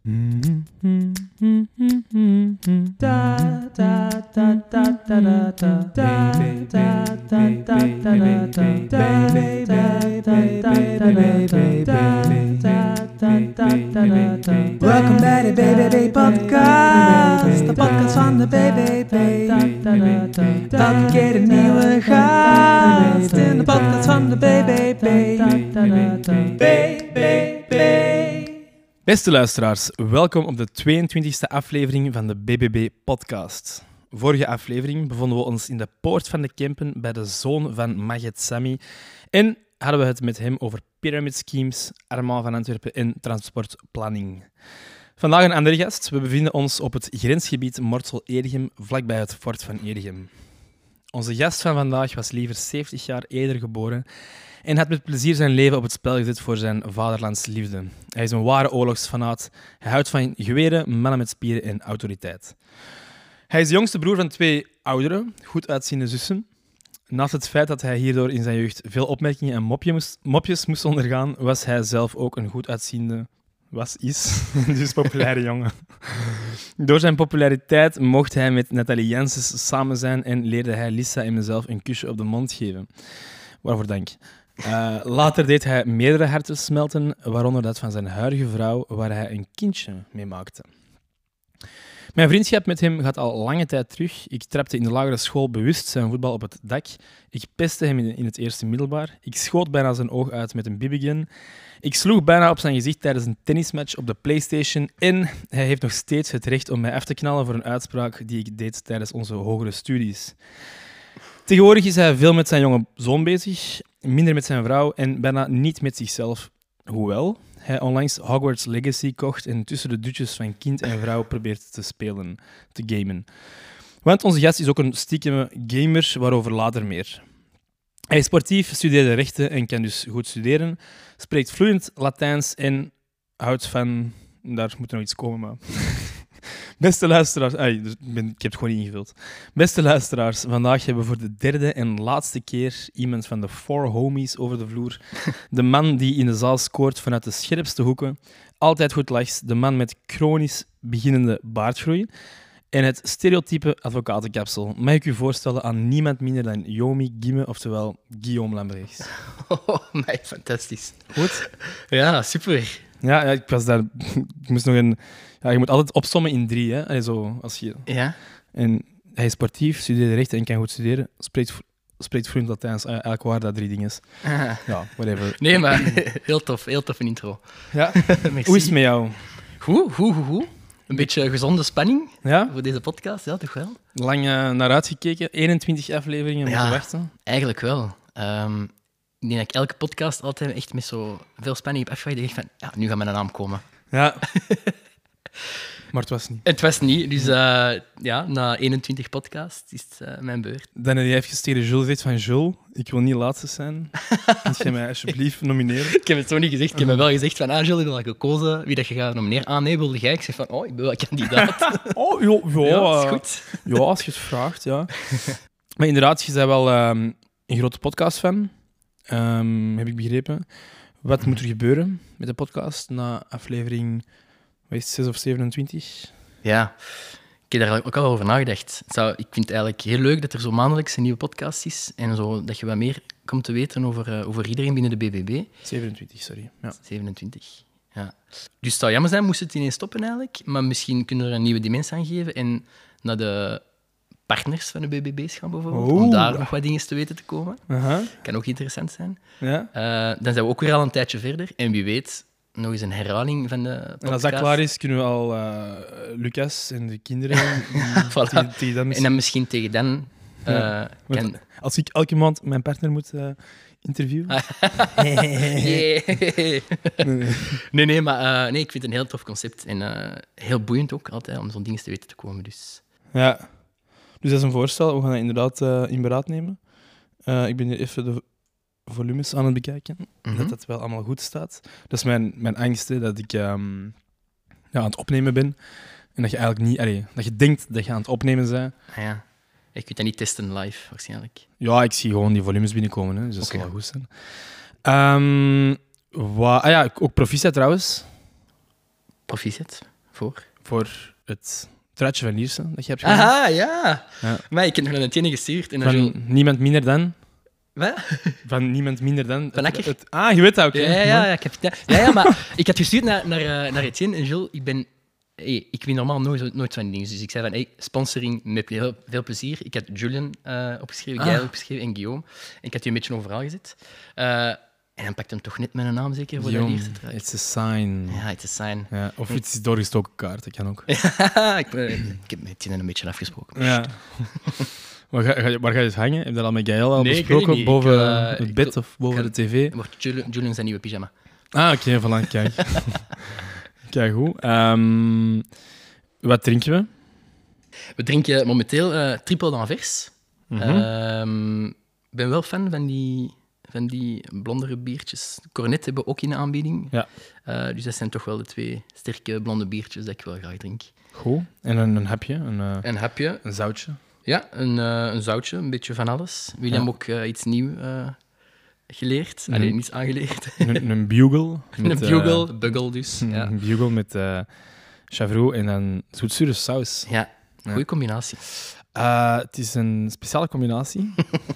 Welkom bij de BBB podcast, de podcast van de BBB. Elke keer een nieuwe gast in de podcast van de BBB. Beste luisteraars, welkom op de 22e aflevering van de BBB-podcast. Vorige aflevering bevonden we ons in de Poort van de Kempen bij de zoon van Maged Sami en hadden we het met hem over pyramid schemes, Armand van Antwerpen en transportplanning. Vandaag een andere gast. We bevinden ons op het grensgebied Mortsel-Edegem, vlakbij het fort van Edegem. Onze gast van vandaag was liever 70 jaar eerder geboren en had met plezier zijn leven op het spel gezet voor zijn vaderlandsliefde. Hij is een ware oorlogsfanaat. Hij houdt van geweren, mannen met spieren en autoriteit. Hij is de jongste broer van 2 oudere, goed uitziende zussen. Naast het feit dat hij hierdoor in zijn jeugd veel opmerkingen en mopjes moest ondergaan, was hij zelf ook een goed uitziende, dus populaire jongen. Door zijn populariteit mocht hij met Nathalie Janssens samen zijn en leerde hij Lisa en mezelf een kusje op de mond geven. Waarvoor dank. Later deed hij meerdere harten smelten, waaronder dat van zijn huidige vrouw, waar hij een kindje mee maakte. Mijn vriendschap met hem gaat al lange tijd terug. Ik trapte in de lagere school bewust zijn voetbal op het dak. Ik pestte hem in het eerste middelbaar. Ik schoot bijna zijn oog uit met een BB-gun. Ik sloeg bijna op zijn gezicht tijdens een tennismatch op de PlayStation. En hij heeft nog steeds het recht om mij af te knallen voor een uitspraak die ik deed tijdens onze hogere studies. Tegenwoordig is hij veel met zijn jonge zoon bezig, minder met zijn vrouw en bijna niet met zichzelf. Hoewel hij onlangs Hogwarts Legacy kocht en tussen de dutjes van kind en vrouw probeert te spelen, te gamen. Want onze gast is ook een stiekeme gamer, waarover later meer. Hij is sportief, studeerde rechten en kan dus goed studeren, spreekt vloeiend Latijns en houdt van... Daar moet nog iets komen, maar... Beste luisteraars... ik heb het gewoon niet ingevuld. Beste luisteraars, vandaag hebben we voor de derde en laatste keer iemand van de 4 homies over de vloer. De man die in de zaal scoort vanuit de scherpste hoeken. Altijd goed lacht. De man met chronisch beginnende baardgroei. En het stereotype advocatenkapsel. Mag ik u voorstellen aan niemand minder dan Yomi Gimme, oftewel Guillaume Lambrechts. Nee, fantastisch. Goed? Ja, super. Ja, ik was daar... Ik moest nog een... Ja, je moet altijd opsommen in 3, hè. Allee, zo, als je... Ja? En hij is sportief, studeerde rechten en kan goed studeren. Spreekt vloeiend Latijns. Eigenlijk waren dat 3 dingen. Ja, whatever. Nee, maar heel tof een intro. Ja? Merci. Hoe is het met jou? Goed. Een beetje gezonde spanning Ja? voor deze podcast, ja, toch wel? Lang naar uitgekeken. 21 afleveringen moeten Ja, wachten. Eigenlijk wel. Ik denk dat ik elke podcast altijd echt met zo veel spanning heb afgewacht. Ik dacht van, ja, nu gaat mijn naam komen. Ja. Maar het was niet. Het was niet, dus na 21 podcasts is het mijn beurt. Dan heb je even tegen Jules gezegd van... Jules, ik wil niet laatste zijn. Kunt jij mij alsjeblieft nomineren? Ik heb het zo niet gezegd. Ik heb me wel gezegd van, Jules, ik wil dat gekozen wie dat je gaat nomineren. Ah nee, wilde jij? Ik zeg van, ik ben wel kandidaat. Ja, is goed. Ja, als je het vraagt, ja. Maar inderdaad, je bent wel een grote podcastfan. Heb ik begrepen. Wat moet er gebeuren met de podcast na aflevering 6 of 27? Ja, ik heb daar ook al over nagedacht. Ik vind het eigenlijk heel leuk dat er zo maandelijks een nieuwe podcast is en zo, dat je wat meer komt te weten over iedereen binnen de BBB. 27, sorry. Ja. 27, ja. Dus het zou jammer zijn moest het ineens stoppen eigenlijk, maar misschien kunnen we er een nieuwe dimensie aan geven en naar de partners van de BBB's gaan bijvoorbeeld, om daar nog wat dingen te weten te komen. Kan ook interessant zijn. Ja. Dan zijn we ook weer al een tijdje verder en wie weet... Nog eens een herhaling van de podcast. En als dat klaar is, kunnen we al Lucas en de kinderen... Voilà. tegen dan en dan misschien tegen dan... Als ik elke maand mijn partner moet interviewen... Nee, maar ik vind het een heel tof concept. En heel boeiend ook altijd, om zo'n dingen te weten te komen. Dus. Ja. Dus dat is een voorstel. We gaan dat inderdaad in beraad nemen. Ik ben hier even de volumes aan het bekijken. Dat dat wel allemaal goed staat. Dat is mijn angst, hè, dat ik aan het opnemen ben. En dat je eigenlijk niet... dat je denkt dat je aan het opnemen bent. Ah, ja. Ik kunt dat niet testen live, waarschijnlijk. Ja, ik zie gewoon die volumes binnenkomen. Hè, dus dat zal wel goed zijn. Hm. Ook proficiat trouwens. Proficiat. Voor het truitje van Lierse dat je hebt gedaan. Aha, ja. Ja. Maar ik heb nog een tene gestuurd. En dan Van niemand minder dan... Wat? Van niemand minder dan... Van Akker. Je weet dat ook. Ja, ik heb het. Ja, maar ik had gestuurd naar Etienne en Jules. Ik win normaal nooit van die dingen. Dus ik zei van, sponsoring met veel plezier. Ik had Julian opgeschreven, Gaël opgeschreven en Guillaume. En ik had die een beetje overal gezet. En dan pakt hem toch net mijn naam zeker voor dat eerste truitje. It's a sign. Ja, it's a sign. Ja, of iets is doorgestoken kaart, dat kan ook. ik heb met Etienne een beetje afgesproken. Ja. Waar ga je het hangen? Heb je dat al met Gaël al Nee, ik besproken? weet niet. Boven Ik, het bed of boven de tv? Het wordt Julian zijn nieuwe pyjama. Oké, voilà, kijk. Kijk, goed. Wat drinken we? We drinken momenteel triple d'Anvers. Ik ben wel fan van die blondere biertjes. Cornet hebben we ook in de aanbieding. Ja. Dus dat zijn toch wel de 2 sterke blonde biertjes dat ik wel graag drink. Goed. En een hapje? Een hapje. Een zoutje? Ja, een zoutje, een beetje van alles. William ook iets nieuws geleerd. Alleen niets aangeleerd. Een bugle. Een bugle, buggle dus. Ja. Een bugle met chavroux en dan zoetzure saus. Ja, goede combinatie. Het is een speciale combinatie.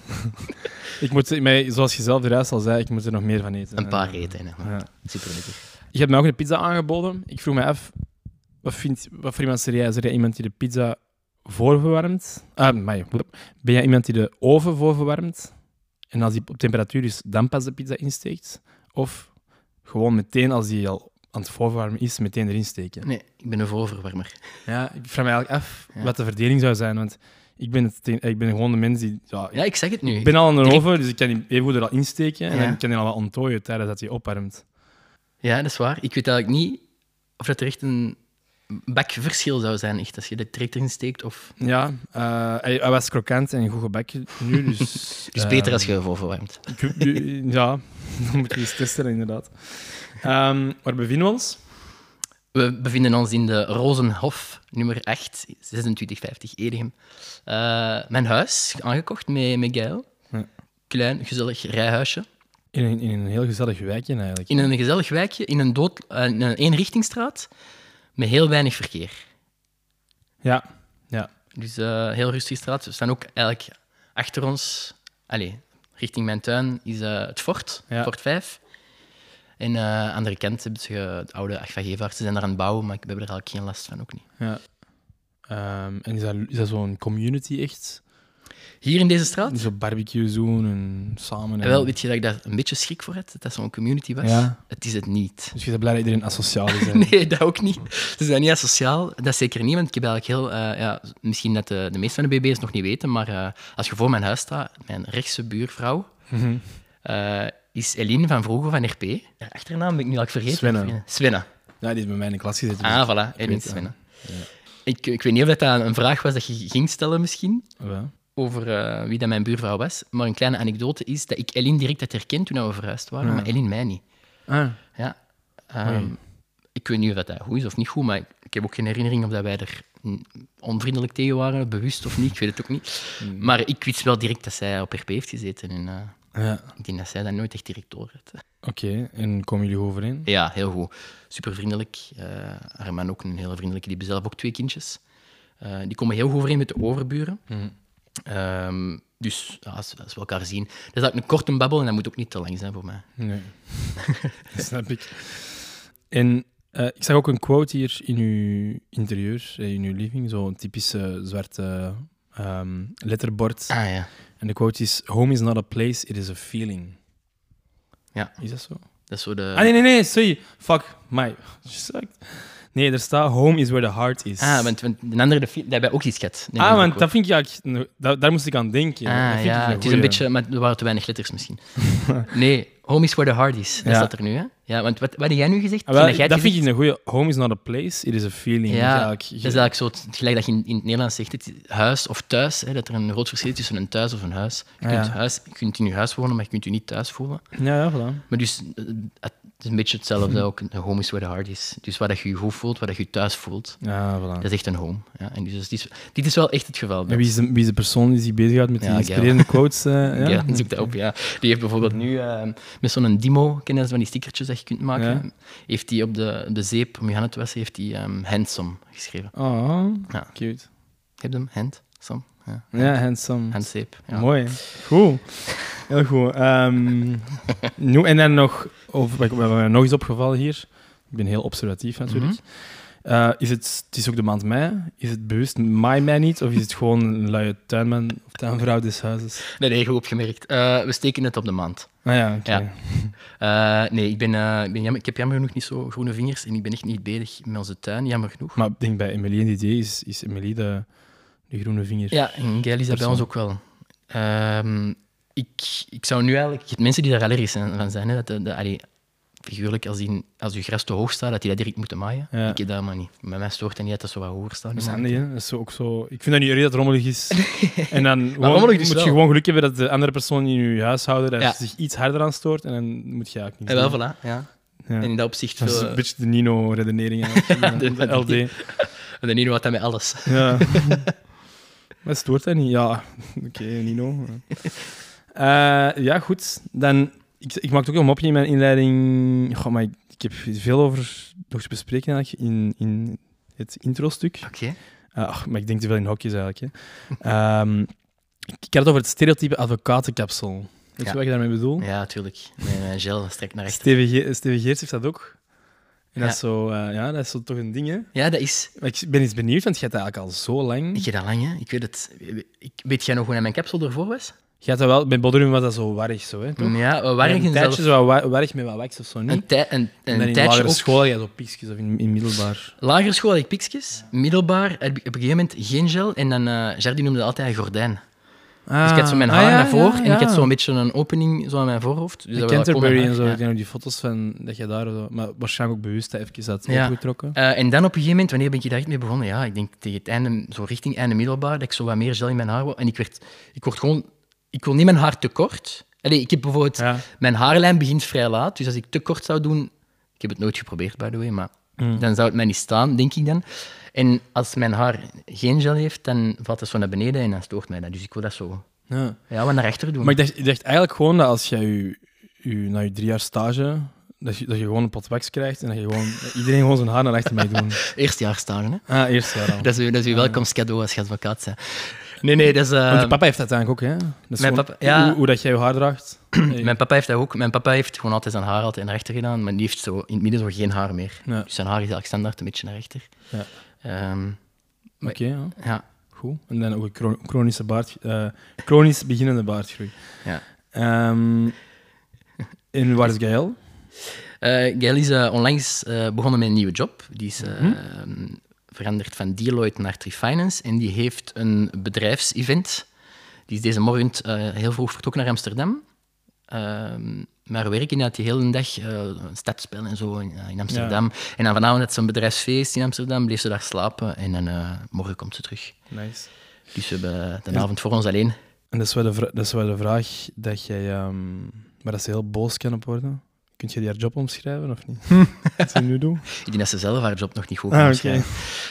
Zoals je zelf eruit al zei, ik moet er nog meer van eten. Een paar eten. Ja. Super lekker. Je hebt mij ook een pizza aangeboden. Ik vroeg me af, wat voor iemand serie? Is er iemand die de pizza voorverwarmt? Ben jij iemand die de oven voorverwarmt? En als die op temperatuur is, dan pas de pizza insteekt? Of gewoon meteen als die al aan het voorverwarmen is, meteen erin steken? Nee, ik ben een voorverwarmer. Ja, ik vraag me eigenlijk af wat de verdeling zou zijn, want ik ben gewoon de mens die... Ja, ik zeg het nu. Ik ben al in een oven, dus ik kan die even goed er al insteken en Ja. dan kan die al wat onttooien tijdens dat hij opwarmt. Ja, dat is waar. Ik weet eigenlijk niet of dat er echt een bakverschil zou zijn, echt, als je dat direct erin steekt. Of... Ja, hij was krokant en goed gebakken nu, dus... Dus beter als je voorverwarmt. Ja, dan moet je eens testen, inderdaad. Waar bevinden we ons? We bevinden ons in de Rozenhof, nummer 8, 2650 Edegem. Mijn huis, aangekocht met Gaël. Ja. Klein, gezellig rijhuisje. In een heel gezellig wijkje, eigenlijk. In een gezellig wijkje, in een eenrichtingstraat, met heel weinig verkeer. Ja. Dus heel rustige straat. We staan ook eigenlijk achter ons, richting mijn tuin, is het fort, Ja. Fort 5. En aan de kant hebben ze het oude Agva Gevaert. Ze zijn daar aan het bouwen, maar we hebben er eigenlijk geen last van, ook niet. Ja. En is dat zo'n community echt? Hier in deze straat? Zo barbecue doen en samen? En... Wel, weet je dat ik daar een beetje schrik voor had, dat dat zo'n community was? Ja. Het is het niet. Dus je bent blij dat iedereen asociaal is? Nee, dat ook niet. Ze zijn niet asociaal. Dat is zeker niet, want ik heb eigenlijk heel... misschien dat de meeste van de BB's nog niet weten, maar als je voor mijn huis staat, mijn rechtse buurvrouw... is Eline van vroeger van RP. Haar achternaam ben ik nu al vergeten. Svenne. Ja, die is bij mij in de klas gezeten. Ah, voilà. Eline Svenne. Ja. Ik weet niet of dat een vraag was dat je ging stellen misschien, over wie dat mijn buurvrouw was. Maar een kleine anekdote is dat ik Eline direct had herkend toen we verhuisd waren, maar Eline mij niet. Ja. Ik weet niet of dat goed is of niet goed, maar ik heb ook geen herinnering of dat wij er onvriendelijk tegen waren, bewust of niet, ik weet het ook niet. Maar ik wist wel direct dat zij op RP heeft gezeten en ik denk dat zij dat nooit echt direct door had. Oké, en komen jullie overeen? Ja, heel goed. Super vriendelijk. Haar man ook een hele vriendelijke, die hebben zelf ook 2 kindjes. Die komen heel goed overeen met de overburen. Dus als we elkaar zien... Dat is eigenlijk een korte babbel en dat moet ook niet te lang zijn voor mij. Nee, dat snap ik. En ik zag ook een quote hier in uw interieur, in uw living, zo'n typische zwarte letterbord. Ah ja. En de quote is: Home is not a place, it is a feeling. Ja. Is dat zo? Dat is zo de... Nee, sorry. Fuck, my. Nee, er staat home is where the heart is. Want de andere, dat hebben ook iets gehad. Want dat vind ik eigenlijk... Daar moest ik aan denken. Ah ja, het is een beetje... Maar er waren te weinig letters misschien. Nee, home is where the heart is. Dat staat er nu, hè? Ja, want wat heb jij nu gezegd? Dat vind ik een goeie. Home is not a place, it is a feeling. Ja, dat is eigenlijk zo gelijk dat je in het Nederlands zegt, het huis of thuis, hè, dat er een groot verschil is tussen een thuis of een huis. Je kunt in je huis wonen, maar je kunt je niet thuis voelen. Ja, voilà. Maar dus, Het is een beetje hetzelfde, ook een home is where the heart is. Dus waar dat je je goed voelt, waar dat je je thuis voelt, Ja, voilà. dat is echt een home. Ja, en dus dit is wel echt het geval. En wie is de persoon die zich bezighoudt met die Ja, inspirerende quotes? Ja? Ja, zoek dat op, ja. Die heeft bijvoorbeeld nu met zo'n Dimo, ken je dat, van die stickertjes dat je kunt maken, Ja. heeft hij op de zeep, om je handen te wassen, heeft hij handsome geschreven. Oh, Ja. cute. Heb je hem? Handsome? Ja. Ja, handsome. Handzeep. Ja. Mooi. Goed. Heel goed. Nu, en dan nog, wat me nog eens opgevallen hier, ik ben heel observatief natuurlijk. Het is ook de maand mei. Is het bewust mei niet? Of is het gewoon een luie tuinman of tuinvrouw des huizes? Nee, goed opgemerkt. We steken het op de maand. Ah ja, oké. Ja. Nee, ik heb jammer genoeg niet zo groene vingers en ik ben echt niet bezig met onze tuin, jammer genoeg. Maar ik denk bij Emilie en Didier is Emilie de groene vinger. Ja, en Gail is dat bij ons ook wel. Ik zou nu eigenlijk... Je hebt mensen die daar allergisch van zijn. Hè, figuurlijk, als je gras te hoog staat, dat die dat direct moeten maaien. Ja. Ik heb dat maar niet. Bij mij stoort dat niet dat dat zo wat hoger staat. Dat is handig, hè? Dat is ook zo... Ik vind dat niet erg dat het rommelig is. En dan rommelig dus moet wel. je gewoon geluk hebben dat de andere persoon in je huishouden daar Ja. zich iets harder aan stoort en dan moet je eigenlijk En niks wel, doen. voilà. Ja. Ja. En in dat opzicht... Dat is veel, een beetje de Nino-redenering. De LD. de Nino had dat met alles. Ja. Maar stoort dat niet? Ja, oké, Nino. Ja, goed. Dan, ik maakte ook een mopje in mijn inleiding. Goh, maar ik heb veel over nog te bespreken eigenlijk in het intro-stuk. Oké. Maar ik denk te veel in hokjes eigenlijk. Hè. Ik had het over het stereotype advocatenkapsel. Weet je wat ik daarmee bedoel? Ja, natuurlijk. Met gel strekt naar rechter. Steven Geerts heeft dat ook. En dat, Ja. is zo, dat is zo toch een ding, hè? Ja, dat is... Maar ik ben eens benieuwd, want je hebt dat eigenlijk al zo lang. Ik heb dat lang, hè. Ik weet het. Weet jij nog hoe mijn kapsel ervoor was? Je had dat wel, bij Bodrum was dat zo warrig, zo, hè? Toch? Ja, warrig een en tijdje zelf... zo warrig met wat wax of zo, niet? Een En dan in tijdje lagere ook. school had je zo piekjes of in middelbaar. Lagere school had ik piksjes. Middelbaar heb ik op een gegeven moment geen gel. En dan, Jardi noemde dat altijd een gordijn. Dus ik had zo mijn haar naar voren en ik had zo'n beetje een opening zo aan mijn voorhoofd. Dus de dat was Canterbury wel en zo, ja. ik ken ook die foto's van dat je daar zo, maar waarschijnlijk ook bewust even dat Ja. opgetrokken. En dan op een gegeven moment, wanneer ben ik daar echt mee begonnen? Ja, ik denk tegen het einde, zo richting einde middelbaar, dat ik zo wat meer gel in mijn haar wou. En ik wil niet mijn haar te kort. Allee, ik heb bijvoorbeeld, mijn haarlijn begint vrij laat, dus als ik te kort zou doen, ik heb het nooit geprobeerd, by the way, maar dan zou het mij niet staan, denk ik dan. En als mijn haar geen gel heeft, dan valt het zo naar beneden en dan stoort mij dat. Dus ik wil dat zo wat naar rechter doen. Maar ik dacht eigenlijk gewoon dat als jij na je 3 jaar stage, dat je gewoon een pot wax krijgt en dat iedereen gewoon zijn haar naar achter mag doen. Eerstejaarstage, hè? Eerste jaar al. Dat is uw welkomstcadeau als je advocaat bent. Nee, dat is... Want je papa heeft dat eigenlijk ook, hè? Dat is mijn gewoon papa, ja. hoe dat jij je haar draagt. Mijn papa heeft dat ook. Mijn papa heeft gewoon altijd zijn haar altijd naar rechter gedaan, maar die heeft zo in het midden zo geen haar meer. Ja. Dus zijn haar is eigenlijk standaard een beetje naar rechter. Ja. Maar- Oké, ja. Ja. Goed. En dan ook een chronische chronisch beginnende baardgroei. Ja. En waar is Gaël? Gaël is onlangs begonnen met een nieuwe job. Die is veranderd van Deloitte naar Trifinance en die heeft een bedrijfsevent. Die is deze morgen heel vroeg vertrokken naar Amsterdam. Maar werken had hij heel de dag een stadspel en zo in Amsterdam. Ja. En dan vanavond had ze een bedrijfsfeest in Amsterdam, bleef ze daar slapen en dan morgen komt ze terug. Nice. Dus we hebben de avond voor ons alleen. En dat is wel de vraag dat jij... maar dat ze heel boos kan op worden. Kun je die haar job omschrijven, of niet? Wat ze nu doen? Ik denk dat ze zelf haar job nog niet goed kan omschrijven.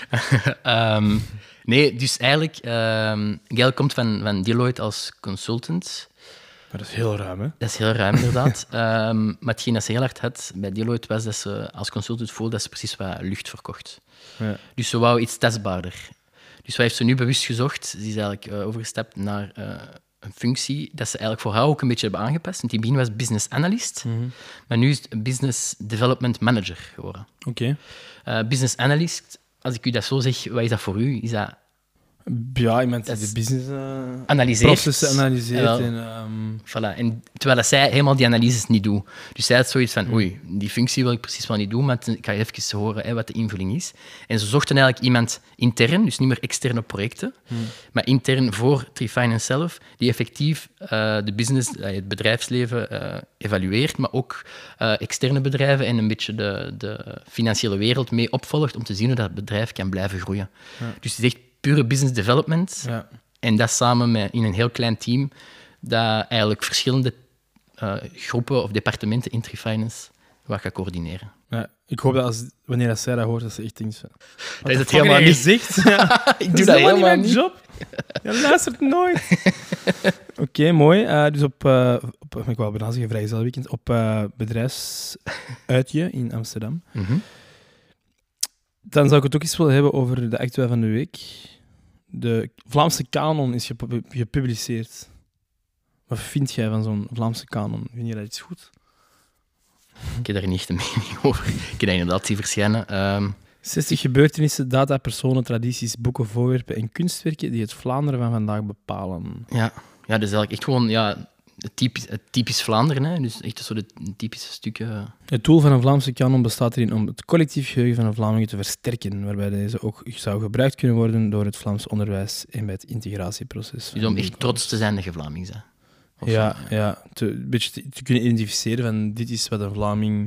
Nee, dus eigenlijk... Gaël komt van Deloitte als consultant. Maar dat is heel ruim, hè? Dat is heel ruim, inderdaad. Maar hetgeen dat ze heel hard had bij Deloitte was dat ze als consultant voelde dat ze precies wat lucht verkocht. Ja. Dus ze wou iets tastbaarder. Dus wat heeft ze nu bewust gezocht? Ze is eigenlijk overgestapt naar een functie dat ze eigenlijk voor haar ook een beetje hebben aangepast. Want in het begin was business analyst, maar nu is het business development manager geworden. Oké. Business analyst, als ik u dat zo zeg, wat is dat voor u? Is dat... Ja, iemand die de business analyseert. processen analyseert. Voilà. En terwijl dat zij helemaal die analyses niet doet. Dus zij had zoiets van, oei, die functie wil ik precies wel niet doen, maar ik ga even horen wat de invulling is. En ze zochten eigenlijk iemand intern, dus niet meer externe projecten, maar intern voor Trifinance zelf, die effectief de business, het bedrijfsleven evalueert, maar ook externe bedrijven en een beetje de financiële wereld mee opvolgt om te zien hoe dat bedrijf kan blijven groeien. Ja. Dus het is echt pure business development. Ja. En dat samen in een heel klein team, dat eigenlijk verschillende groepen of departementen in Trifinance wat gaat coördineren. Ja, ik hoop dat wanneer dat zij dat hoort, dat ze echt denkt... Dat is het helemaal niet. Gezegd? Ja. Ik doe dat helemaal mijn niet. job. Je luistert nooit. Oké, mooi. Dus ik wou bijna zeggen vrijgezellenweekend, op bedrijfsuitje in Amsterdam. Mhm. Dan zou ik het ook eens willen hebben over de actueel van de week. De Vlaamse kanon is gepubliceerd. Wat vind jij van zo'n Vlaamse kanon? Vind je dat iets goed? Ik heb daar niet echt een mening over. Ik heb dat inderdaad zien verschijnen. 60 gebeurtenissen, data, personen, tradities, boeken, voorwerpen en kunstwerken die het Vlaanderen van vandaag bepalen. Ja, dus eigenlijk echt gewoon het typisch Vlaanderen. Hè? Dus echt zo de typische stukken. Het doel van een Vlaamse kanon bestaat erin om het collectief geheugen van de Vlamingen te versterken, waarbij deze ook zou gebruikt kunnen worden door het Vlaams onderwijs en bij het integratieproces. Dus om echt trots te zijn dat je Vlaming bent. Ja, een beetje te kunnen identificeren van dit is wat een Vlaming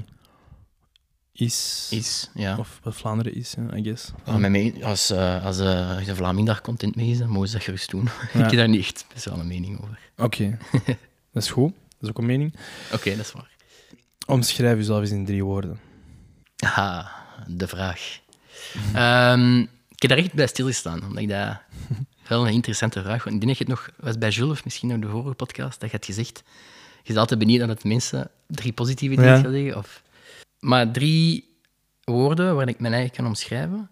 is ja. Of wat Vlaanderen is, I guess. Als de Vlaming daar content mee is, dan mogen ze dat gerust doen. Ja. Ik heb daar niet echt speciale mening over. Oké. Dat is goed. Dat is ook een mening. Oké, dat is waar. Omschrijf jezelf eens in 3 woorden. Aha, de vraag. Ik heb daar echt bij stilgestaan, omdat ik dat wel een interessante vraag vond. Ik denk dat je het nog was bij Jules, of misschien nog de vorige podcast, dat je had gezegd, je is altijd benieuwd dat het mensen 3 positieve dingen gaan zeggen. Maar 3 woorden waar ik mijn eigen kan omschrijven.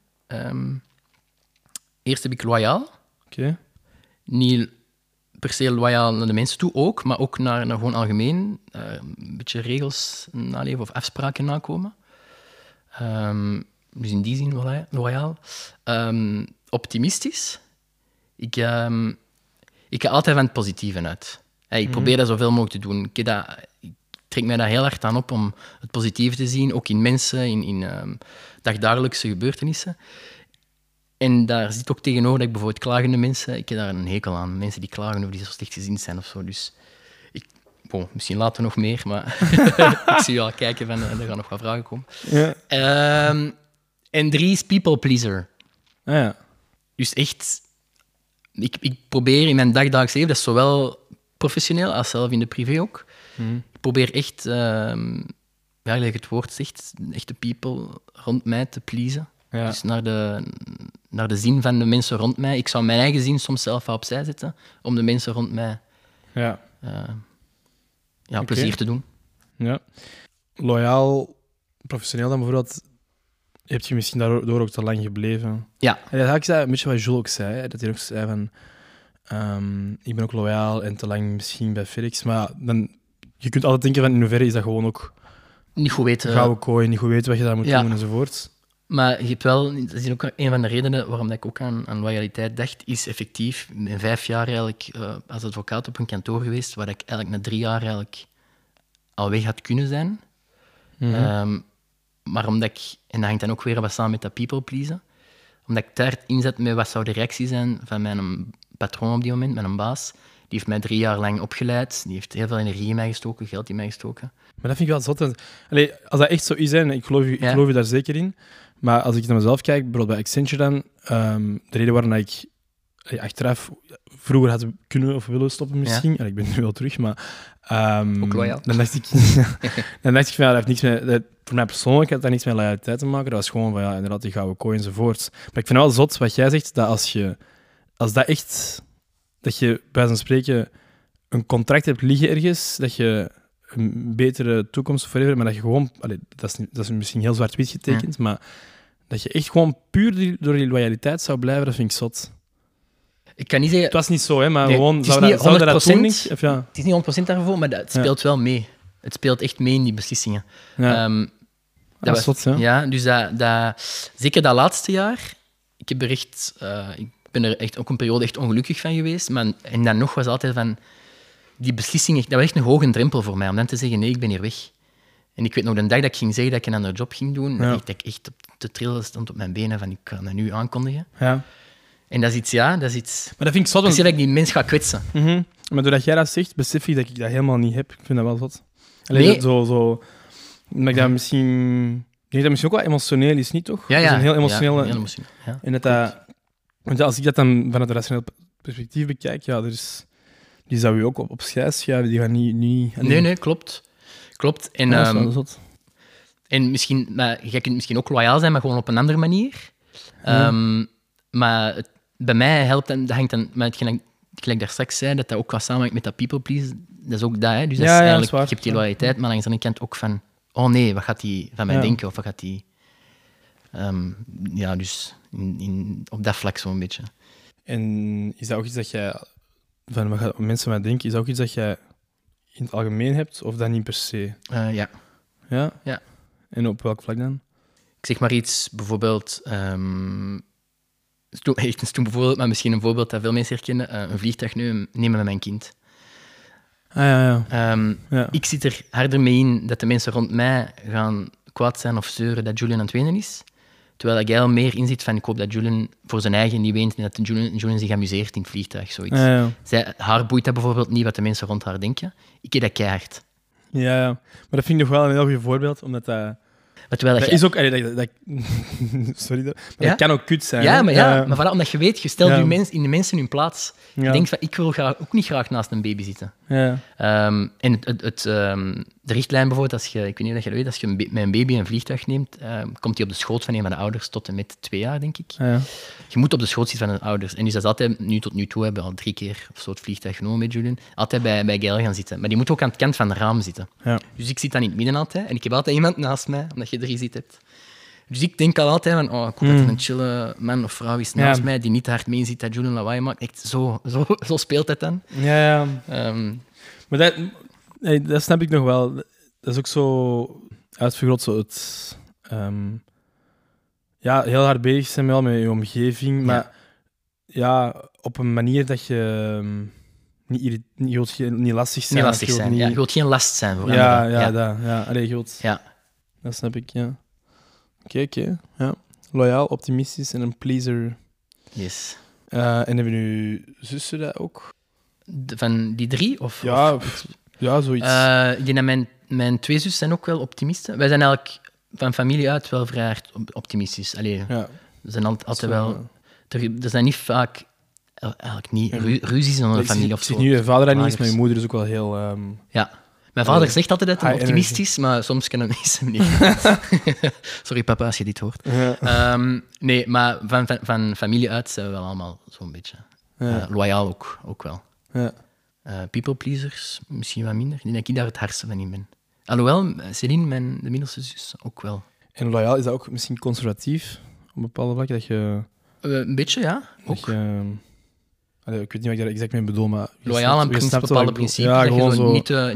Eerst heb ik loyaal. Oké. Niet per se loyaal naar de mensen toe ook, maar ook naar gewoon algemeen. Een beetje regels naleven of afspraken nakomen. Dus in die zin loyaal. Optimistisch. Ik ga altijd van het positieve uit. Ik probeer dat zoveel mogelijk te doen. Ik trek mij daar heel hard aan op om het positieve te zien, ook in mensen, in dagdagelijkse gebeurtenissen. En daar zit ook tegenover dat ik bijvoorbeeld klagende mensen... Ik heb daar een hekel aan. Mensen die klagen over die zo slechtgezind zijn of zo. Dus misschien later nog meer, maar ik zie je al kijken van... Er gaan nog wat vragen komen. Ja. En 3 is people pleaser. Ah, ja. Dus echt... Ik probeer in mijn dagdagelijks leven, dat is zowel professioneel als zelf in de privé ook. Ik probeer echt, eigenlijk het woord zegt, echt de people rond mij te pleasen. Ja. Dus naar de zin van de mensen rond mij. Ik zou mijn eigen zin soms zelf opzij zetten om de mensen rond mij plezier te doen. Ja. Loyaal, professioneel dan bijvoorbeeld, heb je misschien daardoor ook te lang gebleven. Ja. En dat had ik zei, een beetje wat Jules ook zei, hè, dat hij ook zei van... ik ben ook loyaal en te lang misschien bij Felix, maar dan, je kunt altijd denken van in hoeverre is dat gewoon ook... Niet goed weten. Gouden kooi, niet goed weten wat je daar moet doen enzovoort. Maar je hebt wel, dat is ook een van de redenen waarom ik ook aan loyaliteit dacht, is effectief in 5 jaar eigenlijk als advocaat op een kantoor geweest, waar ik eigenlijk na 3 jaar eigenlijk al weg had kunnen zijn. Maar omdat ik, en dat hangt dan ook weer wat samen met dat people pleasen, omdat ik daar inzet met wat zou de reactie zijn van mijn patroon op die moment, mijn baas. Die heeft mij 3 jaar lang opgeleid. Die heeft heel veel energie in mij gestoken, geld in mij gestoken. Maar dat vind ik wel zot. Allee, als dat echt zo is, en ik geloof je daar zeker in. Maar als ik naar mezelf kijk, bijvoorbeeld bij Accenture dan, de reden waarom ik achteraf vroeger had kunnen of willen stoppen misschien, ik ben nu wel terug, maar... ook loyaal. Dan dacht ik van, dat heeft niks met... Voor mij persoonlijk had dat niks met loyaliteit te maken. Dat was gewoon van, inderdaad, die gouden kooi enzovoort. Maar ik vind het wel zot wat jij zegt, dat als dat echt... Dat je, bij wijze van spreken, een contract hebt liggen ergens, dat je een betere toekomst voor maar dat je gewoon... Dat is misschien heel zwart-wit getekend, maar dat je echt gewoon puur door die loyaliteit zou blijven, dat vind ik zot. Ik kan niet zeggen... Het was niet zo, hè, maar nee, gewoon... Het is Zou niet 100%, dat toen niet? Of ja? Het is niet 100% daarvoor, maar het speelt wel mee. Het speelt echt mee in die beslissingen. Ja. Dat was zot, ja. Ja, dus zeker dat laatste jaar, ik ben er echt ook een periode echt ongelukkig van geweest. En dan nog was altijd van... Die beslissing, dat was echt een hoge drempel voor mij, om dan te zeggen, nee, ik ben hier weg. En ik weet nog de dag dat ik ging zeggen dat ik een andere job ging doen, dat ik echt op de trillen stond op mijn benen van, ik kan dat nu aankondigen. Ja. En dat is iets... Maar dat vind ik zot. Dat ik die mens ga kwetsen. Mm-hmm. Maar doordat jij dat zegt, besef ik dat ik dat helemaal niet heb. Ik vind dat wel zot. Nee. Omdat ik dat misschien... Ik denk dat misschien ook wel emotioneel is, niet toch? Ja. Dat is een heel emotioneel... heel emotioneel. Ja. En want als ik dat dan vanuit een rationeel perspectief bekijk, die zou je ook op schijs schuiven. Die gaan niet... Nee, klopt. En, dat is wel zot. En misschien, maar jij kunt misschien ook loyaal zijn, maar gewoon op een andere manier. Maar bij mij helpt dat hangt dan met gelijk daar straks zei, dat ook wat samenhangt met dat people please. Dat is ook dat, hè. Dus dat is eigenlijk, je hebt die loyaliteit, maar langs de andere kant ook van, oh nee, wat gaat die van mij denken? Of wat gaat die... dus op dat vlak zo'n beetje. En is dat ook iets dat jij, van wat gaat mensen mij denken, is dat ook iets dat jij in het algemeen hebt, of dat niet per se? Ja. Ja? Ja. En op welk vlak dan? Ik zeg maar iets, bijvoorbeeld... toen bijvoorbeeld, maar misschien een voorbeeld dat veel mensen herkennen, een vliegtuig nemen met mijn kind. Ja. Ik zit er harder mee in dat de mensen rond mij gaan kwaad zijn of zeuren dat Julian aan het wenen is. Terwijl ik al meer inzit van, ik hoop dat Julian voor zijn eigen niet weent en dat Julian zich amuseert in het vliegtuig, zoiets. Haar boeit dat bijvoorbeeld niet wat de mensen rond haar denken. Ik heb dat keihard. Ja, maar dat vind ik nog wel een heel goed voorbeeld, omdat dat... Dat is ook... sorry, maar dat kan ook kut zijn. Ja, maar voilà, omdat je weet, je stelt in de mensen hun plaats. Ja. Je denkt van, ik wil ook niet graag naast een baby zitten. Ja. En de richtlijn bijvoorbeeld, ik weet niet of je dat weet, als je met een baby een vliegtuig neemt, komt die op de schoot van een van de ouders tot en met 2 jaar, denk ik. Ja. Je moet op de schoot zitten van de ouders. En dus dat is altijd, tot nu toe hebben we al 3 keer of zo het vliegtuig genomen met Julian, altijd bij Gail gaan zitten. Maar die moet ook aan het kant van het raam zitten. Ja. Dus ik zit dan in het midden altijd en ik heb altijd iemand naast mij, omdat je er gezien hebt. Dus ik denk al altijd van, ik hoop dat er een chille man of vrouw is naast mij die niet te hard mee zit dat Julian lawaai maakt. Echt, zo speelt het dan. Ja. Maar dat snap ik nog wel. Dat is ook zo uitvergroot, zo het... heel hard bezig zijn met je omgeving, maar op een manier dat je niet lastig zijn. Niet lastig zijn, je wilt geen last zijn voor anderen. Allee, dat snap ik, ja. Oké. Ja. Loyaal, optimistisch en een pleaser. Yes. En hebben uw zussen dat ook? Van die 3? Of zoiets. Ik denk dat mijn 2 zussen zijn ook wel optimisten. Wij zijn eigenlijk van familie uit wel vrij hard optimistisch. Allee, we zijn altijd wel... Er zijn niet vaak... Eigenlijk niet ruzies in een familie of zo. Ik zie nu je vader dat niet is, maar je moeder is ook wel heel... Ja. Mijn vader zegt altijd dat hij optimistisch is, maar soms kan het niet. Sorry papa, als je dit hoort. Ja. Nee, maar van familie uit zijn we wel allemaal zo'n beetje. Loyaal ook wel. Ja. People pleasers, misschien wat minder. Ik denk dat ik daar het hardste van in ben. Alhoewel, Céline, de middelste zus, ook wel. En loyaal, is dat ook misschien conservatief? Op bepaalde vlakken dat je... een beetje, ja. Ook. Ik weet niet wat ik daar exact mee bedoel, maar... Loyaal aan bepaalde principes. Ja, gewoon zo...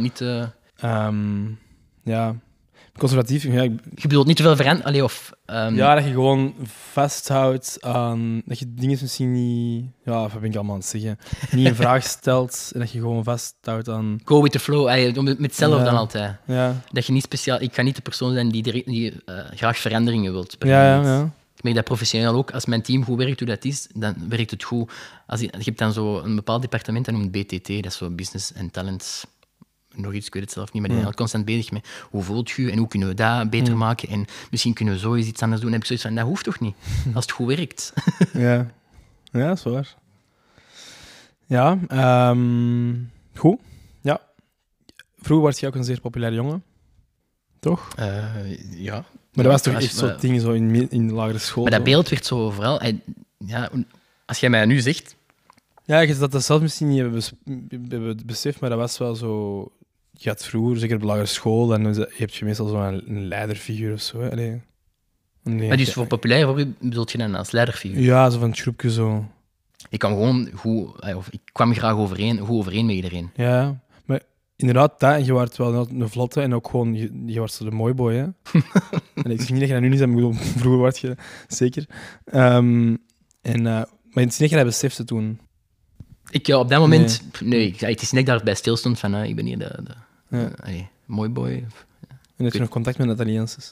conservatief. Ja, je bedoelt niet te veel veranderen? dat je gewoon vasthoudt aan... Dat je dingen misschien niet... Ja, wat ben ik allemaal aan het zeggen? Niet in vraag stelt en dat je gewoon vasthoudt aan... Go with the flow. Met zelf dan altijd. Ja. Dat je niet speciaal... Ik kan niet de persoon zijn die graag veranderingen wilt. Ja. Ik merk dat professioneel ook. Als mijn team goed werkt hoe dat is, dan werkt het goed. Je hebt dan zo een bepaald departement, dat noemt BTT, dat is zo Business and Talents. Nog iets, ik weet het zelf niet, maar die zijn constant bezig met hoe voelt je en hoe kunnen we dat beter maken en misschien kunnen we zo eens iets anders doen. Dan heb ik zoiets van, dat hoeft toch niet, als het goed werkt. Ja, dat is waar. Ja, goed. Ja. Vroeger was je ook een zeer populair jongen, toch? Ja. Maar dat was toch echt zo'n ding zo in de lagere school? Maar dat beeld werd zo vooral... als jij mij nu zegt... Ja, je dat zelf misschien niet hebben beseft, maar dat was wel zo... Je had vroeger, zeker op de lagere school, dan heb je meestal zo'n leiderfiguur of zo. Nee, maar dus voor populair voor u bedoelt je dan als leiderfiguur? Ja, zo van het groepje zo. Ik kwam gewoon ik kwam graag goed overeen met iedereen. Ja, maar inderdaad, en je was wel een vlotte en ook gewoon, je was zo de mooi boy, hè. En ik zeg niet dat je dat nu niet hebt, maar vroeger was je zeker. Maar het is niet dat je dat besefte toen. Op dat moment... Nee, het is niet dat ik daarbij stilstond van ik ben hier de mooi boy. En heb je nog contact met Nathalie Jenssens?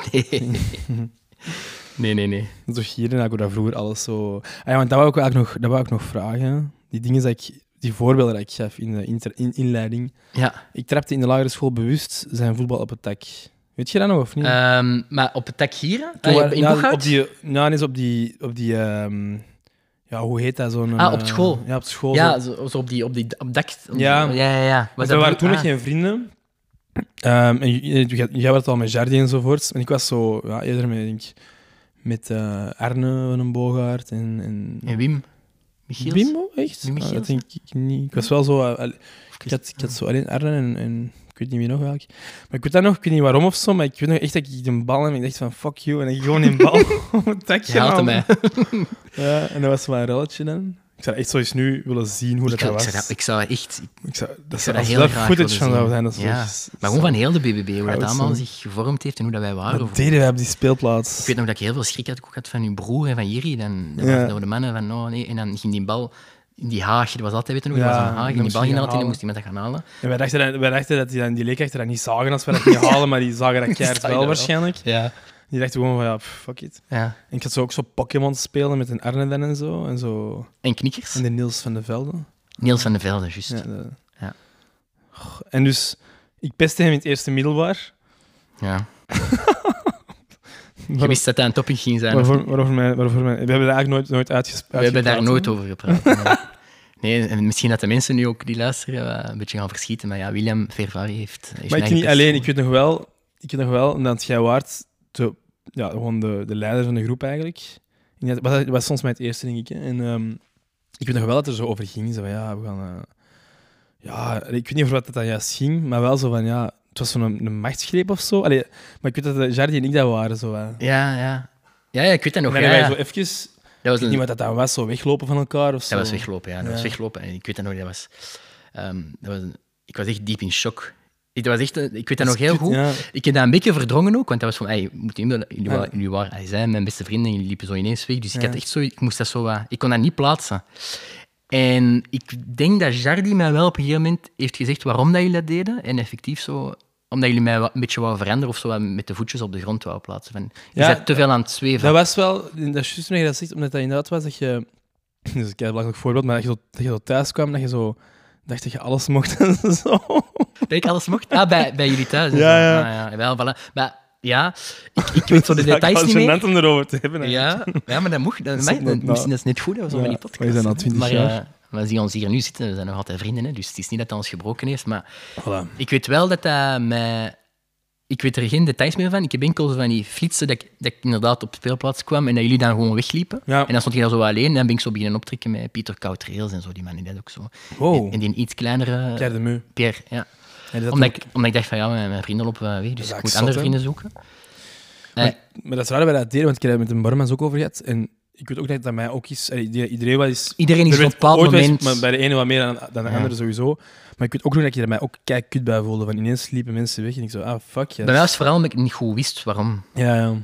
Nee. Dat is toch hier en ik dat vroeger alles zo... want dat wou ik nog vragen. Die dingen die voorbeelden dat ik gaf in de inleiding. Ja. Ik trapte in de lagere school bewust zijn voetbal op het tak. Weet je dat nog, of niet? Maar op het tak hier? Eens op die hoe heet dat? Op school? Ja, op school. Ja, zo op dak. Ja. Ja. We waren toen nog geen vrienden. En jij was het al met Jardy enzovoort. En ik was zo eerder met Arne van een Boogaard en Wim? Michiels? Wim, echt? Wim Michiels, dat denk ik niet. Ik was wel zo... ik had zo alleen Arne en ik weet niet wie nog eigenlijk. Maar ik weet dat nog, ik weet niet waarom of zo, maar ik weet nog echt dat ik de bal heb en ik dacht van fuck you en ik gewoon een bal op het dakje Je haatte mij. Ja, en dat was maar een relletje dan. Ik zou echt zo eens nu willen zien hoe dat was. Ik zou echt... Dat heel dat graag footage van zou willen zijn. Dat zien. Maar gewoon van heel de BBB, hoe dat allemaal zich gevormd heeft en hoe dat wij waren. Wat deden wij op die speelplaats? Ik weet nog dat ik heel veel schrik had van uw broer en van Jiri. Dan waren de mannen van, oh nee, en dan ging die bal... In die haag, dat was altijd, weet je nog, was een haag. En die bal ging altijd in, dan moest iemand dat gaan halen. En wij dachten dat die leerkrachten dat niet zagen als we dat gingen halen, maar die zagen dat keihard wel waarschijnlijk. Ja. Die dachten gewoon van, fuck it. Ja. En ik had zo ook zo Pokémon spelen met een Arne dan en zo. En knikkers. En de Niels van de Velde. Niels van de Velde, juist. Ja. En dus, ik pestte hem in het eerste middelbaar. Ja. Je wist dat dat een topic ging zijn. Waarover mij... We hebben daar eigenlijk nooit uitgesproken. We hebben daar nooit over gepraat. Nee, en misschien dat de mensen nu ook die luisteren een beetje gaan verschieten. Maar ja, William Fervari heeft maar ik niet alleen. Ik weet nog wel dat jij waart gewoon de leider van de groep eigenlijk. Dat was soms mijn het eerste, denk ik. Hè. En ik weet nog wel dat er zo over ging. Zo van, we gaan... ik weet niet over wat dat dan juist ging, maar wel zo van, het was zo'n machtsgreep of zo. Allee, maar ik weet dat Jardy en ik dat waren. Zo, Ja, ik weet dat nog. En dan wij zo even... Dat was ik weet niet wat dat dan was, zo weglopen van elkaar of zo. Dat was weglopen, ja. Dat was weglopen. En ik weet dat nog, ik was echt diep in shock. Ik weet dat nog heel goed. Ja. Ik heb dat een beetje verdrongen ook, want dat was van, jullie waren zijn mijn beste vrienden en jullie liepen zo ineens weg. Dus ik had echt zo, ik kon dat niet plaatsen. En ik denk dat Jardy mij wel op een gegeven moment heeft gezegd waarom dat jullie dat deden. En effectief zo, omdat jullie mij een beetje wouden veranderen of zo met de voetjes op de grond wouden plaatsen. Van, je bent te veel aan het zweven. Dat was wel, dat is juist wanneer je dat zegt, omdat dat inderdaad was dat je, dus een belangrijk voorbeeld, maar dat je zo thuis kwam, dat je zo dacht dat je alles mocht en zo. Dat ik alles mocht? Bij jullie thuis. Ja. Wel, voilà. Maar ja, ik weet zo de details niet meer. Het is om erover te hebben. Ja, maar dat mocht. Misschien is net goed, dat we zo met die podcast. We zijn al 20 jaar. We zien ons hier nu zitten, we zijn nog altijd vrienden, hè, dus het is niet dat dat ons gebroken heeft. Maar voilà. Ik weet wel dat mij... Ik weet er geen details meer van. Ik heb enkel van die flitsen dat ik inderdaad op de speelplaats kwam en dat jullie dan gewoon wegliepen. Ja. En dan stond ik daar zo alleen en dan ben ik zo beginnen optrekken met Pieter Koutreels en zo, die man die dat ook zo. Wow. En die iets kleinere... Pierre de Meu. Pierre, ja. Omdat ik dacht van, mijn vrienden lopen weg, dus ik moet andere vrienden zoeken. Maar dat is raar dat wij dat deden, want ik heb het met de Barmans ook over gehad. En ik weet ook dat mij ook is... Iedereen is op een bepaald moment... Maar bij de ene wat meer dan de andere sowieso. Maar ik weet ook nog dat je er mij ook kut bij voelde. Van ineens liepen mensen weg en ik zo, fuck. Yes. Bij mij was het vooral omdat ik niet goed wist waarom. Ja.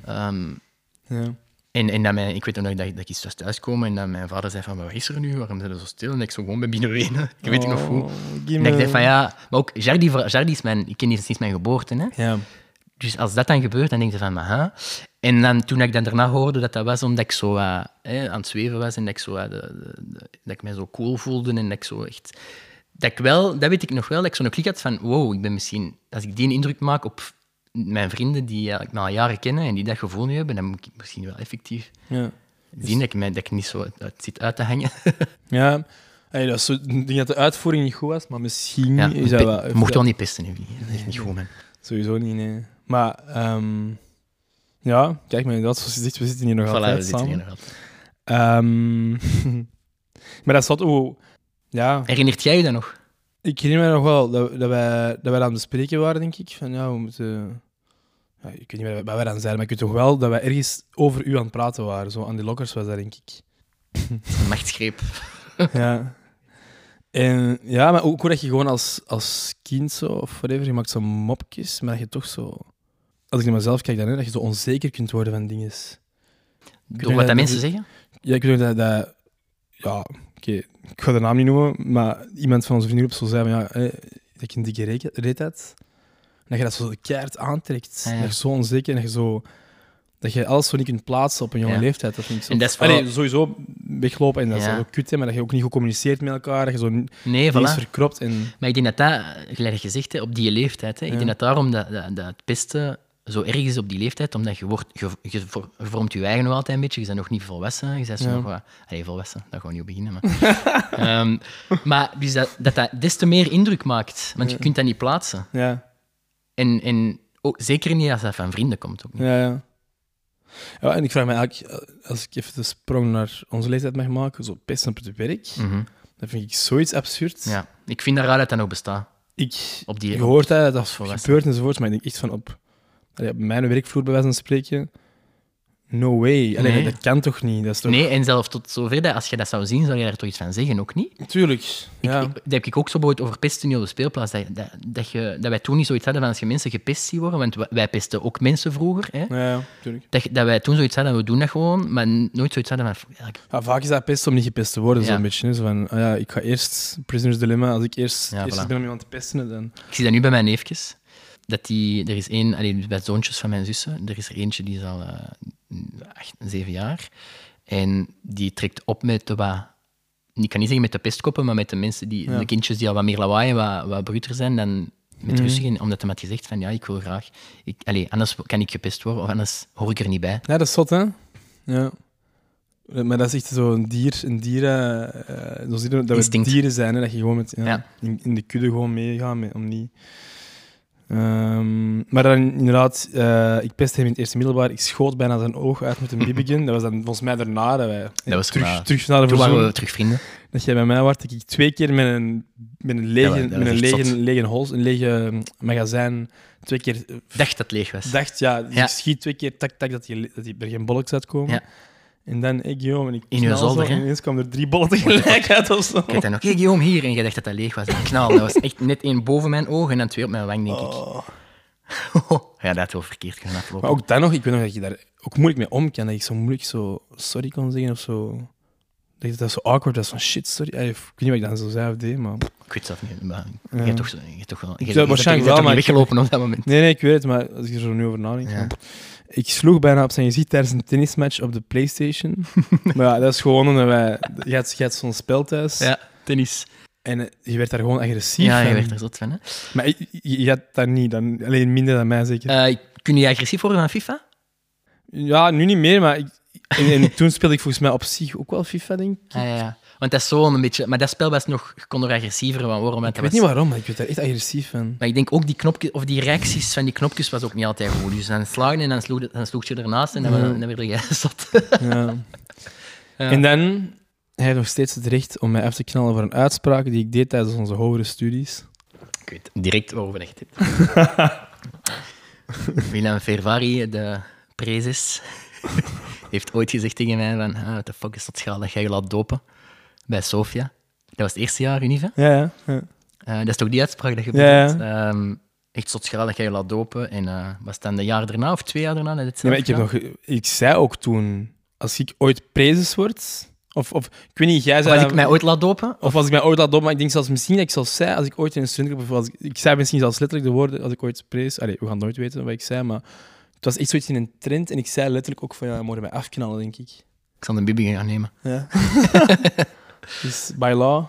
En dat ik weet nog dat ik iets was thuiskomen en dat mijn vader zei van, wat is er nu? Waarom zijn we zo stil? En dat ik zo gewoon ben binnen wenen. Ik weet het nog goed. En ik dacht van, maar ook Jardy is ik ken die sinds mijn geboorte. Hè? Ja. Dus als dat dan gebeurt, dan denk je van, En dan, toen ik dan daarna hoorde dat was omdat ik zo aan het zweven was en dat ik, dat ik mij zo cool voelde en dat ik zo echt... Dat weet ik nog wel, dat ik zo'n klik had van, wow, ik ben misschien... Als ik die indruk maak op mijn vrienden die ik al jaren kennen en die dat gevoel nu hebben, dan moet ik misschien wel effectief zien dat ik niet zo zit uit te hangen. Ja, dat is zo, ik denk dat de uitvoering niet goed was, maar misschien is dat wel... Je mocht wel niet pesten, dat is niet goed, man. Sowieso niet, nee. Maar, kijk maar, inderdaad, zoals je zegt, we zitten hier nog altijd samen. Maar dat zat ook... Ja. Herinnert jij je dat nog? Ik herinner me nog wel dat wij aan het bespreken waren, denk ik. Van we moeten... ik weet niet wat wij dan zeiden, maar ik weet toch wel dat wij ergens over u aan het praten waren. Zo aan die lokkers was dat, denk ik. Een machtsgreep. Ja. En ja, maar ook hoe dat je gewoon als kind zo, of whatever, je maakt zo mopjes, maar dat je toch zo... Als ik naar mezelf kijk dan, dat je zo onzeker kunt worden van dingen. Door wat dat mensen zeggen? Ja, ik weet dat ja, oké, ik ga de naam niet noemen, maar iemand van onze vriendengroep zo zei van, dat je een dikke reet had. En dat je dat zo keihard aantrekt. Ja. Dat je zo onzeker en dat je alles zo niet kunt plaatsen op een jonge leeftijd. Dat vind ik zo. En dat is vooral... sowieso weglopen en dat is ook kut, maar dat je ook niet goed communiceert met elkaar, dat je zo niets verkropt. En... Maar ik denk dat gelijk gezegd, hè, op die leeftijd, hè, ik denk dat daarom dat het pesten zo erg is op die leeftijd, omdat je vormt je eigen nog altijd een beetje. Je bent nog niet volwassen. Je bent nog wat... volwassen, daar gaan we niet op beginnen. Maar, maar dus dat des te meer indruk maakt, want je kunt dat niet plaatsen. Ja. En ook, zeker niet als dat van vrienden komt. Ook niet. Ja. Ja, en ik vraag me eigenlijk, als ik even de sprong naar onze leeftijd mag maken, zo pesten op het werk, dan vind ik zoiets absurd. Ja, ik vind dat raar dat dat nog bestaat. Ik Op die, hoort dat volwassen. gebeurt enzovoorts, maar ik denk echt van op mijn werkvloer bij wijze van spreken, no way. Allee, Nee. dat kan toch niet? Dat is toch... Nee, en zelfs tot zover dat als je dat zou zien, zou je daar toch iets van zeggen, ook niet? Tuurlijk. Ja. Dat heb ik ook zo bijvoorbeeld over pesten nu op de speelplaats. Dat wij toen niet zoiets hadden van als je mensen gepest ziet worden, want wij pesten ook mensen vroeger. Hè? Ja, tuurlijk. Dat wij toen zoiets hadden, we doen dat gewoon, maar nooit zoiets hadden van... Ja, vaak is dat pest om niet gepest te worden, Ja. zo'n beetje. Hè? Zo van, ik ga eerst Prisoner's Dilemma, als ik eerst voilà. ben om iemand te pesten, dan... Ik zie dat nu bij mijn neefjes. Er is één, bij zoontjes van mijn zussen, er is er eentje die is al 7 jaar. En die trekt op met de wat... Ik kan niet zeggen met de pestkoppen, maar met de mensen de kindjes die al wat meer lawaai en wat bruter zijn dan met rustig in. Omdat hij had gezegd van, ja, ik wil graag... anders kan ik gepest worden, of anders hoor ik er niet bij. Ja, dat is zot, hè? Ja. Maar dat is echt zo'n dier, zo zie je dat we Instinct. dieren zijn, hè? Dat je gewoon met, Ja. in de kudde gewoon meegaan, om niet... maar dan inderdaad, ik pestte hem in het eerste middelbaar. Ik schoot bijna zijn oog uit met een bibbegen. Dat was dan volgens mij daarna dat wij terug naar de Toen waren verzoening. we terug vrienden. Dat jij bij mij was, dat ik 2 keer met een lege, dat was echt zot. een lege magazijn 2 keer Ik dacht dat het leeg was. dacht, ja, Ja. ik schiet 2 keer tak, dat er geen bolletjes uitkomen. Ja. En dan ik, joh, en ik In je knal zo, zolder, hè? en ineens kwamen er 3 bollen tegelijk uit of zo. Ik weet dat nog. Hey, Guillaume, hier. En je dacht dat dat leeg was. En knal. Dat was echt net 1 boven mijn oog en dan 2 op mijn wang, denk ik. Ja, dat had wel verkeerd kunnen aflopen. Maar ook dan nog, ik weet nog dat je daar ook moeilijk mee om kan. Dat ik zo moeilijk zo sorry kon zeggen of zo. Dat zo awkward was van shit, sorry. Ik weet niet wat ik dan zo zei of deed, maar... Ik weet het zelf niet, maar Ja. je hebt toch wel... zou waarschijnlijk wel, maar maar niet weggelopen op dat moment. Nee, ik weet het, maar als ik er zo nu over nadenk... Ja. Ik sloeg bijna op zijn gezicht tijdens een tennismatch op de PlayStation. Maar ja, dat is gewoon omdat je had zo'n spel thuis. Ja, tennis. En je werd daar gewoon agressief Ja, je van. werd er zot van, hè. Maar je had dat niet, alleen minder dan mij zeker. Kun je agressief worden van FIFA? Ja, nu niet meer, maar en toen speelde ik volgens mij op zich ook wel FIFA, denk ik. Ja. Want dat is zo een beetje... Maar dat spel was nog... Je kon er agressiever van worden. Want Ik dat weet was... niet waarom, maar ik werd daar echt agressief van. Maar ik denk ook die knopjes, of die reacties van die knopjes was ook niet altijd goed. Dus dan slagen en dan sloeg je ernaast en dan werd jij zat. Ja. Ja. En dan hij heeft nog steeds het recht om mij af te knallen voor een uitspraak die ik deed tijdens onze hogere studies. Ik weet direct waarover je het hebt. Willem Ferrari, de prezes, heeft ooit gezegd tegen mij van what the fuck is dat schaal dat jij je laat dopen bij Sofia. Dat was het eerste jaar, Unive. Ja. Dat is toch die uitspraak dat je Ja. bedoelt? Echt zot schaal dat jij je laat dopen. En was het dan de jaar daarna of 2 jaar daarna? Dat het Nee, maar ik zei ook toen, als ik ooit prezes word, of ik weet niet, jij zei... Als ik mij ooit laat dopen? Of als ik mij ooit laat dopen, maar ik denk zelfs misschien dat ik zelfs zei, als ik ooit in een studentenclub... Ik zei misschien zelfs letterlijk de woorden, als ik ooit prees... Allee, we gaan nooit weten wat ik zei, maar het was echt zoiets in een trend en ik zei letterlijk ook van, ja, mogen mij afknallen, denk ik. Ik zal een bibi gaan nemen. Ja. Dus by law...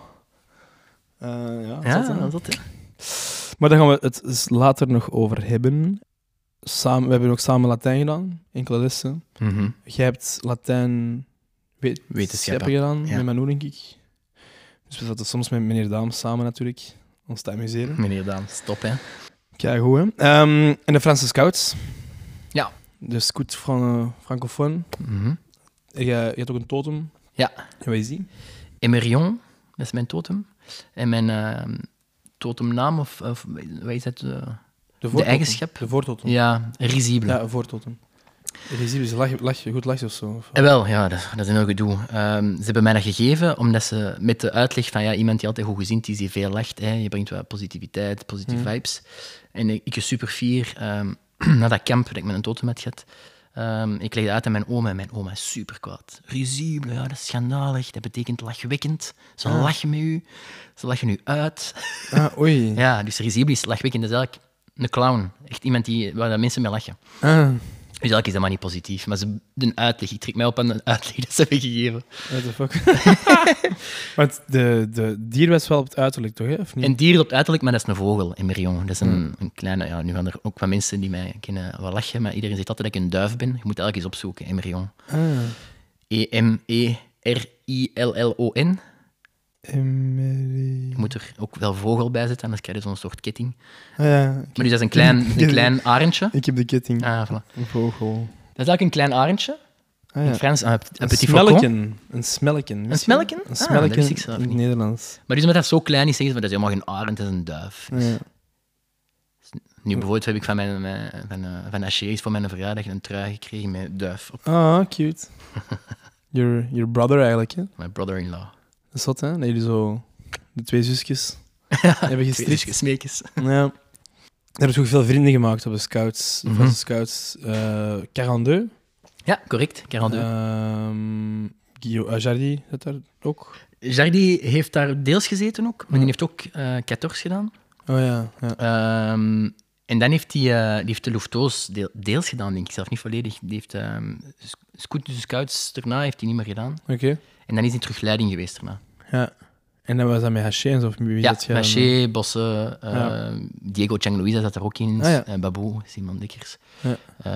Ja, zot, hè? dat hè. Maar daar gaan we het dus later nog over hebben. We hebben ook samen Latijn gedaan, enkele lessen. Jij hebt Latijn wetenschappen gedaan, ja. met Manu, denk ik. Dus we zaten soms met meneer Daams samen natuurlijk, ons te amuseren. Meneer Daan, stop hè. Kijk, goed hè. En de Franse Scouts. Ja. De scout francofoon. Je hebt ook een totem. Ja. En wat is die? Emerion, dat is mijn totem. En mijn totemnaam, of wat is dat? De eigenschap? De voortotem. Ja, risible. Ja, een voortotem. Risible is goed lachje of zo. Of... Wel, ja, dat is een heel gedoe. Ze hebben mij dat gegeven omdat ze met de uitleg van ja, iemand die altijd goed gezind is, die veel lacht, hè, je brengt wat positiviteit, positieve vibes. En ik was super fier na dat kamp dat ik met een totem had gehad. Ik legde uit aan mijn oma en mijn oma is super kwaad. Risible, ja, dat is schandalig, dat betekent lachwekkend. Ze lachen met u, ze lachen u uit. Oei. Ja, dus risible is lachwekkend, dat is eigenlijk een clown. Echt iemand waar dat mensen mee lachen. Dus eigenlijk is dat maar niet positief. Maar de uitleg, ik trek mij op aan de uitleg dat ze hebben gegeven. What the fuck? Want de dier was wel op het uiterlijk, toch? Hè? Of niet? Een dier op het uiterlijk, maar dat is een vogel, Emerion. Dat is een kleine... Ja, nu gaan er ook wat mensen die mij kennen wat lachen, maar iedereen zegt altijd dat ik een duif ben. Je moet elke eens opzoeken, Emerion. E-M-E-R-I-L-L-O-N. Emery. Je moet er ook wel vogel bij zetten, anders krijg je zo'n soort ketting. Ah, ja. Maar dus dat is een klein arendje. Ik heb de ketting. Ah, voilà. Een vogel. Dat is eigenlijk een klein arendje. Ah, In ja. Frans, een Een petit faucon. smelken. Een smelken. Een smelken? Een Ah, smelken dat wist ik zelf in het niet. Nederlands. Maar dus omdat dat zo klein is, zeggen ze, dat is helemaal geen arend, dat is een duif. Ja. Nu bijvoorbeeld heb ik van Haché voor mijn verjaardag een trui gekregen met duif op. Ah, cute. Your brother eigenlijk, hè? My brother-in-law. Dat is zot, hè? Dat jullie zo de twee zusjes hebben gestrikt. Smeekjes. Ja. Daar heb je ook veel vrienden gemaakt op de scouts. Mhm. Van de scouts. 42. Ja, correct. 42. Guillaume Jardy zit daar ook. Jardy heeft daar deels gezeten ook, maar die heeft ook 14 gedaan. Oh ja. En dan heeft hij de Louveteaux deels gedaan, denk ik, zelf niet volledig. Die heeft scouts daarna heeft hij niet meer gedaan. Oké. En dan is hij terug leiding geweest daarna. Ja. En dan was dat met Haché en zo? Of wie Ja, dat gedaan? Haché, Bosse, Diego Chang-Louisa zat er ook in, Ah, ja. Babou, Simon Dikkers. Ja.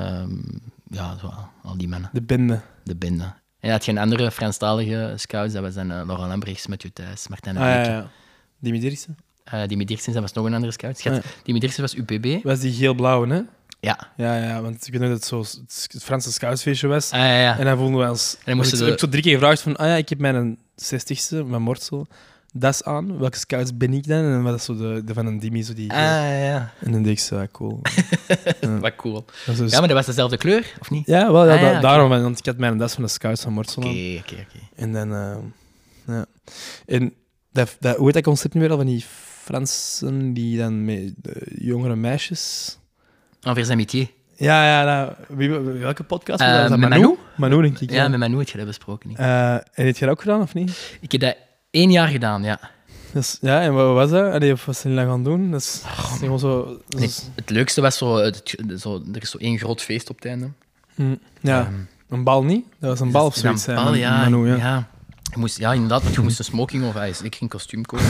Ja, zo, al die mannen, De bende. de bende. En dan had je een andere Franstalige scouts, dat was dan Laurent Lambrechts, Mathieu Thijs, Martijn de Ah, ja, Bleeke. ja. Dimitrische? Dimi Dirksens, dat was nog een andere scout. Ah, ja. Dimi Dirksens was UPB. Was die geel-blauwe, hè? Ja. Ja, want ik weet nog dat het zo het Franse scoutsfeestje was. Ah, ja. En dan voelden we ons... dan moesten ik ze- heb zo 3 keer gevraagd van... Ah ja, ik heb mijn 60ste, mijn mortsel, das aan. Welke scouts ben ik dan? En dan was dat zo de van een Dimi, zo die... Ja. En dan deed ik zo, cool. Wat cool. Dat is dus- Ja, maar dat was dezelfde kleur, of niet? Ja, wel, Ah, ja, oké. daarom. Want ik had mijn das van de scouts van mortsel aan. Oké. En dan... ja. En hoe heet dat concept nu weer al van die Fransen die dan met jongere meisjes... Envers amitié. Ja, welke podcast? was dat? met Manu? Manu, denk ik. Ja, met Manu heb je dat besproken. Niet? En heb je dat ook gedaan, of niet? Ik heb dat 1 jaar gedaan, ja. Dus, ja, en wat was dat? Allee, of wat zijn jullie gaan doen? Dat is gewoon zo... Nee, het leukste was zo, er is zo 1 groot feest op het einde. Ja, een bal niet? Dat was een bal of Is dat zoiets. een hè, bal? met Ja, Manu, ja. ja. Ja, inderdaad, want je moest een smoking of zeker een kostuum kopen.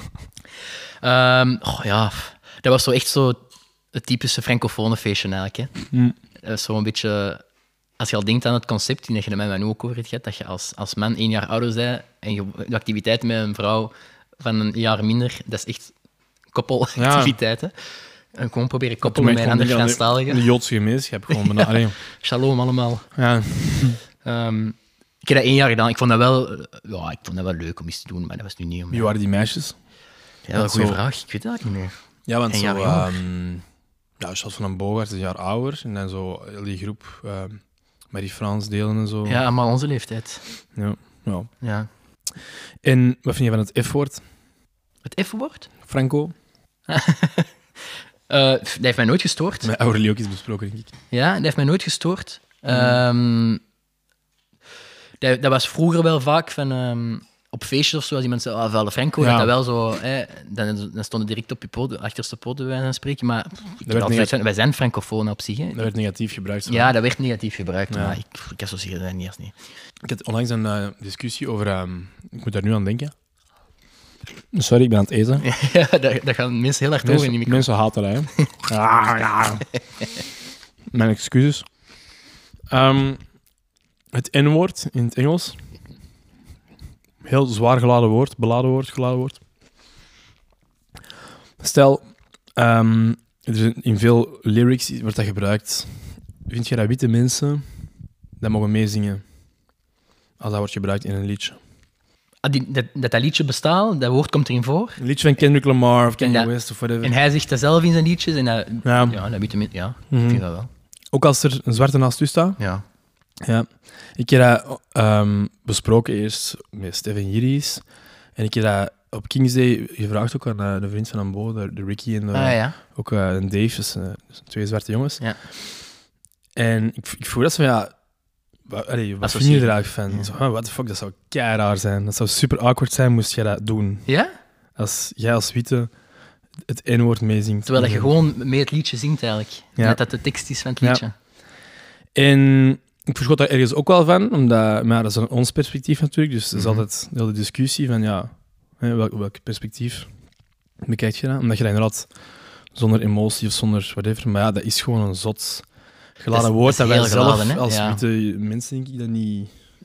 Ja, dat was zo echt zo het typische francofone feestje eigenlijk. Hè. Dat was zo een beetje... Als je al denkt aan het concept, die dat je er met mij ook over hebt gehad, dat je als man 1 jaar ouder bent en je de activiteit met een vrouw van een jaar minder, dat is echt koppelactiviteiten. En gewoon proberen koppelen met een ander De Franstalige. Joodse gemeenschap gewoon. Bijna. Allee, Shalom allemaal. ja. Ik heb dat 1 jaar gedaan. Ik vond dat wel leuk om iets te doen, maar dat was nu niet om... Wie waren die meisjes? Ja, dat is een goede Zo- vraag. Ik weet het eigenlijk niet meer. Ja, want Een zo... jaar jonger. Ja, Charles van den Boogaard is een jaar ouder. En dan zo heel die groep Marie-France delen en zo. Ja, allemaal onze leeftijd. Ja. Ja. En wat vind je van het F-woord? Het F-woord? Franco? Dat heeft mij nooit gestoord. Met Aurelio ook eens besproken, denk ik. Ja, dat heeft mij nooit gestoord. Dat was vroeger wel vaak van... op feestjes of zo, als iemand zei, vuile Franco, Ja. dat dat wel zo... Dan stonden direct op je poten, achterste poten bij aan spreken. Maar wij zijn francofoon op zich. Hè. Dat werd negatief gebruikt. Ja, dat werd negatief gebruikt, Ja. maar ik associeer dat niet eens niet. Ik had onlangs een discussie over... ik moet daar nu aan denken. Sorry, ik ben aan het eten. Ja, dat gaan mensen heel hard horen in die micro. Mensen haten dat, hè. Ja. Mijn excuses. Het N-woord in het Engels. Heel zwaar geladen woord. Geladen woord. Stel, in veel lyrics wordt dat gebruikt. Vind je dat witte mensen dat mogen meezingen als dat wordt gebruikt in een liedje? Dat liedje bestaat, dat woord komt erin voor. Een liedje van Kendrick Lamar of Kanye En dat- West of whatever. En hij zegt dat zelf in zijn liedjes. En dat, Ja. dat weet je, ja, Mhm. ik vind dat wel. Ook als er een zwarte naast u staat. Ja. Ja. Ik heb dat besproken eerst met Stefan Jiris. En ik heb dat op King's Day gevraagd ook aan de vriend van Ambo, de Ricky en ook een Dave, dus 2 zwarte jongens. Ja. En ik voel dat zo van, ja... Wat vind je er eigenlijk van? Ja. Zo, what the fuck, dat zou keiraar zijn. Dat zou super awkward zijn, moest jij dat doen. Ja? Als jij als witte het N-woord meezingt. Terwijl dat je gewoon mee het liedje zingt eigenlijk. Ja. Net dat de tekst is van het liedje. En ik verschot daar ergens ook wel van, omdat maar ja, dat is ons perspectief natuurlijk. Dus dat is Mhm. altijd de hele discussie van ja, welk perspectief bekijk je dat? Omdat je dat inderdaad zonder emotie of zonder whatever, maar ja, dat is gewoon een zot geladen Dat is woord dat wij heel zelf geladen, hè? als Ja. witte mensen denk ik dat niet...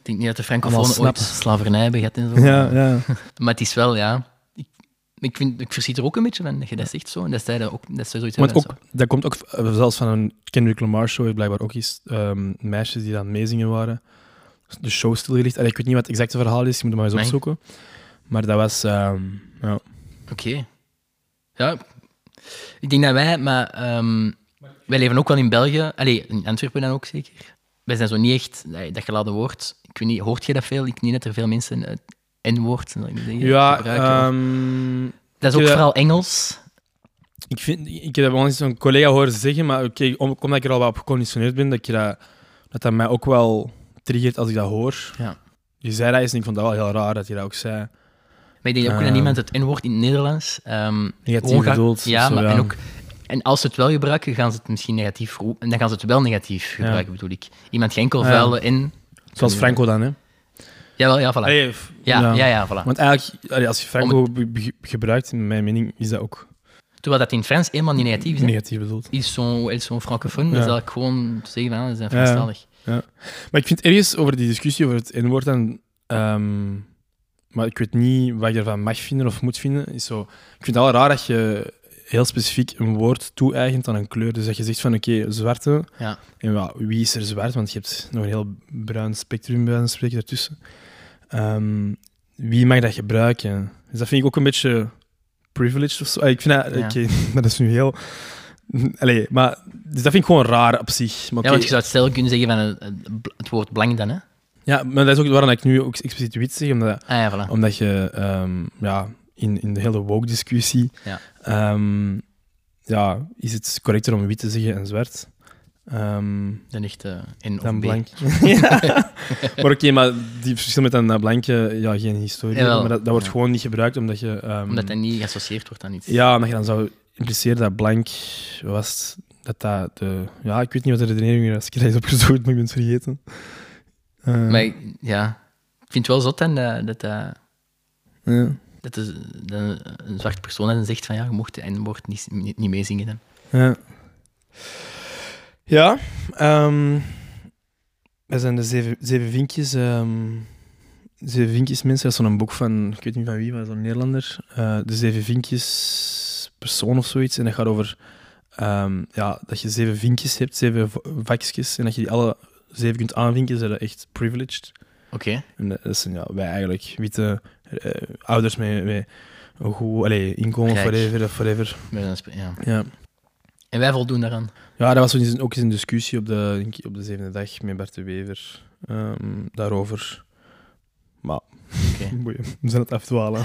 denk niet dat de Allemaal francofonen ooit snappen. slavernij hebben gehad en zo. Ja. Maar het is wel, ja... Ik verschiet er ook een beetje van, dat je dat zegt zo. En dat zij ook, dat zij zoiets Want hebben. dat komt ook zelfs van een Kendrick Lamar show, heeft blijkbaar ook eens meisjes die dan meezingen waren. De show stilgelicht. Ik weet niet wat het exacte verhaal is, je moet het maar eens Nee. opzoeken. Maar dat was... ja. Oké. Ja, ik denk dat wij leven ook wel in België. Allee, in Antwerpen dan ook zeker. Wij zijn zo niet echt dat geladen woord. Ik weet niet, hoort je dat veel? Ik weet niet dat er veel mensen het N-woord Ja, gebruiken. Dat is ook ik- vooral Engels. ik heb wel eens zo'n collega horen zeggen, maar omdat ik er al wat op geconditioneerd ben, dat mij ook wel triggert als ik dat hoor. Ja. Je zei dat eens en ik vond dat wel heel raar dat je dat ook zei. Maar ik denk ook dat niemand het N-woord in het Nederlands... Negatief gewoon gaat- bedoeld. Ja, zo, maar ja. En als ze het wel gebruiken, gaan ze het misschien negatief... En dan gaan ze het wel negatief gebruiken, bedoel ik. Iemand geen enkel vuile en... Zoals Franco dan, hè? Jawel, ja, voilà. Allee, Ja, voilà. Want eigenlijk, als je Franco gebruikt, in mijn mening, is dat ook Terwijl dat in Frans helemaal niet negatief is. Hè. negatief bedoeld. Ils sont francophones, Ja. dat is eigenlijk gewoon te zeggen van, ze zijn Franstalig. Maar ik vind ergens over die discussie over het N-woord dan... maar ik weet niet wat je ervan mag vinden of moet vinden. Is zo, ik vind het wel raar dat je heel specifiek een woord toe-eigent aan een kleur. Dus dat je zegt van, oké, zwarte. Ja. En ja, wie is er zwart? Want je hebt nog een heel bruin spectrum bij een spreken daartussen. Wie mag dat gebruiken? Dus dat vind ik ook een beetje privileged of zo. Ik vind dat... Ja. oké, dat is nu heel... Allee, maar... Dus dat vind ik gewoon raar op zich. Maar Ja, want je zou het stel kunnen zeggen van het woord blank dan, hè? ja, maar dat is ook waarom ik nu ook expliciet wit zeg, omdat... Ah ja, voilà. Omdat je in de hele woke-discussie is het correcter om wit te zeggen en zwart. Dan echt N of Dan B. blank. Ja. Maar oké, maar die verschil met een blanke, geen historie. Jawel. Maar dat wordt Ja. gewoon niet gebruikt omdat je... Omdat dat niet geassocieerd wordt aan iets. Ja, omdat je dan zou impliceren dat blank was... Dat de... Ja, ik weet niet wat de redenering was. Ik heb dat eens opgezocht, maar ik ben het vergeten. Maar ik vind het wel zot dan dat ja. een zwarte persoon dan zegt van ja, je mocht de N-woord niet meezingen dan. Ja. Ja. Wij zijn de zeven vinkjes. Zeven vinkjes mensen. Dat is zo'n boek van, ik weet niet van wie, maar zo'n Nederlander. De zeven vinkjes persoon of zoiets. En dat gaat over dat je 7 vinkjes hebt, 7 vakjes. En dat je die alle 7 kunt aanvinken, zijn dat echt privileged. Oké. En dat zijn wij eigenlijk witte ouders met een goed inkomen, Rijk. forever. Ja. Ja. En wij voldoen daaraan. Ja, dat was ook eens een discussie op de zevende dag met Bart de Wever daarover. Maar boeien, we zijn het afdwalen.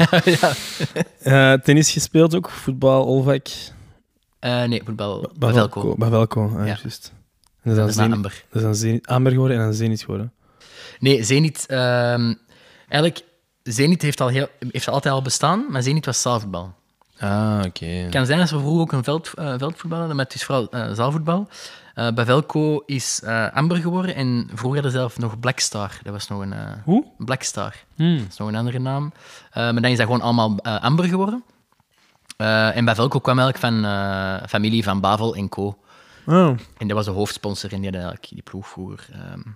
Ja. Tennis gespeeld ook, voetbal, Olvak. Nee, voetbal. Bavelco. Bavelco, Ja. juist. En dat is na dan Amber. Dat is dan Amber geworden en dan Zenit geworden. Nee, Zenit... eigenlijk, Zenit heeft altijd al bestaan, maar Zenit was zaalvoetbal. Oké. Het kan zijn dat we vroeger ook een veldvoetbal hadden, maar het is vooral zaalvoetbal. Bavelco is Amber geworden en vroeger hadden ze zelf nog Blackstar. Dat was nog een... Hoe? Blackstar. Dat is nog een andere naam. Maar dan is dat gewoon allemaal Amber geworden. En Bavelco kwam eigenlijk van familie van Bavel en Co. Oh. En dat was de hoofdsponsor en die had eigenlijk die ploeg vroeger.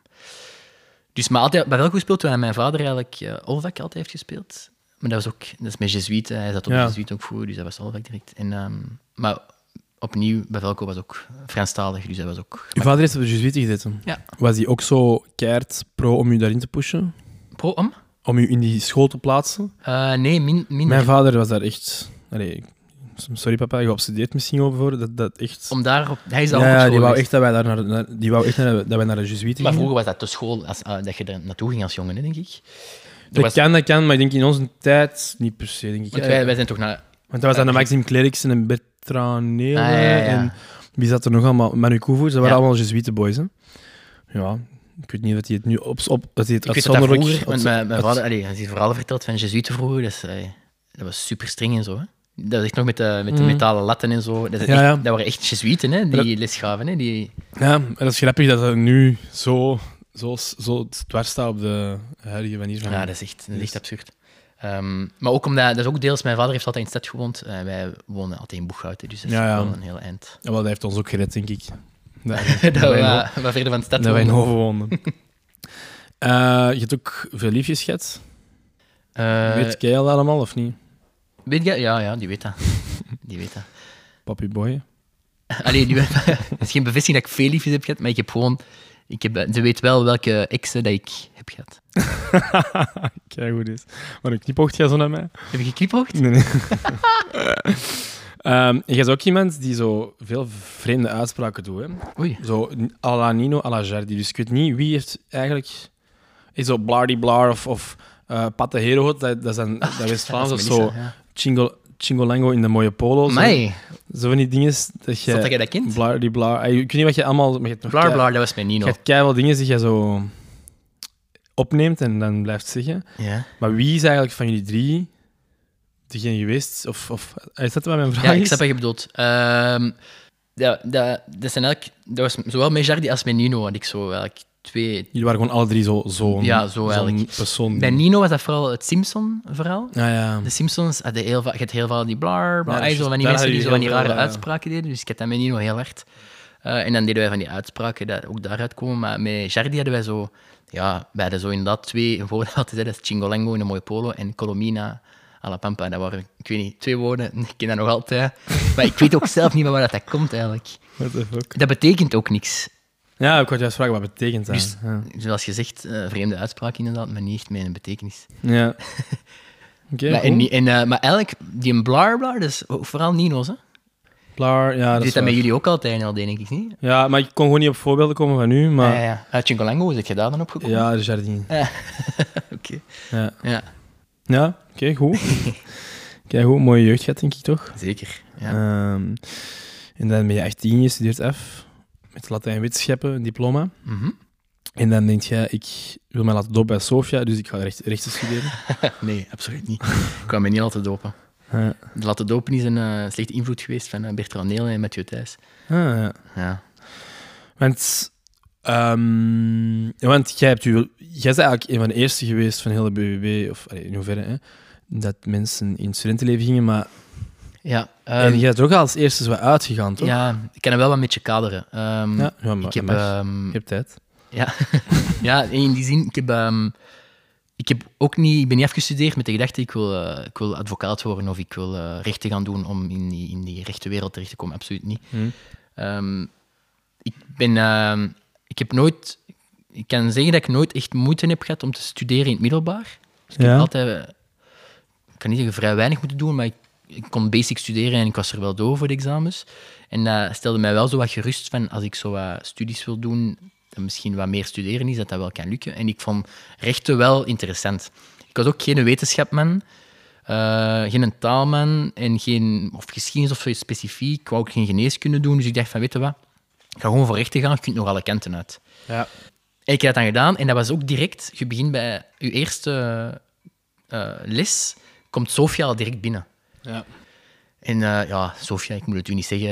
Dus maar altijd Bavelco gespeeld, terwijl mijn vader eigenlijk Olvak altijd heeft gespeeld. Maar dat is met Jesuiten. Hij zat op Jesuiten ook voor, dus dat was Olvak direct. Maar opnieuw, Bavelco was ook Franstalig, dus dat was ook... Je vader heeft op de Jesuiten gezeten. Ja. Was hij ook zo keihard pro om u daarin te pushen? Pro-om? Om u in die school te plaatsen? Nee, minder. Mijn vader was daar echt... Sorry papa, geobsedeerd misschien over dat echt... Om daarop... Hij is daar ook op Ja, school die wou geweest. echt dat wij daar naar de Jesuiten Maar gingen. vroeger was dat de school, dat je er naartoe ging als jongen, hè, denk ik. Dat kan, maar ik denk in onze tijd niet per se, denk ik. Want wij zijn toch naar... Want dat was dan de Maxime Cleriksen en Bertrand Nele Ja. en wie zat er nog allemaal? Manu Koevoets, dat waren Ja. allemaal Jesuitenboys, hè. Ja, ik weet niet dat hij het nu dat hij het Ik weet dat uitzonderlijk... vroeger, want mijn vader, hij heeft verhalen verteld van Jesuiten vroeger, dat was super streng en zo, hè. Dat is echt nog met de metalen latten en zo. Dat waren echt Jesuiten, hè, die les gaven. Hè, die... Ja, en dat is grappig dat het nu zo dwars staat op de huidige manier van... Ja, dat is echt absurd. Maar ook omdat, dat is ook deels, mijn vader heeft altijd in de stad gewoond. Wij wonen altijd in Boeghout, dus dat is wel een heel eind. Ja, wel, dat heeft ons ook gered, denk ik. Dat we wat verder van de stad Dat wij in woonden. Hoven woonden. Je hebt ook veel liefjes gehad. Eh, Weet jij dat allemaal, of niet? weet je? Ja, die weet dat. Die weet dat. Papi boy. Allee, het is geen bevestiging dat ik veel liefjes heb gehad, maar ze weet wel welke exen dat ik heb gehad. Kijk hoe dit is. Maar een knipoogt jij zo naar mij? Heb je geknipoogd? Nee. Jij is ook iemand die zo veel vreemde uitspraken doet. Hè? Oei. Zo à la Nino, à la Jardi. Dus ik weet niet wie heeft eigenlijk... Is zo blardi-blar of Patte Herohot, dat is dan dat West-Vlaams of zo. Chingolango in de mooie polo's. Amai, Zo van die dingen dat je... dat jij dat kent? Blardi-blar. Ik weet niet wat je allemaal... Maar je hebt nog Blar, blar, dat was mijn Nino. Je hebt keiveel dingen die je zo opneemt en dan blijft zeggen. Ja. Maar wie is eigenlijk van jullie drie degene geweest? Is dat wat mijn vraag Ja, is? ik snap wat je bedoelt. Dat zijn eigenlijk... Dat was zowel mijn Jardi als mijn Nino, had ik zo eigenlijk twee... Jullie waren gewoon alle drie zo'n Ja, zo eigenlijk. persoon. Bij Nino was dat vooral het Simpson-verhaal. Ja. De Simpsons hadden je hebt heel veel die blar, blar, Ja, zo van die daar mensen die zo van die hadden rare jullie heel uitspraken deden. Dus ik had dat met Nino heel hard. En dan deden wij van die uitspraken dat ook daaruit komen. Maar met Jardi hadden wij zo... Ja, wij hadden zo inderdaad twee woorden altijd. Dat is Chingolango in een mooie polo en Colomina a la Pampa. Dat waren, ik weet niet, 2 woorden. Ik ken dat nog altijd. Maar ik weet ook zelf niet meer waar dat komt eigenlijk. What the fuck? Dat betekent ook niks. Ja, ik wou juist vragen, wat betekent dat? Dus, ja. zoals je zegt, vreemde uitspraak inderdaad, maar niet echt met een betekenis. Ja. Oké, Maar, cool. maar eigenlijk, die een blar, dat is ook vooral Nino's, hè? Blar, ja, dat Zit is dat met waar. jullie ook altijd al, denk ik, niet? Ja, maar ik kon gewoon niet op voorbeelden komen van u, maar... Ja. Chingolango, hoe zit je daar dan op gekomen? Ja, de Jardin. Oké. Ja, Ja, ja oké, goed. Kijk, goed, mooie jeugd gehad, denk ik toch? zeker. Ja. En dan ben je 18, je studeert af met Latijn wetenschappen, een diploma. Mhm. En dan denk je, ik wil mij laten dopen bij Sofia, dus ik ga rechten studeren. Nee, absoluut niet. Ik kwam me niet laten dopen. Ja. De laten dopen is een slechte invloed geweest van Bertrand Nelen en Mathieu Thijs. Ja. Ja. Want jij bent eigenlijk een van de eerste geweest van heel de BBB, of in hoeverre, hè, dat mensen in het studentenleven gingen, maar Ja, en jij bent er ook al als eerste zo uitgegaan, toch? ja, ik kan er wel wat met je kaderen. Ja, maar ik heb... je hebt tijd. Ja. Ja, in die zin, ik heb ook niet... Ik ben niet afgestudeerd met de gedachte, ik wil advocaat worden of ik wil rechten gaan doen om in die rechtenwereld terecht te komen. Absoluut niet. Ik heb nooit... Ik kan zeggen dat ik nooit echt moeite heb gehad om te studeren in het middelbaar. Dus ik heb altijd... Ik kan niet zeggen vrij weinig moeten doen, maar ik kon basic studeren en ik was er wel door voor de examens. En dat stelde mij wel zo wat gerust van, als ik zo wat studies wil doen, en misschien wat meer studeren is, dat wel kan lukken. En ik vond rechten wel interessant. Ik was ook geen wetenschapman, geen taalman en geen of geschiedenis of zoiets specifiek. Ik wou ook geen geneeskunde doen, dus ik dacht van, weet je wat, ik ga gewoon voor rechten gaan, je kunt nog alle kanten uit. Ja. En ik heb dat dan gedaan en dat was ook direct, je begint bij je eerste les, komt Sofia al direct binnen. Ja. En ja, Sofia, ik moet het u niet zeggen,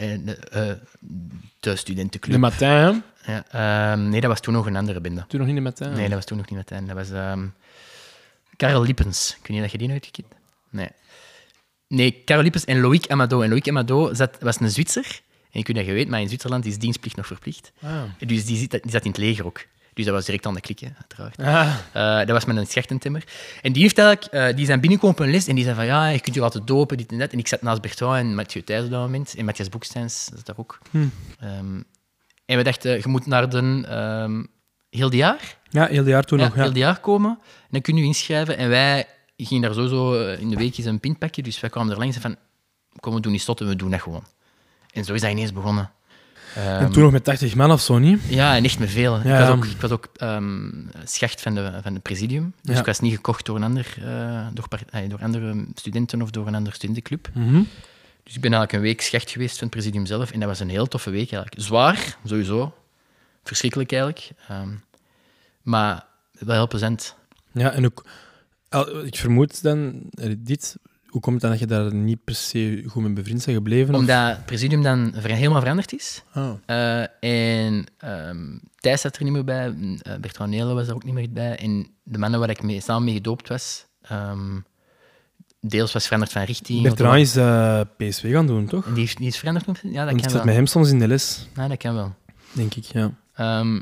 de studentenclub. De Matin, hè? Ja, nee, dat was toen nog een andere bende. Toen nog niet de Matin? Nee, dat was toen nog niet meteen. Dat was Karel Lippens. Ik weet niet dat je die nooit gekend? Nee, Karel Lippens en Loïc Amado. En Loïc Amado was een Zwitser. En ik weet dat je weet, maar in Zwitserland is dienstplicht nog verplicht. Ah. Dus die zat in het leger ook. Dus dat was direct aan de klik, hè, uiteraard. Ah. Dat was met een schachtentimmer. En die heeft eigenlijk, die zijn binnengekomen op een les en die zei van, ja, je kunt je laten dopen, dit en dat. En ik zat naast Bertrand en Mathieu Thijs op dat moment. En Matthias Boeksteins, dat is daar ook. En we dachten, je moet naar de heel die jaar. Ja, heel het jaar toen nog. Ja. Heel die jaar komen. En dan kun je inschrijven. En wij gingen daar sowieso in de week eens een pint pakken. Dus wij kwamen er langs en van, kom, we doen niet stotten, we doen dat gewoon. En zo is dat ineens begonnen. En toen nog met 80 man of zo, niet? Ja, en echt met veel. Ja. Ik was ook schacht van het presidium. Dus Ja. ik was niet gekocht door door andere studenten of door een andere studentenclub. Mhm. Dus ik ben eigenlijk een week schacht geweest van het presidium zelf. En dat was een heel toffe week eigenlijk. Zwaar, sowieso. Verschrikkelijk eigenlijk. Maar wel heel plezant. Ja, en ook... Ik vermoed dan, hoe komt het dan dat je daar niet per se goed mee bevriend bent gebleven? Omdat het presidium dan helemaal veranderd is. Oh. En Thijs zat er niet meer bij. Bertrand Nelen was er ook niet meer bij. En de mannen waar ik samen mee gedoopt was... deels was veranderd van richting. Bertrand is PSV gaan doen, toch? En die is veranderd? Ja, dat Want kan ik zat wel. met hem soms in de les, Ja, dat kan wel. denk ik, ja.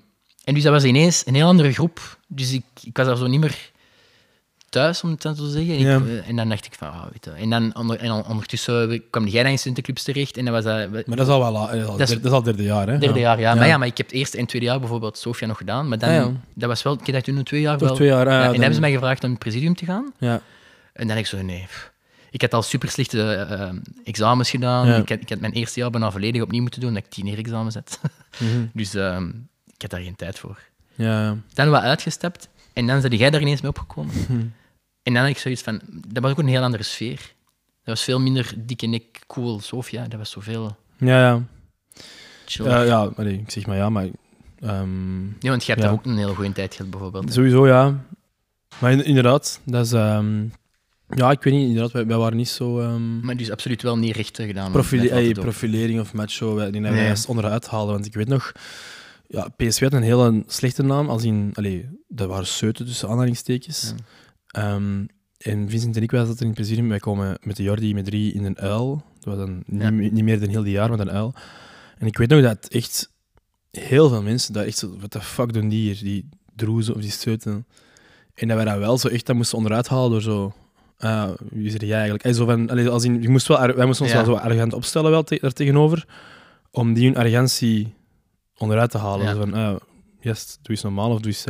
En dus dat was ineens een heel andere groep. Dus ik was daar zo niet meer thuis, om het zo te zeggen. Ja. En dan dacht ik van, weet je. En dan ondertussen kwam jij dan in studentenclubs terecht. En dan was dat... Maar dat is al wel dat is al derde jaar, hè? Derde jaar, ja. Maar ik heb het eerste en tweede jaar bijvoorbeeld Sofia nog gedaan. Maar dan, dat was wel... Ik heb dat toen 2 jaar Toch wel... 2 jaar, en dan dan... hebben ze mij gevraagd om in het presidium te gaan. Ja. En dan dacht ik zo, nee... Ik had al super slechte examens gedaan. Ja. Ik had mijn eerste jaar bijna volledig opnieuw moeten doen, dat ik 10 examens had. Dus ik had daar geen tijd voor. Ja. Dan wat uitgestapt en dan ben jij daar ineens mee opgekomen. En dan had ik zoiets van... Dat was ook een heel andere sfeer. Dat was veel minder dikke nek, cool, Sofia. Dat was zoveel Ja. chill. Ja, ik zeg maar ja, maar... Nee, want je hebt daar ook een hele goede tijd gehad, bijvoorbeeld. Sowieso, ja. Maar inderdaad, dat is... ja, ik weet niet, inderdaad, wij waren niet zo... Maar dus absoluut wel niet rechten gedaan. profilering of macho, wij die wij eens onderuit haalden. Want ik weet nog... Ja, PSV had een hele slechte naam, als in... dat waren seuten tussen aanhalingstekens. Ja. En Vincent en ik, wij zaten in het presidium, wij komen met de Jordi met 3 in een uil. Dat was dan niet meer dan heel die jaar, maar een uil. En ik weet nog dat echt heel veel mensen daar echt zo... What the fuck doen die hier? Die droezen of die seuten. En dat wij dat wel zo echt dat moesten onderuit halen door zo... wie is er jij eigenlijk? Zo van, als in, wij moesten ons wel zo arrogant opstellen wel daar tegenover, om die hun arrogantie onderuit te halen. Ja. Zo van, yes, doe eens normaal of doe eens...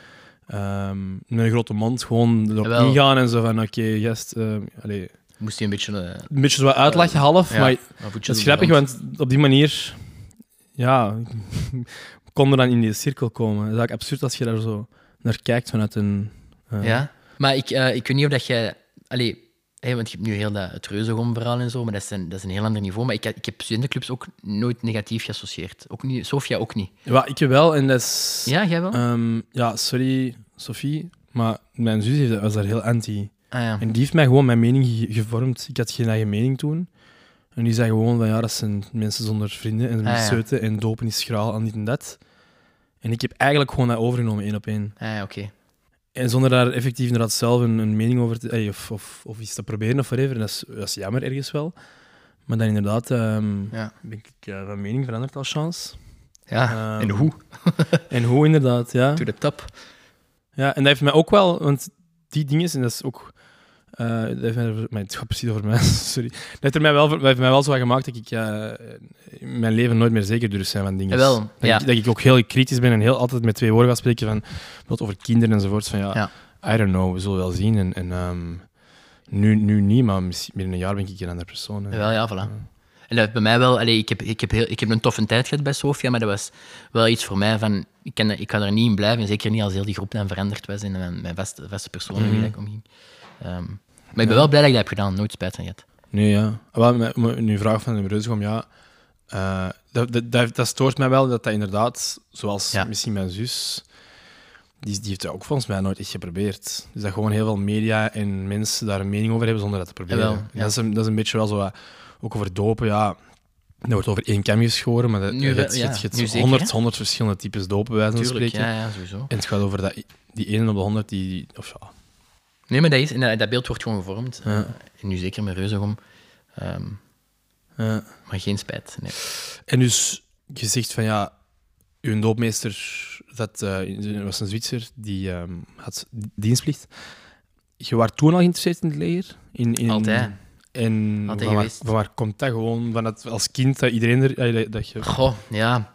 met een grote mond gewoon erop ingaan en zo van, oké, gast... Moest hij een beetje zo uitlachen, half, maar dat is grappig, want op die manier... Ja, kon er dan in die cirkel komen. Dat is eigenlijk absurd als je daar zo naar kijkt vanuit een... Ja, maar ik weet niet of dat jij... want je hebt nu heel het Reuzegom-verhaal en zo, maar dat is een heel ander niveau. Maar ik heb studentenclubs ook nooit negatief geassocieerd. Ook niet, Sofia ook niet. Ja, ik wel, en dat is... Ja, jij wel? Ja, sorry, Sophie, maar mijn zus was daar heel anti. Ja. En die heeft mij gewoon mijn mening gevormd. Ik had geen eigen mening toen. En die zei gewoon van, ja, dat zijn mensen zonder vrienden en met zeuten en dopen is schraal en dit en dat. En ik heb eigenlijk gewoon dat overgenomen, 1 op 1. Oké. En zonder daar effectief inderdaad zelf een mening over te... Of iets te proberen of whatever. Dat is jammer ergens wel. Maar dan inderdaad ben ik van mening veranderd als chance. Ja, en hoe? En hoe inderdaad, ja. To the top. Ja, en dat heeft mij ook wel... Want die dingen, en dat is ook... dat heeft mij, maar het gaat precies over mij, sorry. Dat heeft mij wel zo gemaakt dat ik in mijn leven nooit meer zeker durf zijn van dingen. Dat ik ook heel kritisch ben en heel altijd met 2 woorden ga spreken van bijvoorbeeld over kinderen enzovoort. Van I don't know, we zullen wel zien. En nu niet, maar misschien binnen een jaar ben ik een andere persoon. Wel, voilà. En dat bij mij wel... Ik heb een toffe tijd gehad bij Sofia, maar dat was wel iets voor mij van... Ik kan er niet in blijven, zeker niet als heel die groep dan veranderd was en mijn vaste personen wie ik omging. Maar ik ben wel blij dat ik dat heb gedaan, nooit spijt van gehad. Nee, ja. Wel, nu vraag van de Reuzegom, ja... Dat stoort mij wel, dat inderdaad, zoals misschien mijn zus... Die heeft dat ook volgens mij nooit echt geprobeerd. Dus dat gewoon heel veel media en mensen daar een mening over hebben zonder dat te proberen. Dat is een beetje wel zo... Ook over dopen, ja... Dat wordt over 1 kam geschoren, maar je hebt 100 verschillende types dopen, bij wijze van spreken. Ja, sowieso. En het gaat over die 1 op de 100 die... Nee, maar dat beeld wordt gewoon gevormd. En nu zeker met Reuzegom. Maar geen spijt, nee. En dus, je zegt van ja... Uw doopmeester was een Zwitser, die had dienstplicht. Je was toen al geïnteresseerd in het leger? Altijd. En van waar komt dat gewoon? Van het, als kind, dat iedereen er... Dat je... Goh, ja.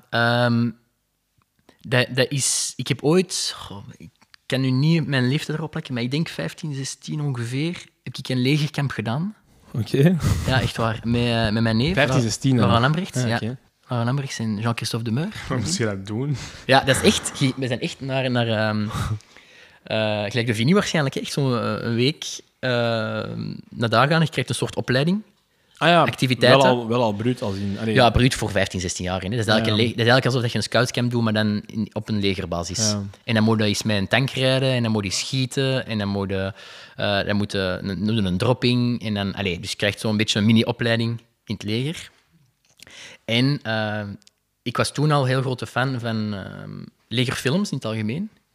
Dat is... Ik heb ooit... ik kan nu niet mijn leeftijd erop plakken, maar ik denk 15, 16 ongeveer, heb ik een legerkamp gedaan. Oké. Ja, echt waar. Met mijn neef. 15, 16 dan? Laurent Lambrechts, ja. Laurent Lambrechts en Jean-Christophe Demeur. Wat moest je dat doen? Ja, dat is echt... We zijn echt naar gelijk de Vini waarschijnlijk, echt zo'n week naar daar gaan. Je krijgt een soort opleiding. Activiteiten. Wel al bruut als in... Ja, bruut voor 15, 16 jaar. Hè. Dat is eigenlijk alsof je een scoutscamp doet, maar dan op een legerbasis. Ja. En dan moet je eens met een tank rijden, en dan moet je schieten, en dan moet je een dropping. En dan, dus je krijgt zo'n beetje een mini-opleiding in het leger. En ik was toen al heel grote fan van legerfilms in het algemeen.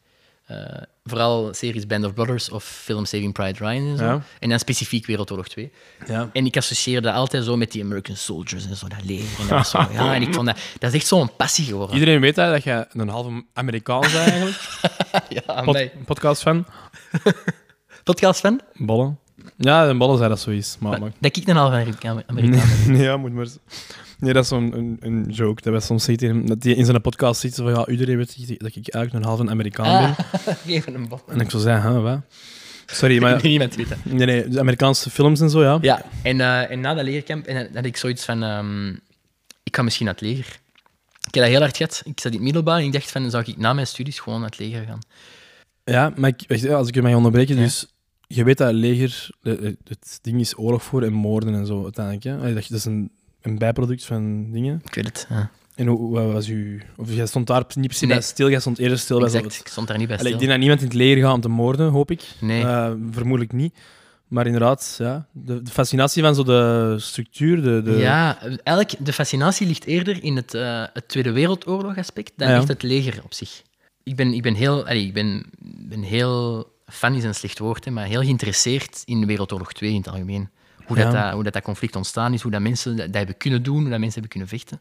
Vooral series Band of Brothers of film Saving Private Ryan en zo. Ja. En dan specifiek Wereldoorlog 2. Ja. En ik associeerde dat altijd zo met die American Soldiers en zo, dat leger. En, dat was zo, ja, en ik vond dat is echt zo'n passie geworden. Iedereen weet dat je een halve Amerikaan bent eigenlijk. Ja, mij. Podcastfan. Podcastfan? Bollen. Ja, een bollen zei dat zo is. Maar, Dat ik een halve Amerikaan ben. nee, ja, moet maar... Nee, dat is een joke. Dat wij soms zeggen dat die in zijn podcast zit van ja, iedereen weet dat ik eigenlijk een halve Amerikaan ben. Even een bal. En ik zou zeggen, wat? Sorry, maar... Niemand weet dat. Nee, de Amerikaanse films en zo, ja. Ja, en na dat legerkamp had ik zoiets van... ik ga misschien naar het leger. Ik heb dat heel hard gehad. Ik zat in het middelbaar en ik dacht van, zou ik na mijn studies gewoon naar het leger gaan? Ja, maar als ik je mag onderbreken, dus... Je weet dat het leger... Het ding is oorlog voor en moorden en zo, uiteindelijk. Hè? Allee, dat is een bijproduct van dingen. Ik weet het, ja. En hoe was u... Of jij stond daar niet precies bij stil, jij stond eerder stil bij... Exact, ik stond daar niet bij stil. Ik denk dat niemand in het leger gaat om te moorden, hoop ik. Nee. Vermoedelijk niet. Maar inderdaad, ja, de fascinatie van zo de structuur... Ja, eigenlijk, de fascinatie ligt eerder in het Tweede Wereldoorlog aspect dan echt het leger op zich. Ik ben heel... Fan is een slecht woord, hè, maar heel geïnteresseerd in Wereldoorlog 2 in het algemeen. Hoe dat conflict ontstaan is, hoe dat mensen dat hebben kunnen doen, hoe dat mensen hebben kunnen vechten.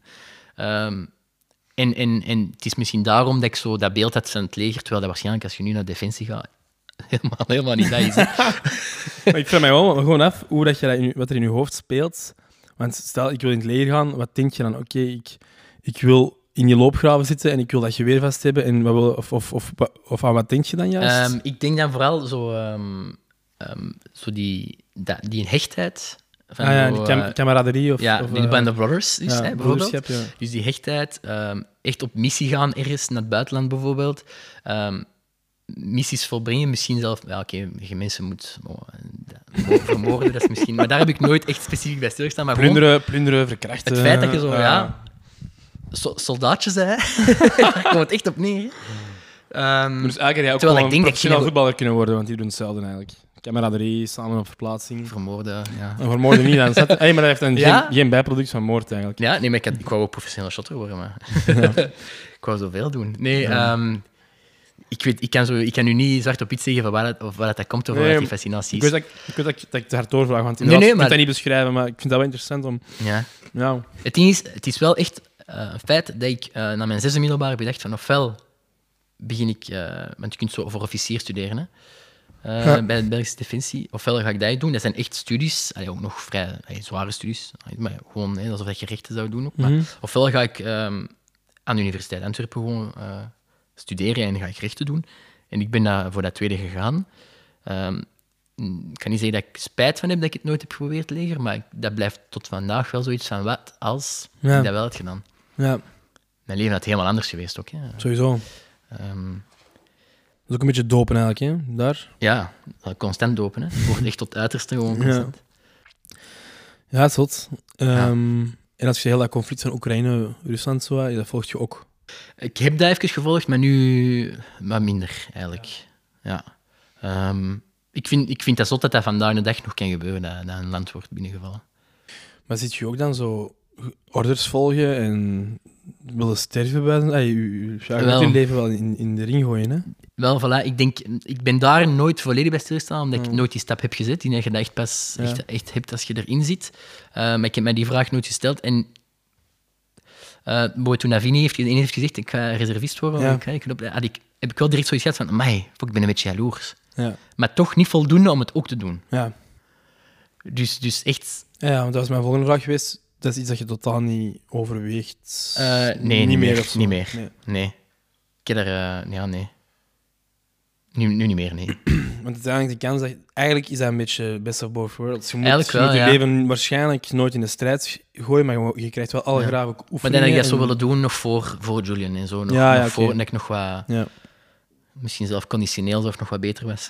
En het is misschien daarom dat ik zo dat beeld had van het leger, terwijl dat waarschijnlijk als je nu naar Defensie gaat, helemaal niet dat is. Maar ik vraag mij wel gewoon af hoe dat je wat er in je hoofd speelt. Want stel, ik wil in het leger gaan, wat denk je dan? Oké, ik wil in die loopgraven zitten en ik wil dat geweer vast hebben. En of aan wat denk je dan juist? Ik denk dan vooral zo die hechtheid. Van die kameraderie. Die Band of Brothers is, ja, bijvoorbeeld. Ja. Dus die hechtheid, echt op missie gaan ergens, naar het buitenland bijvoorbeeld. Missies volbrengen, misschien zelf... Ja, oké, je mensen moet vermoorden, dat is misschien... Maar daar heb ik nooit echt specifiek bij stilgestaan. Maar plunderen, verkrachten... Het feit dat je zo... soldaatjes, hè. Daar komt het echt op neer. Dus eigenlijk jij ook terwijl gewoon een professioneel voetballer kunnen worden, want die doen hetzelfde eigenlijk. Kameraderie, samen op verplaatsing. Vermoorden, ja. En vermoorden niet, dan maar dat heeft dan geen bijproduct van moord eigenlijk. Ja, nee, maar ik wou ook professioneel shotter worden, maar... ik wou zoveel doen. Nee, ik kan nu niet zwart op iets zeggen van waar dat komt of waar die fascinatie is. Ik weet dat ik het hard doorvraag, want inderdaad, ik kan dat niet beschrijven, maar ik vind dat wel interessant om... Ja. Het ding is, het is wel echt een feit dat ik na mijn 6e middelbare bedacht van ofwel begin ik... want je kunt zo voor officier studeren, hè. Bij de Belgische Defensie. Ofwel ga ik dat doen. Dat zijn echt studies. Ook nog vrij zware studies. Maar gewoon alsof je rechten zou doen. Ook. Maar, ofwel ga ik aan de Universiteit Antwerpen gewoon studeren en ga ik rechten doen. En ik ben voor dat tweede gegaan. Ik kan niet zeggen dat ik spijt van heb dat ik het nooit heb geprobeerd te leger, maar dat blijft tot vandaag wel zoiets van wat als ik dat wel had gedaan. Ja. Mijn leven had helemaal anders geweest ook. Hè. Sowieso. Dat is ook een beetje dopen eigenlijk, hè? Daar. Ja, constant dopen. Hè. Het wordt echt tot het uiterste gewoon constant. Ja, het is zot. En als je heel dat conflict van Oekraïne-Rusland zo, dat volgt je ook? Ik heb dat even gevolgd, maar nu wat minder eigenlijk. Ja. Ik vind dat zot dat dat vandaag de dag nog kan gebeuren, dat een land wordt binnengevallen. Maar zit je ook dan zo orders volgen en willen sterven bij je leven wel in de ring gooien, hè? Wel, voilà. Ik ben daar nooit volledig bij stilgestaan, omdat ik nooit die stap heb gezet. Die je dat echt pas echt hebt als je erin zit. Maar ik heb mij die vraag nooit gesteld. En toen Navini heeft gezegd, ik ga reservist worden, heb ik wel direct zoiets gehad van, amai, ik ben een beetje jaloers. Ja. Maar toch niet voldoende om het ook te doen. Ja. Dus echt... Ja, want dat was mijn volgende vraag geweest. Dat is iets dat je totaal niet overweegt? Nee, niet meer. Niet meer. Nee. Ik heb er... nee. Nu niet meer, nee. Want uiteindelijk de kans dat... Eigenlijk is dat een beetje best of both worlds. Je moet je leven waarschijnlijk nooit in de strijd gooien, maar je krijgt wel alle graven oefeningen. Maar dan heb ik dat zo willen doen nog voor Julian en zo. Dat ik nog wat... Ja. Misschien zelf conditioneel of nog wat beter was.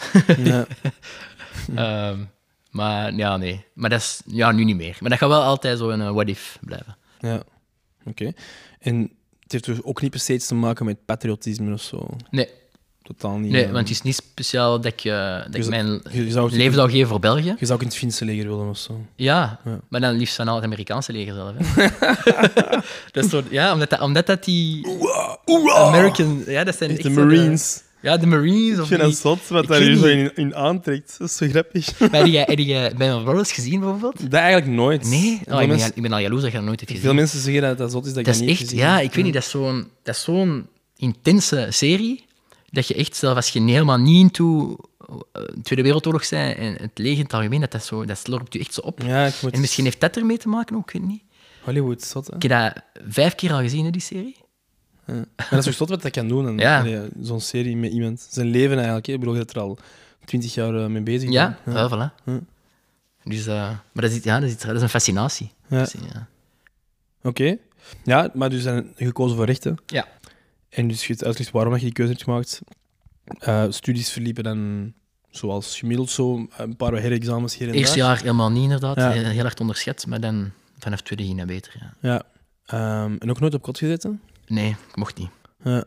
Ja. Maar ja, nee. Maar dat is nu niet meer. Maar dat gaat wel altijd zo een what-if blijven. Ja, oké. En het heeft dus ook niet per se iets te maken met patriotisme of zo? Nee. Totaal niet. Nee, want het is niet speciaal dat ik mijn leven zou geven voor België. Je zou ook in het Finse leger willen of zo? Ja, maar dan liefst van al het Amerikaanse leger zelf. Hè. Dat is zo, omdat dat die American... Ja, dat zijn echt de Marines. Ja, de Marines Ik of vind dat die... zot wat Ik daar weet hier zo niet. in aantrekt. Dat is zo grappig. Maar heb je Band of Brothers gezien, bijvoorbeeld? Dat eigenlijk nooit. Nee? Veel, Oh, mensen, ik ben al jaloers dat je dat nooit hebt gezien. veel mensen zeggen dat dat zot is, dat ik Dat dat is niet echt... heb gezien. Ja, ik weet niet, dat is zo'n intense serie, dat je echt, zelfs als je helemaal niet into Tweede Wereldoorlog bent en het leger in het algemeen, dat slorpt je echt zo op. Ja, ik moet... En misschien heeft dat ermee te maken ook, ik weet het niet. Hollywood, zot, hè? Ik heb dat 5 keer al gezien, hè, die serie. Ja. Maar dat is ook zot wat dat kan doen. En, Ja. allee, zo'n serie met iemand. Zijn leven eigenlijk. Hè. Ik bedoel, je bent er al 20 jaar mee bezig. Ja, bent. ja. Voilà. Ja. Dus, maar dat is een fascinatie. Ja. Dus, ja. Oké. Ja, maar dus zijn gekozen voor rechten. Ja. En dus je hebt uitgelegd waarom je die keuze hebt gemaakt. Studies verliepen dan zoals gemiddeld zo. Een paar herexamens hier en Eerste daar. jaar helemaal niet, inderdaad. Ja. Heel erg onderschat, maar dan vanaf tweede ging dat beter. Ja. Ja. En ook nooit op kot gezeten? Nee, ik mocht niet. Ja.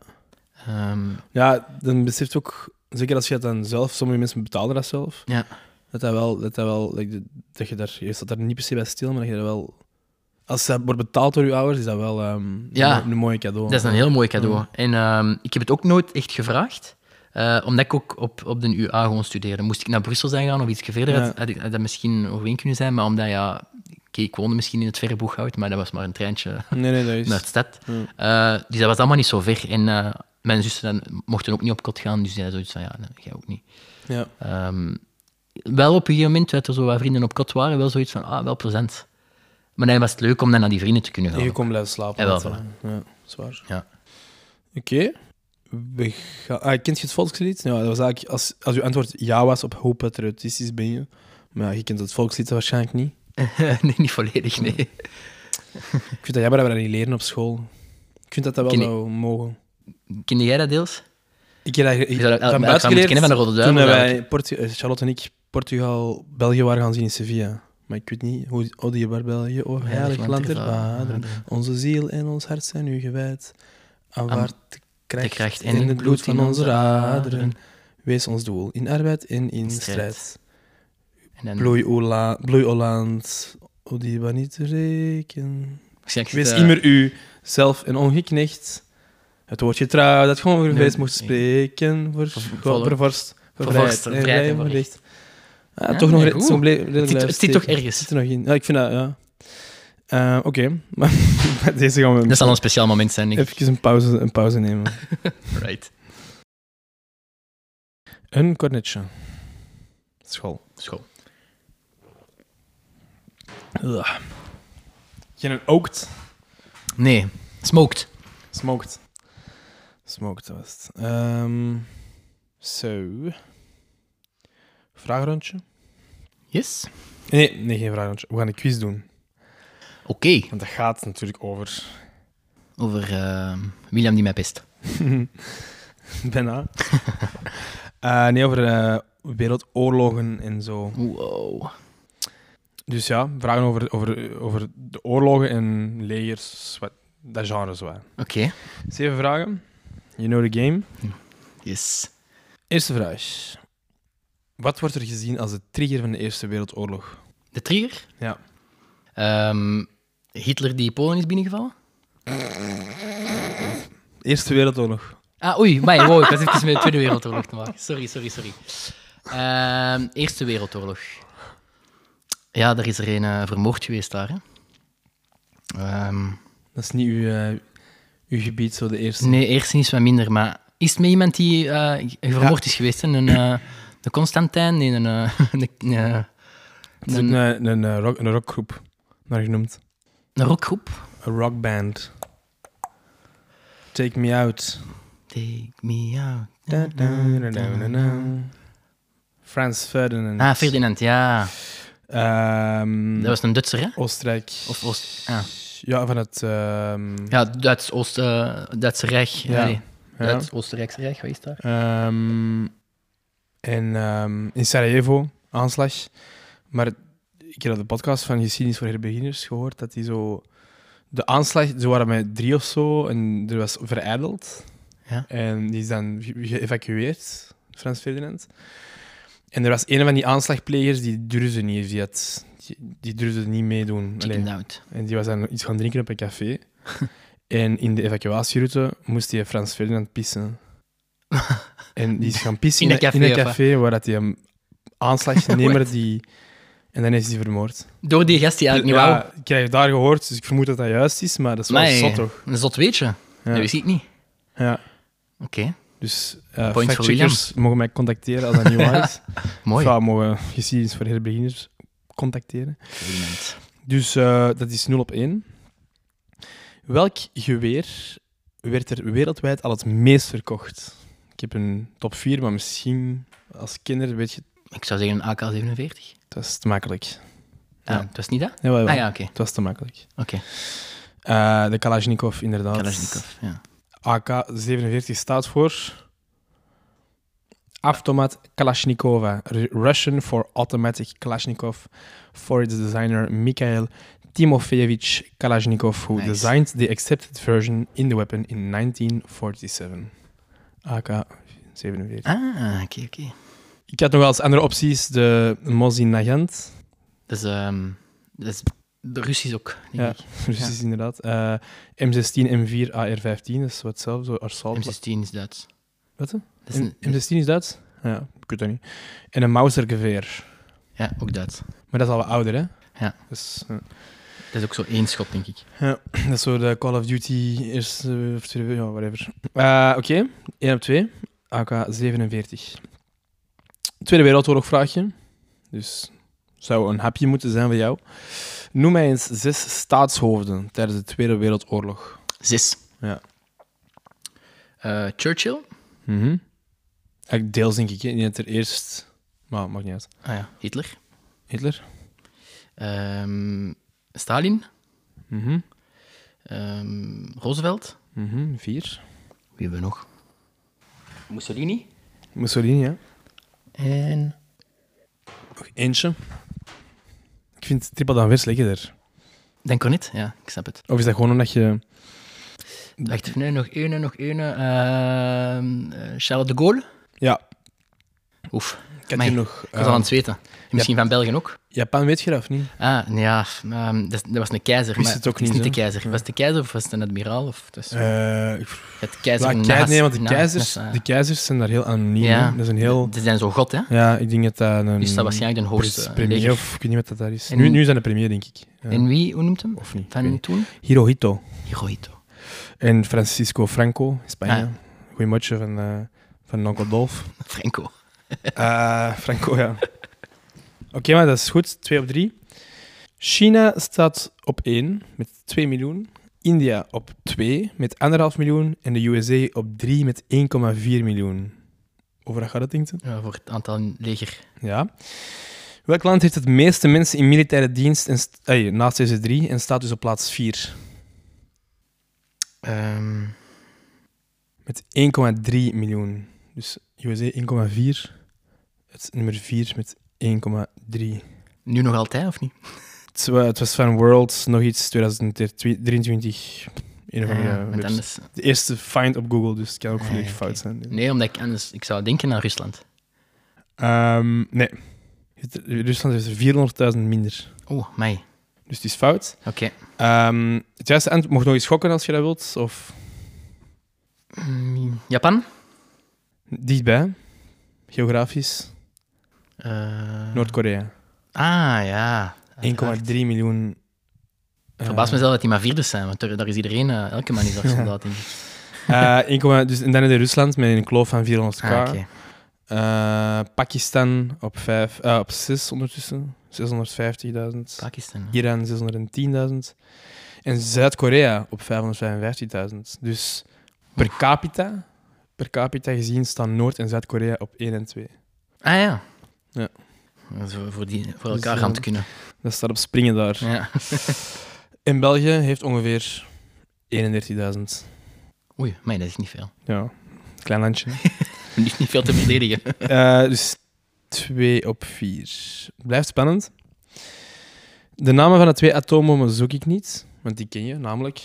Ja, dan beseft je ook, zeker als je het dan zelf, sommige mensen betalen dat zelf, Ja. dat je daar, je staat daar niet per se bij stil, maar dat je dat wel, als dat wordt betaald door je ouders, is dat wel Ja. een mooi cadeau. Dat is een heel mooi cadeau. Ja. En ik heb het ook nooit echt gevraagd, omdat ik ook op de UA gewoon studeerde. Moest ik naar Brussel zijn gaan of iets verder, Ja. had dat misschien overheen kunnen zijn, maar omdat, ja, ik woonde misschien in het verre Boeghout, maar dat was maar een treintje Nee, dat is... naar de stad. Ja. Dus dat was allemaal niet zo ver. En mijn zussen mochten ook niet op kot gaan, dus die hadden zoiets van, ja, jij ook niet. Ja. Wel op een gegeven moment, dat er zo wat vrienden op kot waren, wel zoiets van, wel plezant. Maar dan was het leuk om dan naar die vrienden te kunnen gaan. En je kon blijven slapen. Ja, wel, dat, ja, zwaar. Ja. Oké. We gaan... kent je het volkslied? Ja, dat was eigenlijk, als je antwoord ja was op hoe patriotistisch ben je. Maar ja, je kent het volkslied waarschijnlijk niet. Nee, niet volledig, nee. Ik vind dat jammer dat we dat niet leren op school. Ik vind dat dat wel Ken- zou mogen. Kende jij dat deels? Ik heb dat Je zou dat van elk buiten moeten geleerd kennen van de Rode Duivel, toen wij eigenlijk. Charlotte en ik Portugal, België waren gaan zien in Sevilla. Maar ik weet niet hoe diebaar België, o heilig land der vaderen. Onze ziel en ons hart zijn u gewijd. Aanvaard de kracht en het bloed van onze aderen. Wees ons doel in arbeid en in strijd. En dan, Bloei Holland, o diebaar niet te rekenen. waarschijnlijk Wees zit, immer u, zelf en ongeknecht. Het woordje trouw dat gewoon voor feest moest spreken. Voor vorst, voor vrijheid en vrij en voor recht. Ja, toch nog nee, zo het zit toch ergens. zit er nog in. Ja, ik vind dat, ja. Oké, maar deze gaan we Dat zal een speciaal moment zijn, denk ik. even een pauze nemen. Right. Een cornetje. School. Ugh. Geen oakt. Nee, smoked. Smoked, dat was het. Zo. Vraagrondje? Yes. Nee, geen vraagrondje. We gaan een quiz doen. Oké. Want dat gaat natuurlijk over... Over William die mij pest. Bijna. Nee, over wereldoorlogen en zo. Wow. Dus ja, vragen over de oorlogen en legers, dat genre zo. Oké. 7 vragen. You know the game. Yes. Eerste vraag. Wat wordt er gezien als de trigger van de Eerste Wereldoorlog? De trigger? Ja. Hitler die Polen is binnengevallen? Eerste Wereldoorlog. Oei, maar wow, ik was even met de Tweede Wereldoorlog te maken. Sorry. Eerste Wereldoorlog. Ja, daar is er een vermoord geweest daar. Hè. Dat is niet uw gebied, zo de eerste. Nee, eerst niet wat minder, maar is het met iemand die vermoord is geweest? Hè? Een Constantijn? Nee, Het is ook een rockgroep, naar genoemd. een rockgroep? Een rockband. Take Me Out. Take me out. Da, da, da, da, da, da. Frans Ferdinand. Ferdinand, ja. Dat was een Duitser, hè? Oostenrijk. Of Oost... Ah. Ja, van het... Ja, Duitse Rijk. Ja. Nee. Ja. Duits-Oostenrijkse Rijk, wat is daar? In Sarajevo, aanslag. Maar ik heb op de podcast van Geschiedenis voor Herbeginners gehoord dat die zo... De aanslag, ze waren met 3 of zo en er was verijdeld. Ja. En die is dan geëvacueerd, Frans Ferdinand. En er was een van die aanslagplegers die durfde niet, die durfde niet meedoen. Chicken out. En die was dan iets gaan drinken op een café. En in de evacuatieroute moest hij Frans Ferdinand pissen. En die is gaan pissen In een café, in een of wat? café waar dat die een aanslagnemer die... En dan is hij vermoord. Door die gast die eigenlijk niet wou. Ja, ik heb daar gehoord, dus ik vermoed dat dat juist is, maar dat is wel Nee, zot toch? een zot weetje. Dat wist ik niet. Ja. Oké, Dus voor factcheckers mogen mij contacteren als dat niet waar is. mooi. Of ja, mogen geschiedenis voor herbeginners contacteren. Element. Dus dat is 0-1. Welk geweer werd er wereldwijd al het meest verkocht? Ik heb een top 4, maar misschien als kinder weet je... Ik zou zeggen een AK-47. Dat is te makkelijk. Ah, Ja. dat is niet dat? Jawel, jawel. Ah ja, oké. Het was te makkelijk. Oké. De Kalashnikov, inderdaad. Kalashnikov, ja. AK-47 staat voor... Automat Kalashnikova, Russian for Automatic Kalashnikov, for its designer Mikhail Timofeyevich Kalashnikov, who Nice. designed the accepted version in the weapon in 1947. AK-47. Ah, oké. Ik had nog wel als andere opties de Mosin Nagant. Dat is de Russisch ook, denk Ja, ik. Russisch inderdaad. M16, M4, AR-15, dat is wat hetzelfde, zo assault. M16 is Duits. Wat? Dat is een- M16 is Duits? Ja, ik weet dat niet. En een Mauser-geweer. Ja, ook Duits. Maar dat is al wat ouder, hè? Ja. Dus, Dat is ook zo één schot, denk ik. ja, dat is zo de Call of Duty eerste of tweede, ja, whatever. Oké, 1-2. AK-47. Tweede Wereldoorlog vraagje. Dus zou een hapje moeten zijn voor jou. Noem mij eens 6 staatshoofden tijdens de Tweede Wereldoorlog. 6. Ja. Churchill. Mhm. Eigenlijk deels, denk ik. Hè. Niet dat er eerst... Maar maakt niet uit. Ah ja, Hitler. Hitler. Stalin. Mhm. Roosevelt. 4. Wie hebben we nog? Mussolini. Mussolini, ja. En... Nog eentje. Ik vind triple d'Anvers lekkerder. Denk er niet. Ja, ik snap het. Of is dat gewoon omdat je... Wacht, nee, nog één. Charles de Gaulle. Ja, Oef. ik had Amai, hier nog... Ik was al aan het zweten. En misschien van België ook. Japan weet je dat, of niet? Ah, ja. Dat was een keizer. Wist Maar het ook is niet, niet de hè? keizer. Ja. Was het de keizer of was het een admiraal? Of het was het keizer Nee, want de naast- keizers, naast- de keizers zijn daar heel anoniem. Ja. Hè. Dat is een heel... Ze zijn zo god, hè? Ja, ik denk dat dat een... Dus dat waarschijnlijk de hoogste premier, leger. of ik weet niet wat dat daar is. En- Nu zijn de premier, denk ik. Ja. En wie, hoe noemt hem? Of niet? Ik weet Van niet. toen? Hirohito. Hirohito. En Francisco Franco, in Spanje. Ah, ja. Goeie matje van Onkel Dolf. Franco. Franco, ja. Oké, maar dat is goed. 2 op 3. China staat op 1 met 2 miljoen. India op 2 met 1,5 miljoen. En de USA op 3 met 1,4 miljoen. Over wat gaat het, denk je? Ja, voor het aantal leger. Ja. Welk land heeft het meeste mensen in militaire dienst naast deze 3 en staat dus op plaats 4? Met 1,3 miljoen. Dus USA 1,4. Het is nummer 4 met 1,3. Nu nog altijd, of niet? Het was van World nog iets 2023. Een of andere want website. anders... De eerste find op Google, dus het kan ook volledig oké. fout zijn. Nee, omdat ik anders... Ik zou denken aan Rusland. Nee. Rusland heeft er 400.000 minder. Oh, mij. Dus het is fout. Oké. Het juiste antwoord mocht nog eens schokken als je dat wilt. Of Japan? dichtbij. Geografisch. Noord-Korea. 1,3 ja. uiteraard. miljoen. Verbaast mezelf dat die maar vierders zijn, want daar is iedereen... elke man is daar soldaat, denk ik. Dus, en dan is er Rusland met een kloof van 400k. Ah, oké. Pakistan op 6 ondertussen. 650.000. Pakistan. Iran 610.000. En Zuid-Korea op 555.000. Dus per capita gezien staan Noord- en Zuid-Korea op 1 en 2. Ah, ja. Ja. Zo voor elkaar Dus, aan te kunnen. Dat staat op springen daar. Ja. En België heeft ongeveer 31.000. Oei, maar dat is niet veel. Ja, klein landje. Niet veel te verdedigen. Dus 2 op 4. Blijft spannend. De namen van de 2 atoombommen zoek ik niet, want die ken je namelijk.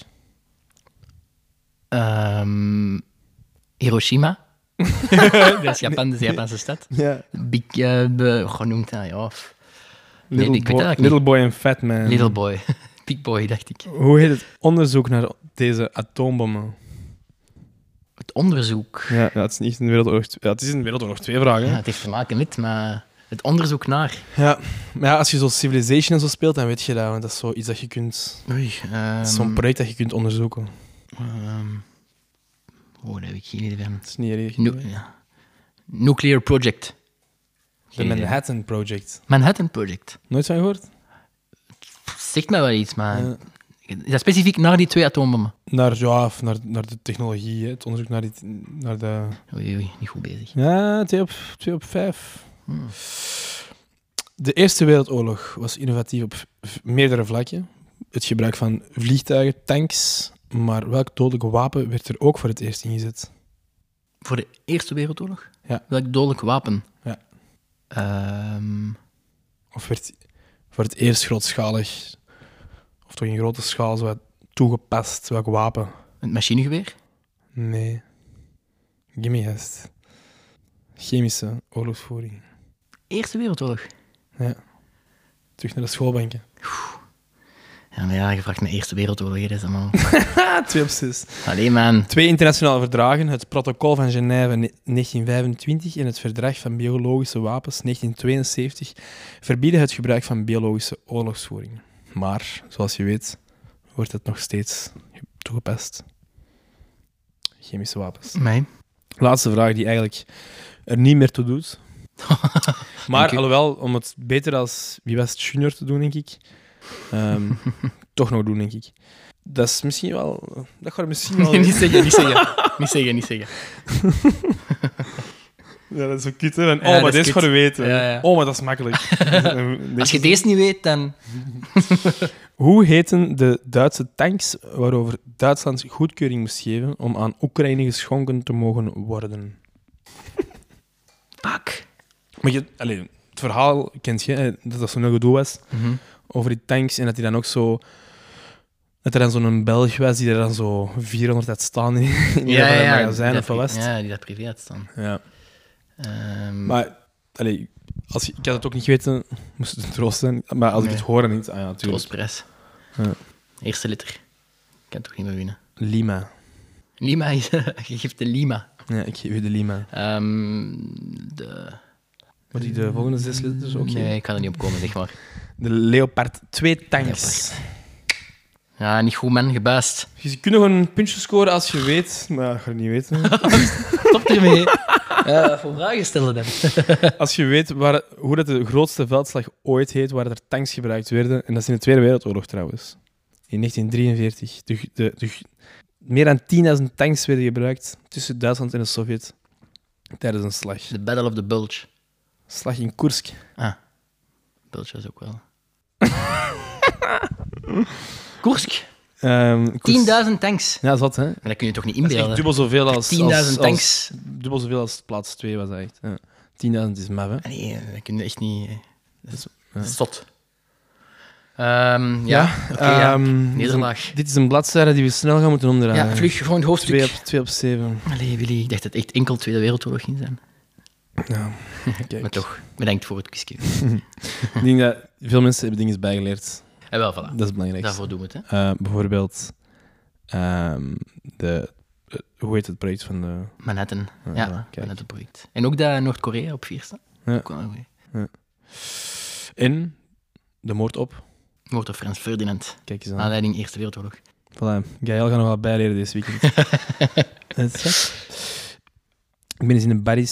Hiroshima. Dat is Japan, de Japanse stad. Ja. Big... Hoe noemt dat? Ja. Nee, ik weet dat eigenlijk Little Boy en Fat Man. Little Boy. Big Boy, dacht ik. Hoe heet het onderzoek naar deze atoombommen? Het onderzoek. Ja, het is niet een Wereldoorlog 2. Ja, het is een Wereldoorlog 2 vraag. Ja, Hè? het heeft te maken met, maar het onderzoek naar. Ja, maar ja, als je zo Civilization en zo speelt, dan weet je dat. Want dat is zoiets dat je kunt... Oei. Zo'n project dat je kunt onderzoeken. Daar heb ik geen idee van. Dat is niet erg. Nuclear Project. De Manhattan Project. Manhattan Project. Nooit van gehoord? Zegt mij wel iets, maar... Is dat specifiek naar die 2 atoombommen? Naar de technologie, hè. Het onderzoek naar de... Oei, niet goed bezig. Ja, 2 op 5. De Eerste Wereldoorlog was innovatief op meerdere vlakken. Het gebruik van vliegtuigen, tanks, maar welk dodelijk wapen werd er ook voor het eerst ingezet? Voor de Eerste Wereldoorlog? Ja. Welk dodelijk wapen? Ja. Of Of werd voor het eerst grootschalig, of toch in grote schaal, zo toegepast, welk wapen? het machinegeweer? Nee. Gimme gast. Chemische oorlogsvoering. Eerste Wereldoorlog? Ja. Terug naar de schoolbanken. Ja, maar ja, je vraagt me Eerste Wereldoorlog, hè, dat is allemaal... 2 op 6. Allee, man. 2 internationale verdragen, het Protocol van Genève 1925 en het Verdrag van Biologische Wapens 1972, verbieden het gebruik van biologische oorlogsvoering. Maar, zoals je weet, wordt het nog steeds toegepast. Chemische wapens. Nee. Laatste vraag die eigenlijk er niet meer toe doet. Maar u. alhoewel, om het beter als Wie was het junior te doen, denk ik, toch nog doen, denk ik. Dat is misschien wel... Dat gaat misschien wel... Niet zeggen. Niet zeggen. Ja, dat is zo kut, hè. Van, Ja, dat maar is deze kut. ga je weten. Ja. Oh, maar dat is makkelijk. Als je deze niet weet, dan... Hoe heten de Duitse tanks waarover Duitsland goedkeuring moest geven om aan Oekraïne geschonken te mogen worden? Pak. Maar het verhaal kent je, hè, dat dat zo'n gedoe was over die tanks en dat die dan ook zo... Dat er dan zo'n Belg was die er dan zo 400 had staan in een magazijn of wat was het? Ja, die dat privé had staan. Ja. Maar, ik had het ook niet geweten, moest het een troost zijn. Maar als ik het hoor, dan denk ik, ja, natuurlijk. Troostprijs. Ja. Eerste liter. Ik kan toch niet meer winnen. Lima. Lima is... je geeft de Lima. Ja, ik geef u de Lima. Moet ik de volgende 6 liters ook geven? Nee, ik kan er niet op komen, zeg maar. De Leopard 2 tanks. Leopard. Ja, niet goed, man. Gebuist. Je kunt nog een puntje scoren als je weet, maar dat ga je niet weten. Stop ermee. Wat voor vragen stellen dan? Als je weet hoe dat de grootste veldslag ooit heet, waar er tanks gebruikt werden, en dat is in de Tweede Wereldoorlog trouwens, in 1943. Meer dan 10.000 tanks werden gebruikt tussen Duitsland en de Sovjet tijdens een slag. The Battle of the Bulge. Slag in Kursk. Ah, Bulge was ook wel. Kursk. 10.000 tanks. Ja, zat, hè? Maar dat kun je toch niet Dat is echt inbeelden? dubbel zoveel als... 10.000 tanks. Dubbel zoveel als plaats 2 was dat echt. Ja. 10.000 is maf, hè? Nee, dat kun je echt niet... Dat is zot. Nederlaag. Dit is een bladzijde die we snel gaan moeten omdraaien. Ja, vlug, gewoon het hoofdstuk. 2 op 7. Allee, Willy, ik dacht dat het echt enkel Tweede Wereldoorlog ging zijn. Ja, kijk. Maar toch, bedankt voor het quizje. Ik denk dat veel mensen hebben dingen bijgeleerd. En wel, voilà. Dat is belangrijk. Daarvoor doen we het, hè. Bijvoorbeeld hoe heet het project van de... Manhattan. Ja, Ja, kijk. Manhattan-project. En ook dat Noord-Korea op 4 staat. Ja. Ook wel een goeie. En de moord op... Moord op Frans Ferdinand. Kijk eens aan. Aanleiding Eerste Wereldoorlog. Voilà. Gaël gaat nog wat bijleren deze weekend. Dat is het. Ik ben eens in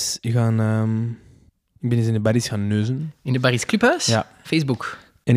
de Barry's gaan neuzen. In de Barry's Clubhuis? Ja. Facebook. En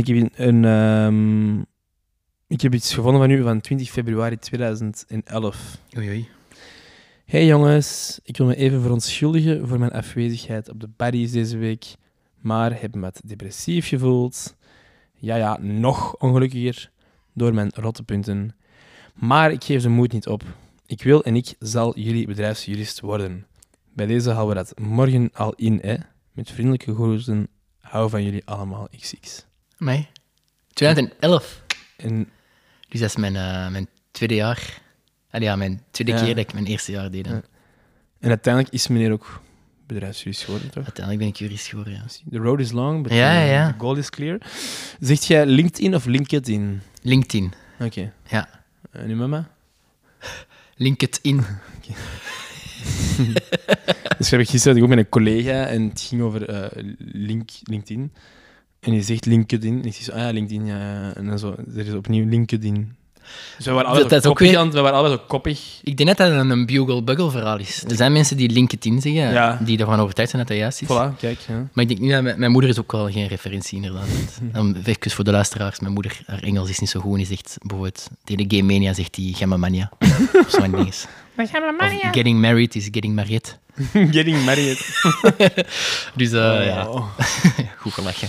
ik heb iets gevonden van u van 20 februari 2011. Oei. Hey jongens, ik wil me even verontschuldigen voor mijn afwezigheid op de Barry's deze week, maar heb me wat depressief gevoeld. Ja, nog ongelukkiger door mijn rottepunten. Maar ik geef de moed niet op. Ik wil en ik zal jullie bedrijfsjurist worden. Bij deze houden we dat morgen al in, hè. Met vriendelijke groeten, hou van jullie allemaal XX. Mij? 2011. En Dus dat is mijn tweede jaar. Mijn tweede keer dat ik mijn eerste jaar deed. Ja. En uiteindelijk is meneer ook bedrijfsjurist geworden, toch? Uiteindelijk ben ik jurist geworden, ja. The road is long, but Ja. the goal is clear. Zegt jij LinkedIn of LinkedIn? LinkedIn. Oké. Ja. En uw mama? LinkedIn. Dus gisteren had ik ook met een collega en het ging over LinkedIn. En die zegt LinkedIn. En ik zeg zo, LinkedIn, ja. En dan zo, er is opnieuw LinkedIn. Dus we waren allebei zo koppig. Ik denk net dat het een Bugle-Buggle-verhaal is. Er zijn mensen die LinkedIn zeggen, die ervan overtuigd zijn dat dat juist is. Voilà, kijk. Ja. Maar ik denk niet dat... Mijn moeder is ook wel geen referentie, inderdaad. Even voor de luisteraars. Mijn moeder, haar Engels is niet zo goed. Die zegt bijvoorbeeld... Tegen de Game Mania zegt die Gamma Mania. Of zo'n ding is. Of getting married is getting married. Getting married. Dus ja. Goed gelachen.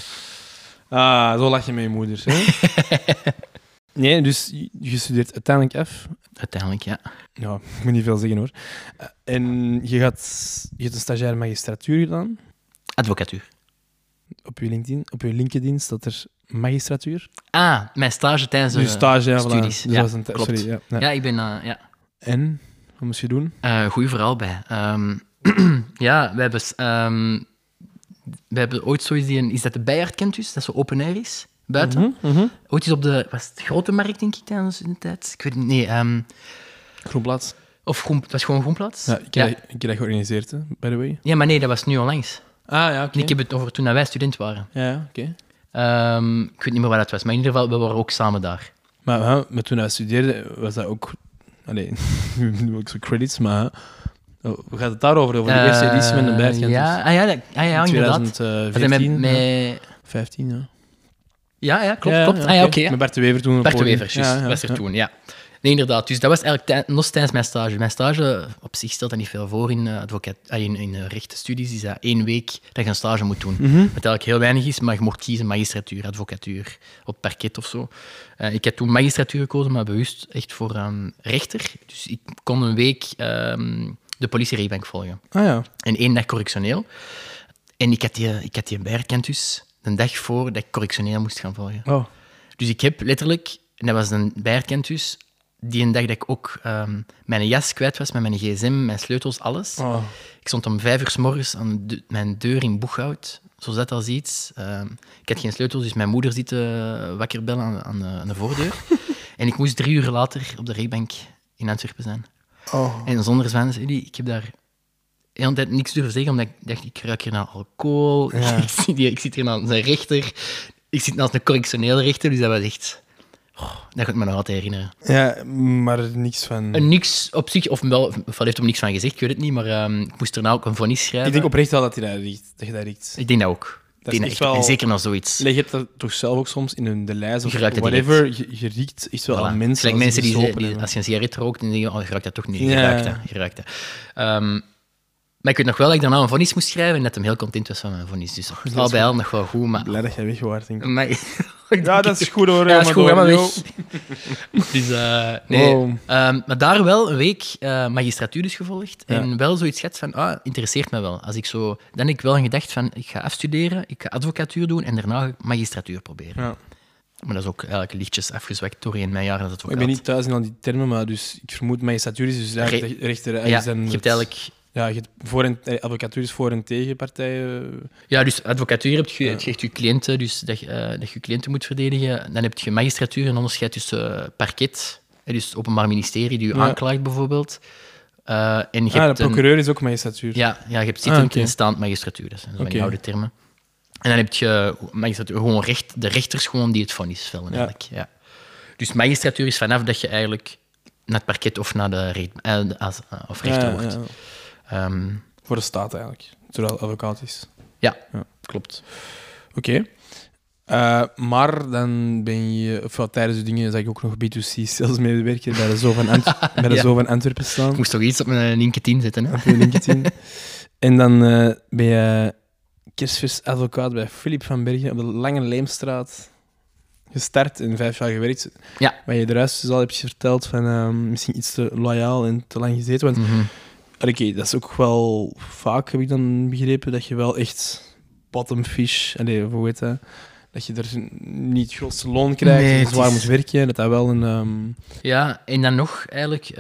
Zo lach je met je moeder. Hè? Nee, dus je studeert uiteindelijk af. Uiteindelijk, ja. Ja, ik moet niet veel zeggen hoor. En je hebt een stagiaire magistratuur gedaan. Advocatuur. Op je LinkedIn staat er magistratuur. Mijn stage tijdens de stage, studies. Voilà. Dus ja, klopt. Sorry, ja, ik ben... ja. En? Wat moest je doen? Goeie verhaal bij. Ja, we hebben ooit zoiets is dat de Bijaard kent dus, dat zo open air is, buiten. Ooit is op de... Was het Grote Markt, denk ik, tijdens de tijd? Ik weet het niet. Groenplaats. Het was gewoon Groenplaats? Ja, ik heb dat georganiseerd, hè, by the way. Ja, maar nee, dat was nu onlangs. Ja, oké. Ik heb het over toen wij student waren. Ja, oké. Ik weet niet meer wat dat was, maar in ieder geval, we waren ook samen daar. Maar toen wij studeerden, was dat ook... Allee, nu ook zo credits, maar... Hoe gaat het daarover? Over de eerste editie met een Bijaard? Ja, inderdaad. 2014, 15, ja. Ja, klopt. Ja, oké. Met Bert de Wever toen. Bert de Wever, juist. Was er toen, ja. Nee, inderdaad. Dus dat was eigenlijk nog tijdens mijn stage. Mijn stage, op zich stelt dat niet veel voor in rechtenstudies. Is dat 1 week dat je een stage moet doen. Wat eigenlijk heel weinig is, maar je mocht kiezen magistratuur, advocatuur, op parket of zo. Ik heb toen magistratuur gekozen, maar bewust echt voor rechter. Dus ik kon een week de politierechtbank volgen. Ja. En 1 dag correctioneel. En ik had die bijherkend dus de dag voor dat ik correctioneel moest gaan volgen. Oh. Dus ik heb letterlijk, en dat was een bijherkend dus, die een dag dat ik ook mijn jas kwijt was met mijn gsm, mijn sleutels, alles. Oh. Ik stond om 5 uur 's morgens aan mijn deur in Boeghout, zo zat als iets. Ik had geen sleutels, dus mijn moeder zit wakker bellen aan de voordeur. En ik moest 3 uur later op de rechtbank in Antwerpen zijn. Oh. En zonder zwanen, ik heb daar de hele tijd niks durven zeggen, omdat ik dacht, ik ruik hier naar alcohol. Ja. ik zit hier naast een rechter. Ik zit naast een correctionele rechter, dus dat was echt... dat ga ik me nog altijd herinneren. Ja, maar niks van... Niks op zich, of heeft hem niks van gezegd, ik weet het niet, maar ik moest daarna ook een vonnis schrijven. Ik denk oprecht wel dat je daar riekt. Ik denk dat ook. Dat is echt wel... En zeker naar zoiets. Je hebt dat toch zelf ook soms in de lijst of Je ruikt het whatever. Je riekt echt wel aan mensen. Gelijk mensen die hebben. als je een sigaret rookt, dan denk je, je ruikt dat toch niet. Ja. Je ruikt dat. Maar ik weet nog wel dat ik daarna een vonnis moest schrijven en dat hem heel content was van mijn vonnis. Dus al bij al nog wel goed, maar... Blij dat jij weg waart, denk ik. Maar... Ja, dat is goed hoor. Ja, dat is goed, ga maar weg. Dus, nee. Wow. Maar daar wel een week magistratuur dus gevolgd. En wel zoiets gehad van, interesseert me wel. Als ik zo... Dan heb ik wel een gedacht van, ik ga afstuderen, ik ga advocatuur doen en daarna ga ik magistratuur proberen. Ja. Maar dat is ook eigenlijk lichtjes afgezwakt doorheen mijn jaren als advocaat. Ik ben niet thuis in al die termen, maar dus ik vermoed magistratuur is dus eigenlijk rechter. Ja, je hebt eigenlijk... Ja, je hebt advocatuur is voor- en tegenpartijen. Ja, dus advocatuur heb je je cliënten, dus dat je cliënten moet verdedigen. Dan heb je magistratuur, een onderscheid tussen parket, dus het Openbaar Ministerie, die je aanklaagt bijvoorbeeld. En je hebt de procureur is ook magistratuur. Ja, je hebt zittend en staand magistratuur, dat zijn zo van die oude termen. En dan heb je magistratuur, gewoon de rechters gewoon die het vonnis vellen eigenlijk. Ja. Dus magistratuur is vanaf dat je eigenlijk naar het parket of naar de rechter wordt. Voor de staat eigenlijk, terwijl advocaat is. Ja, klopt. Oké. Maar dan ben je, tijdens de dingen zag ik ook nog B2C salesmedewerker bij de Zo van Antwerpen staan. Ik moest toch iets op mijn LinkedIn zetten, hè? Op je LinkedIn. En dan ben je kerstvers advocaat bij Philip van Bergen op de Lange Leemstraat gestart en 5 jaar gewerkt. Ja. Waar je de rest dus al hebt verteld van misschien iets te loyaal en te lang gezeten. Want oké, dat is ook wel vaak, heb ik dan begrepen, dat je wel echt bottom fish, hoe heet dat? Dat je er niet het grootste loon krijgt, dat je zwaar moet werken, dat wel een... Ja, en dan nog eigenlijk...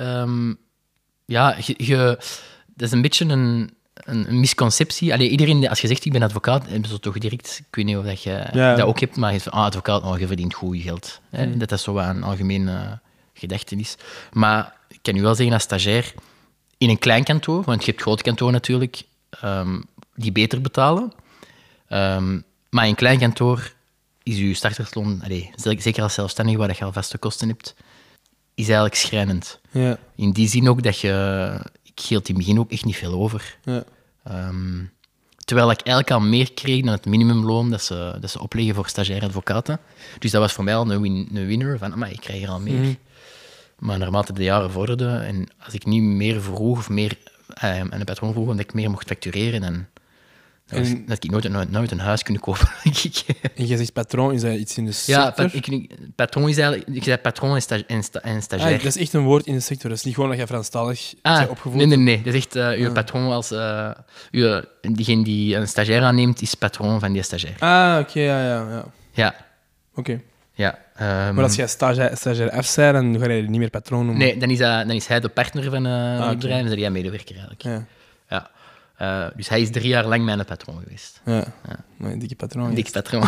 dat is een beetje een misconceptie. Allee, iedereen, als je zegt, ik ben advocaat, hebben ze toch direct... Ik weet niet of dat je dat ook hebt, maar je zegt, advocaat, je verdient goed geld. Hè? Dat is zo een algemeen gedachtenis. Maar ik kan u wel zeggen, als stagiair... in een klein kantoor, want je hebt grote kantoren natuurlijk, die beter betalen. Maar in een klein kantoor is je startersloon, zeker als zelfstandige, waar je al vaste kosten hebt, is eigenlijk schrijnend. Ja. In die zin ook dat ik hield in het begin ook echt niet veel over. Ja. Terwijl ik eigenlijk al meer kreeg dan het minimumloon dat ze opleggen voor stagiaire advocaten. Dus dat was voor mij al een winner, van ik krijg hier al meer. Mm. Maar naarmate de jaren vorderden, en als ik niet meer vroeg of meer aan de patroon vroeg, omdat ik meer mocht factureren, dan dat ik nooit een huis kunnen kopen. En je zegt patroon, is dat iets in de sector? Ja, patroon is eigenlijk... Ik zei patroon en stagiair. Dat is echt een woord in de sector. Dat is niet gewoon dat je Franstalig bent opgevoed. Nee. Dat is echt uw patroon als... diegene die een stagiair aanneemt, is patroon van die stagiair. Oké, ja. Ja. Oké. Ja. Maar als jij stagiair F bent, dan ga je niet meer patroon noemen. Nee, dan is hij de partner van het bedrijf en dan is hij medewerker eigenlijk. Ja. Dus hij is 3 jaar lang mijn patroon geweest. Ja. Maar een dikke patroon. Een dikke patroon.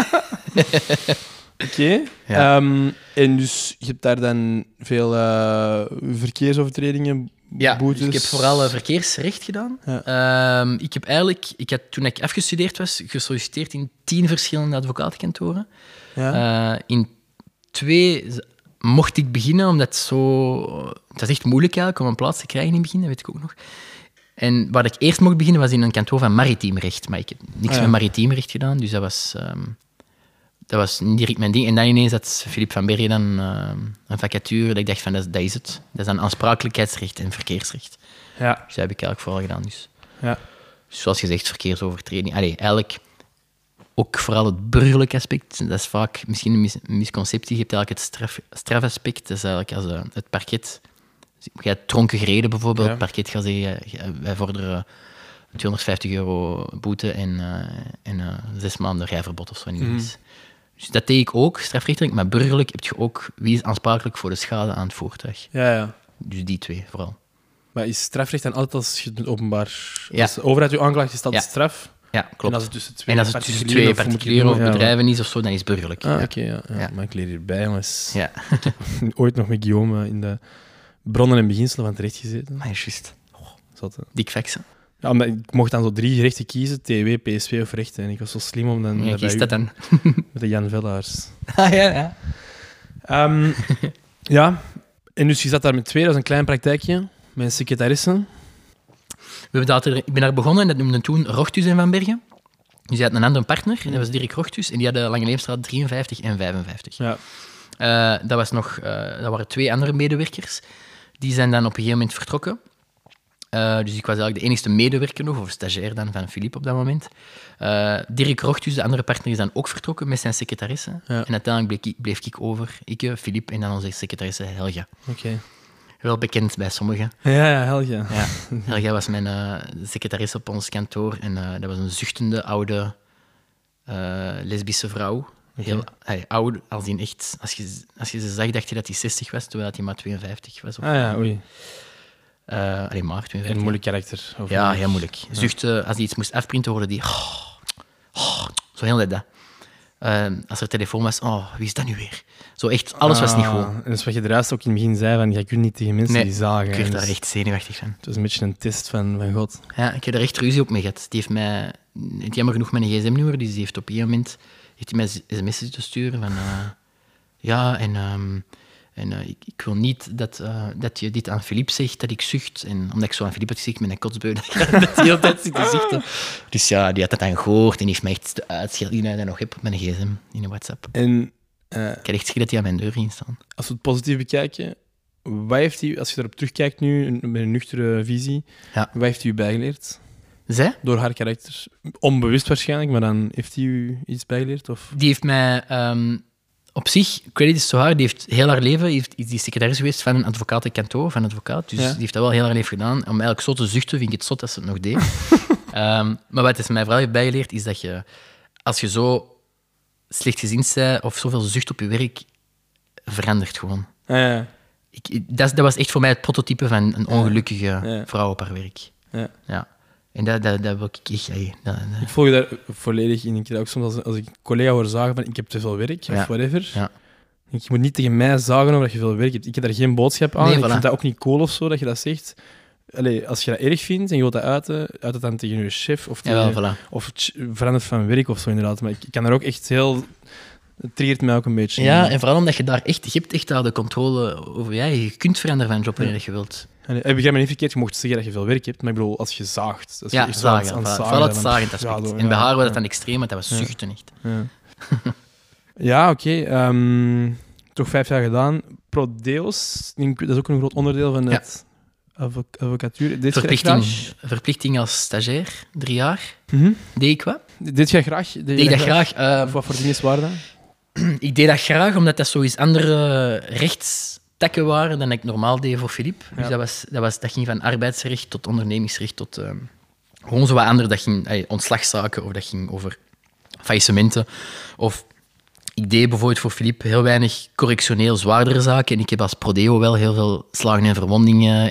Oké. Ja. En dus je hebt daar dan veel verkeersovertredingen, boetes? Dus ik heb vooral verkeersrecht gedaan. Ja. Ik had toen ik afgestudeerd was, gesolliciteerd in 10 verschillende advocatenkantoren. Ja. In 2 mocht ik beginnen, omdat het is echt moeilijk eigenlijk om een plaats te krijgen in het begin, dat weet ik ook nog. En waar ik eerst mocht beginnen was in een kantoor van maritiem recht. Maar ik heb niks met maritiem recht gedaan, dus dat was niet direct mijn ding. En dan ineens had Philippe van Bergen dan een vacature dat ik dacht van, dat is het. Dat is dan aansprakelijkheidsrecht en verkeersrecht. Ja. Dus dat heb ik eigenlijk vooral gedaan. Dus. Ja. Dus zoals gezegd, verkeersovertreding. Eigenlijk ook vooral het burgerlijk aspect. Dat is vaak misschien een misconceptie. Je hebt eigenlijk het strafaspect. Dat is eigenlijk als het parket... Je hebt dronken gereden bijvoorbeeld. Het parket gaat zeggen, wij vorderen €250 boete en 6 maanden rijverbod of zo. Dus dat deed ik ook, strafrechtelijk. Maar burgerlijk heb je ook wie is aansprakelijk voor de schade aan het voertuig. Ja. Dus die 2 vooral. Maar is strafrecht dan altijd als je het openbaar... Ja. Als de overheid je aanklaagt, is dat straf? Ja, klopt. En als het tussen twee particulieren of bedrijven is of zo, dan is het burgerlijk. Oké. Ja. Maar ik leer hierbij, jongens. Ja. Ik heb ooit nog met Guillaume in de bronnen en beginselen van terecht gezeten. Maar juist. Zat, Dik faxen. Ja, omdat ik mocht dan zo 3 gerechten kiezen, TW, PSV of rechten. En ik was zo slim om dan... Ja, kies dat dan. Met de Jan Vellaars. Ja. Ja, en dus je zat daar met 2, dat is een klein praktijkje, met een secretaresse. Ik ben daar begonnen en dat noemde toen Rochtus en Van Bergen. Dus die had een andere partner, en dat was Dirk Rochtus, en die had de Lange Leemstraat 53 en 55. Ja. Dat waren 2 andere medewerkers. Die zijn dan op een gegeven moment vertrokken. Dus ik was eigenlijk de enigste medewerker nog, of stagiair dan, van Philippe op dat moment. Dirk Rochtus, de andere partner, is dan ook vertrokken met zijn secretaresse. Ja. En uiteindelijk bleef ik over. Ik, Philippe en dan onze secretaresse Helga. Oké. Wel bekend bij sommigen. Ja, Helga. Ja, Helga was mijn secretaresse op ons kantoor. En dat was een zuchtende, oude, lesbische vrouw. Heel oud, als in echt... Als je ze zag, dacht je dat hij 60 was, terwijl hij maar 52 was. Oei. Alleen maar 52. Een moeilijk karakter. Ja, heel moeilijk. Zuchten, als hij iets moest afprinten, hoorde die... zo heel net dat. Als er telefoon was, wie is dat nu weer? Zo echt, alles was niet goed. En dus wat je eruit ook in het begin zei, van, je kunt niet tegen mensen die zagen. Ik werd daar echt zenuwachtig van. Het was een beetje een test van God. Ja, ik heb er echt ruzie op mee gehad. Die heeft mij, jammer genoeg, mijn gsm-nummer, dus die heeft op een gegeven moment mij sms'jes te sturen van... ik wil niet dat je dit aan Philippe zegt, dat ik zucht. En omdat ik zo aan Philippe had gezegd met een kotsbeu, dat hij de hele tijd zit te zuchten. Dus ja, die had dat dan gehoord en heeft mij echt de uitschelden die hij nog heb op mijn gsm, in een WhatsApp. En, ik had echt schrik dat hij aan mijn deur ging staan. Als we het positief bekijken, wat heeft hij, als je erop terugkijkt nu, met een nuchtere visie, wat heeft hij u bijgeleerd? Zij? Door haar karakter. Onbewust waarschijnlijk, maar dan heeft hij u iets bijgeleerd? Of? Die heeft mij... op zich, credit is zo haar, die heeft heel haar leven is die secretaris geweest van een advocatenkantoor, van een advocaat. Dus die heeft dat wel heel haar leven gedaan. Om eigenlijk zo te zuchten, vind ik het zot dat ze het nog deed. Maar wat het mij vooral heeft bijgeleerd, is dat je, als je zo slechtgezind bent of zoveel zucht op je werk, verandert gewoon. Dat was echt voor mij het prototype van een ongelukkige vrouw op haar werk. Ja. En dat wil ik echt... Ik volg je daar volledig in. Ik ook soms als ik collega hoor zagen van ik heb te veel werk, of whatever. Ja. Je moet niet tegen mij zagen omdat je veel werk hebt. Ik heb daar geen boodschap aan. Ik vind dat ook niet cool of zo, dat je dat zegt. als je dat erg vindt en je wilt dat uiten het dan tegen je chef of, tegen, Jawel, voilà. of verandert van werk of zo inderdaad. Maar ik kan daar ook echt heel... Het triggert mij ook een beetje. Ja, en vooral omdat je hebt echt daar de controle over. Ja, je kunt veranderen van job wanneer je wilt. Ik begrijp me niet verkeerd, je mocht zeggen dat je veel werk hebt, maar ik bedoel, als je zaagt... Als je Ja, echt zagen. aan het Vooral het dan- zagend aspect. ja, En bij haar was ja. dat dan extreem, want dat was Ja. zuchten echt. Ja, ja oké. Toch 5 jaar gedaan. Prodeos, dat is ook een groot onderdeel van het advocatuur. Deed je dat graag? Verplichting als stagiair, 3 jaar. Mhm. Deed ik wat? Deed jij graag? Deed ik dat graag? Of wat voor dingen waren dat? Ik deed dat graag, omdat dat zoiets andere rechtstakken waren dan ik normaal deed voor Philippe. Ja. Dus dat ging van arbeidsrecht tot ondernemingsrecht tot gewoon zo wat andere. Dat ging ontslagzaken of dat ging over faillissementen. Of ik deed bijvoorbeeld voor Philippe heel weinig correctioneel zwaardere zaken. En ik heb als prodeo wel heel veel slagen en verwondingen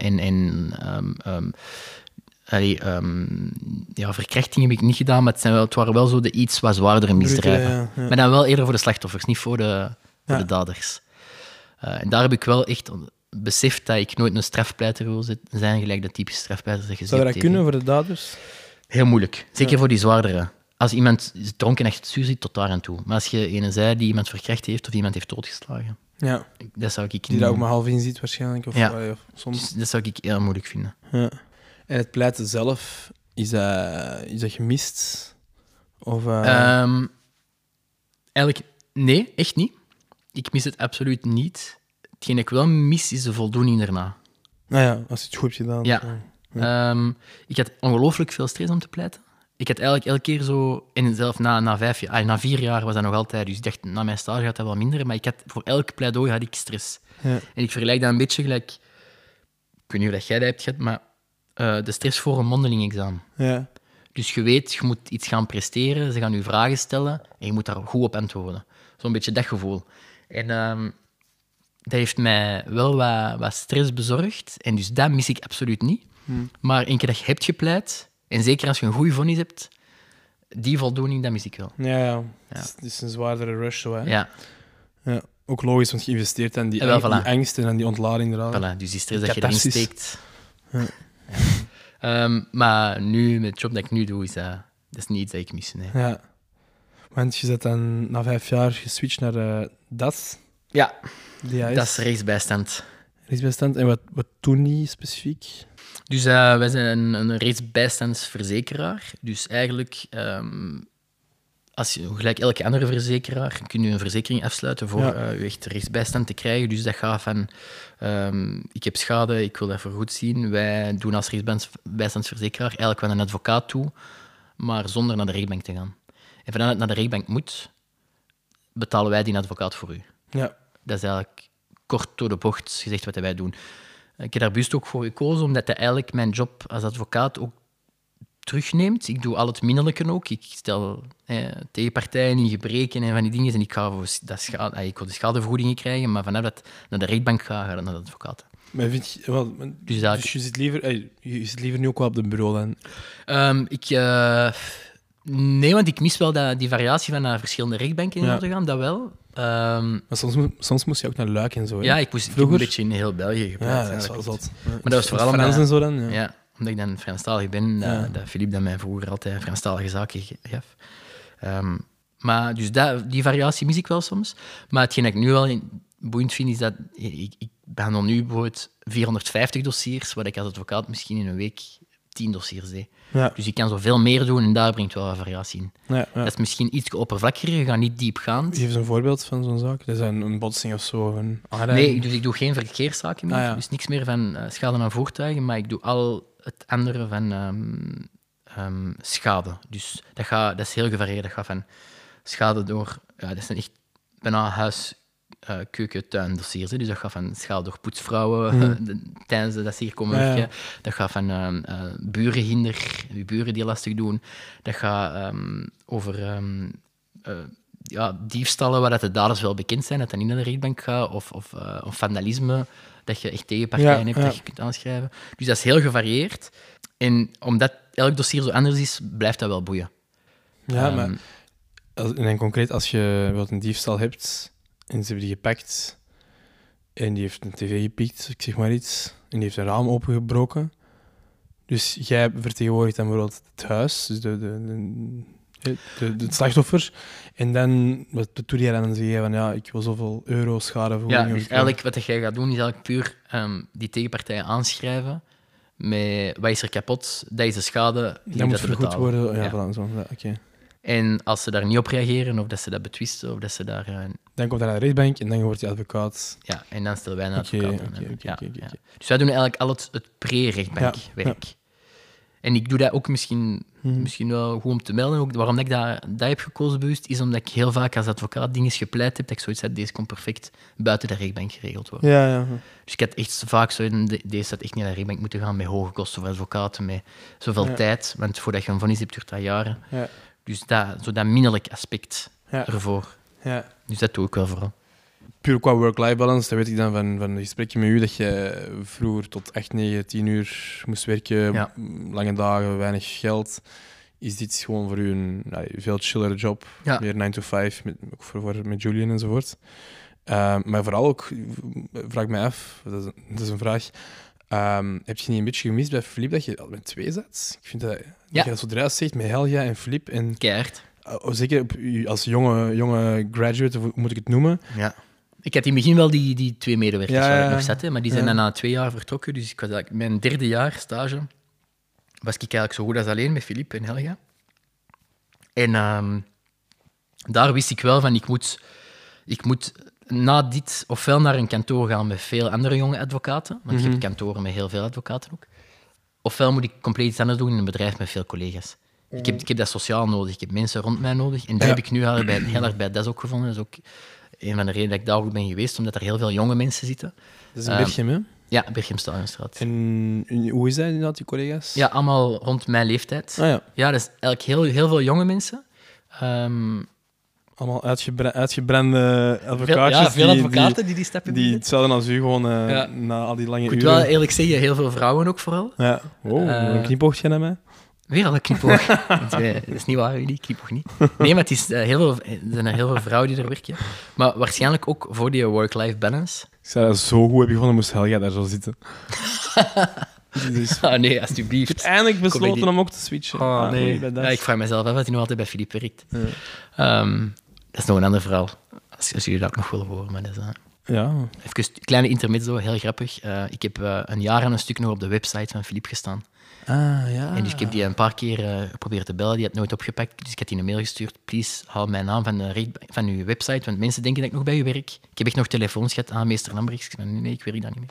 verkrachtingen heb ik niet gedaan, maar het waren wel zo de iets wat zwaardere misdrijven. Ja. Maar dan wel eerder voor de slachtoffers, niet voor de Ja. daders. En daar heb ik wel echt beseft dat ik nooit een strafpleiter wil zijn, gelijk de typische strafpleiter dat je Zou je ziet dat kunnen tegen. voor de daders? Heel moeilijk. Zeker voor die zwaardere. Als iemand dronken echt zuur zit, tot daar aan toe. Maar als je ene zei die iemand verkracht heeft of iemand heeft doodgeslagen, Ja. dat zou ik Die niet... dat ook maar half in ziet waarschijnlijk. Of, Ja. of soms. Dus dat zou ik heel moeilijk vinden. Ja. En het pleiten zelf, is dat gemist? Of, Eigenlijk, nee, echt niet. Ik mis het absoluut niet. Hetgeen ik wel mis, is de voldoening daarna. Nou ja, als je het goed hebt gedaan. Ja. Ik had ongelooflijk veel stress om te pleiten. Ik had eigenlijk elke keer zo... En zelf na 4 jaar was dat nog altijd... Dus ik dacht, na mijn stage gaat dat wel minder. Maar voor elk pleidooi had ik stress. Ja. En ik vergelijk dat een beetje gelijk... Ik weet niet of jij dat hebt gehad, maar... de stress voor een mondeling examen. Ja. Dus je weet, je moet iets gaan presteren, ze gaan je vragen stellen en je moet daar goed op antwoorden. Zo'n beetje dat gevoel. En dat heeft mij wel wat stress bezorgd. En dus dat mis ik absoluut niet. Maar een keer dat je hebt gepleit, en zeker als je een goede vonnis hebt, die voldoening, dat mis ik wel. Ja. Het is een zwaardere rush. Zo, hè? Ja, Ja. Ook logisch, want je investeert in die, Ja, wel, die voilà. angst en die ontlading eraan. voilà. Dus die stress dat je erin Catharsis. steekt. Ja. Maar nu, met de job dat ik nu doe, is dat is niet iets dat ik mis. Nee. Ja. Want je zet dan na 5 jaar geswitcht naar DAS. Ja, DAS. dat is rechtsbijstand. Rechtsbijstand. En wat doen die specifiek? Dus wij zijn een rechtsbijstandsverzekeraar. Dus eigenlijk, als je, gelijk elke andere verzekeraar, kun je een verzekering afsluiten voor Ja. je echt rechtsbijstand te krijgen. Dus dat gaat van, ik heb schade, ik wil dat voor goed zien. Wij doen als rechtsbijstandsverzekeraar eigenlijk wel een advocaat toe, maar zonder naar de rechtbank te gaan. En vanuit het naar de rechtbank moet, betalen wij die advocaat voor u. Ja. Dat is eigenlijk kort door de bocht gezegd wat wij doen. Ik heb daar bewust ook voor gekozen, omdat dat eigenlijk mijn job als advocaat ook terugneemt. Ik doe al het minderlijke ook. Ik stel tegenpartijen in gebreken en van die dingen. En ik ga voor ik wil de schadevergoedingen krijgen, maar vanuit dat naar de rechtbank gaat het naar de advocaat. Maar vind je... Wel, Dus dus je zit liever nu ook wel op de bureau dan? Nee, want ik mis wel die variatie van naar verschillende rechtbanken in Ja. te gaan, dat wel. Maar soms moest je ook naar Luik en zo. Hè? Ja, ik heb Vroeger? een beetje in heel België gepleit. Ja, ja, dat is dat wel klopt. zot. Maar dat was vooral Frans omdat... en zo dan? Ja. Ja, omdat ik dan Franstalig ben, Ja. dat Philippe dat mij vroeger altijd Franstalige zaken gaf. Maar dus die variatie mis ik wel soms. Maar hetgeen dat ik nu wel boeiend vind, is dat ik behandel nu bijvoorbeeld 450 dossiers, wat ik als advocaat misschien in een week 10 dossiers deed. Ja. Dus ik kan zoveel meer doen en daar brengt wel wat variatie in. Ja. Dat is misschien iets oppervlakkiger, je gaat niet diepgaand. Geef eens een voorbeeld van zo'n zaak. Dat is een botsing of zo, of een aanrijding. Nee, dus ik doe geen verkeerszaken meer. Ah, ja. Dus niks meer van schade aan voertuigen, maar ik doe al het andere van schade. Dus dat is heel gevarieerd. Dat gaat van schade door... Ja, dat zijn echt bijna huis, keuken, tuin dossiers. Hè. Dus dat gaat van schade door poetsvrouwen tijdens dat ze hier komen Ja, ja. werken. Dat gaat van burenhinder, je buren die lastig doen. Dat gaat over... diefstallen waar dat de daders wel bekend zijn, dat dat niet naar de rechtbank gaat, of vandalisme, dat je echt tegenpartijen hebt dat je kunt aanschrijven. Dus dat is heel gevarieerd. En omdat elk dossier zo anders is, blijft dat wel boeien. Ja, maar en concreet, als je wat een diefstal hebt en ze hebben die gepakt en die heeft een tv gepikt, ik zeg maar iets, en die heeft een raam opengebroken, Dus jij vertegenwoordigt dan bijvoorbeeld het huis, dus het slachtoffer. En dan, wat doe jij dan? Dan zeg je van, ja, ik wil zoveel euro schadevergoeding. Ja, dus eigenlijk wat jij gaat doen, is eigenlijk puur die tegenpartijen aanschrijven met wat is er kapot, dat is de schade, dat moet vergoed betalen. worden. Ja, Ja. voilà, zo. Ja, oké. En als ze daar niet op reageren, of dat ze dat betwisten, of dat ze daar... Dan komt hij naar de rechtbank en dan wordt hij advocaat. ja, en dan stellen wij een Oké, advocaat. oké. Dus wij doen eigenlijk al het pre-rechtbankwerk. En ik doe dat ook misschien wel goed om te melden. Ook waarom dat ik dat heb gekozen bewust, is omdat ik heel vaak als advocaat dingen gepleid heb dat ik zoiets had, deze komt perfect buiten de rechtbank geregeld worden. Ja. Dus ik had echt vaak zo, deze had echt niet naar de rechtbank moeten gaan met hoge kosten voor advocaten, met zoveel tijd. Want voordat je een vonnis hebt, duurt dat jaren. Ja. Dus dat minderlijk aspect ervoor. Ja. Dus dat doe ik wel vooral. Puur qua work-life balance, dat weet ik dan van de gesprekken met u, dat je vroeger tot 8, 9, 10 uur moest werken, lange dagen, weinig geld. Is dit gewoon voor u een veel chillere job? Ja. Meer 9 to 5, met Julian enzovoort. Maar vooral ook, vraag ik mij af, dat is een vraag, heb je niet een beetje gemist bij Philippe dat je al met 2 zat? Ik vind dat je dat zo eruit zegt met Helga en Philippe. En, Keihard. zeker als jonge graduate, hoe moet ik het noemen? Ja. Ik had in het begin wel die 2 medewerkers waar ik nog zat, maar die zijn dan na 2 jaar vertrokken. Dus ik was eigenlijk, mijn 3e jaar stage was ik eigenlijk zo goed als alleen met Philippe en Helga. En daar wist ik wel van, ik moet na dit ofwel naar een kantoor gaan met veel andere jonge advocaten, want je hebt kantoren met heel veel advocaten ook, ofwel moet ik compleet iets anders doen in een bedrijf met veel collega's. Ik heb dat sociaal nodig, ik heb mensen rond mij nodig. En dat heb ik nu heel erg bij DES ook gevonden. Dat is ook een van de redenen dat ik daar ook ben geweest, omdat er heel veel jonge mensen zitten. Dat is in Berchem, hè? Ja, Berchem Stadionstraat. En hoe is dat inderdaad, die collega's? Ja, allemaal rond mijn leeftijd. Ah, ja. Ja, dat is eigenlijk heel veel jonge mensen. Allemaal uitgebrande advocaatjes. Veel advocaten die stap hebben. Die hetzelfde als u gewoon na al die lange Ik uren... moet wel eerlijk zeggen, heel veel vrouwen ook vooral. Ja. Wow, een knipoogje naar mij. Weer al een knipoog. Dat is niet waar, jullie knipoog niet. Nee, maar het is, er zijn er heel veel vrouwen die er werken. Maar waarschijnlijk ook voor die work-life balance. Ik zou dat zo goed hebben gevonden, moest Helga daar zo zitten. Dus Nee, alsjeblieft. eindelijk besloten om ook te switchen. Nee. Ja, ik vraag mezelf af wat hij nog altijd bij Philippe werkt. Ja. Dat is nog een ander verhaal. Als jullie dat ook nog willen horen. Maar dat is, ja. Even een kleine intermezzo, heel grappig. Ik heb een jaar aan een stuk nog op de website van Philippe gestaan. Ja. En dus ik heb die een paar keer geprobeerd te bellen, die had nooit opgepakt. Dus ik had die een mail gestuurd. Please, haal mijn naam van uw website, want mensen denken dat ik nog bij u werk. Ik heb echt nog telefoons gehad aan meester Lambrechts. Ik zei, nee, ik werk daar niet mee.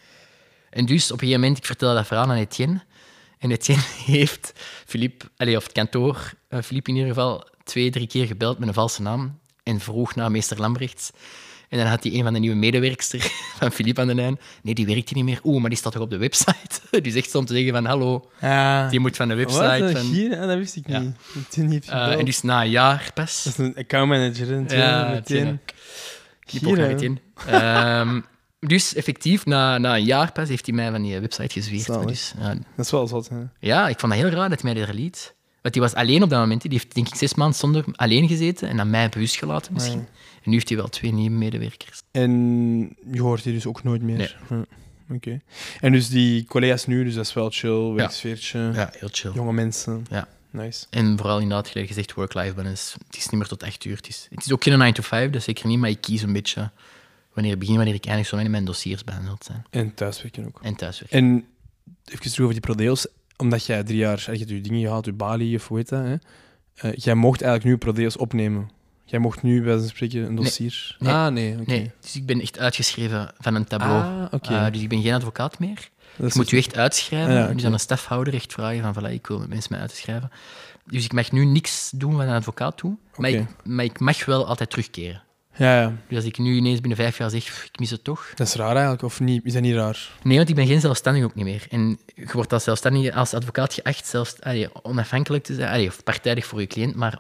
En dus op een gegeven moment, ik vertelde dat verhaal aan Etienne. En Etienne heeft Philippe, of het kantoor, Philippe in ieder geval, 2, 3 keer gebeld met een valse naam. En vroeg naar meester Lambrechts. En dan had hij een van de nieuwe medewerkster van Philippe aan de lijn. Nee, die werkt hier niet meer. Maar die staat toch op de website? Dus echt om te zeggen van, hallo, die moet van de website. Wat? Hier? Dat wist ik niet. En dus na een jaar pas... Dat is een accountmanager. Meteen. Knipoog naar Etienne. Dus effectief, na een jaar pas heeft hij mij van die website gezweerd. Dus, dat is wel zot, hè? Ja, ik vond dat heel raar dat hij mij er liet. Want die was alleen op dat moment. Die heeft denk ik 6 maanden zonder alleen gezeten en dan mij bewust gelaten misschien. Nee. En nu heeft hij wel 2 nieuwe medewerkers. En je hoort die dus ook nooit meer? Nee. Oké. En dus die collega's nu, dus dat is wel chill, werksfeertje. Ja, heel chill. Jonge mensen. Ja. Nice. En vooral inderdaad, gelijk gezegd, work-life balance. Het is niet meer tot 8 uur. Het is ook geen 9 to 5, dat zeker niet, maar ik kies een beetje wanneer ik begin, wanneer ik eindig, zo in mijn dossiers behandeld zijn. En thuiswerken ook. En thuiswerken. En even terug over die prodeos. Omdat jij 3 jaar, je hebt je dingen gehad, je Bali of hoe heet dat, hè? Jij mocht eigenlijk nu prodeos opnemen. Jij mocht nu bij wijze van spreken een dossier... Nee. Nee. Dus ik ben echt uitgeschreven van een tableau. Dus ik ben geen advocaat meer. Je moet je echt uitschrijven. Dus aan een stafhouder echt vragen van, voilà, ik wil mensen mij uitschrijven. Dus ik mag nu niks doen wat een advocaat doet. Maar ik mag wel altijd terugkeren. Ja. Dus als ik nu ineens binnen 5 jaar zeg, ik mis het toch. Dat is raar eigenlijk, of niet? Is dat niet raar? Nee, want ik ben geen zelfstandig ook niet meer. En je wordt als zelfstandige, als advocaat geacht zelfs onafhankelijk te zijn, of partijdig voor je cliënt, maar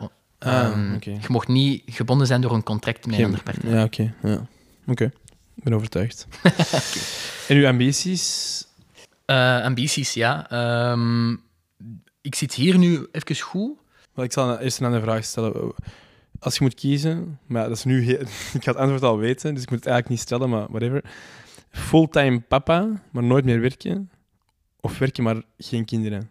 je mocht niet gebonden zijn door een contract met een andere partij. Ja, oké. Ik ben overtuigd. En uw ambities? Ambities, ja. Ik zit hier nu even goed. Ik zal eerst een andere vraag stellen. Als je moet kiezen, maar dat is nu ik ga het antwoord al weten, dus ik moet het eigenlijk niet stellen, maar whatever. Fulltime papa, maar nooit meer werken, of werken, maar geen kinderen?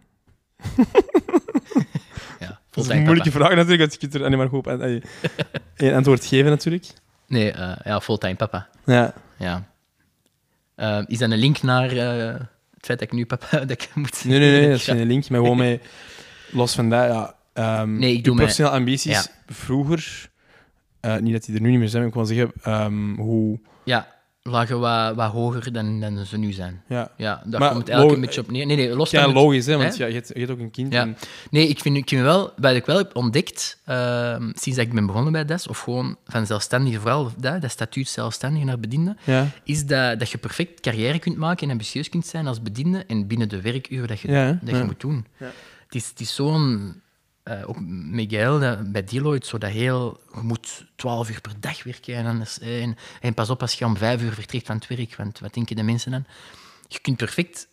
Ja, Dat is een moeilijke vraag natuurlijk, want je kunt er niet maar goed op een antwoord geven natuurlijk. Nee, fulltime papa. Ja. Ja. Is dat een link naar het feit dat ik nu papa dat ik moet... Nee, dat is geen link, maar gewoon mee... Los van dat, nee, ik doe personele ambities vroeger... niet dat die er nu niet meer zijn, maar ik wil zeggen hoe... Ja, lagen wat hoger dan ze nu zijn. Ja, daar komt het eigenlijk een beetje op neer. Nee, los van... Ja, logisch, hè, want je hebt ook een kind. Ja. En... Nee, ik vind wel... Wat ik wel heb ontdekt, sinds dat ik ben begonnen bij DES, of gewoon van zelfstandige, vooral dat statuut zelfstandige naar bediende, is dat je perfect carrière kunt maken en ambitieus kunt zijn als bediende en binnen de werkuren dat je moet doen. Ja. Het is zo'n... ook Miguel, bij Deloitte, zo dat heel... Je moet 12 uur per dag werken en anders... En pas op als je om 5 uur vertrekt van het werk, want wat denken de mensen dan? Je kunt perfect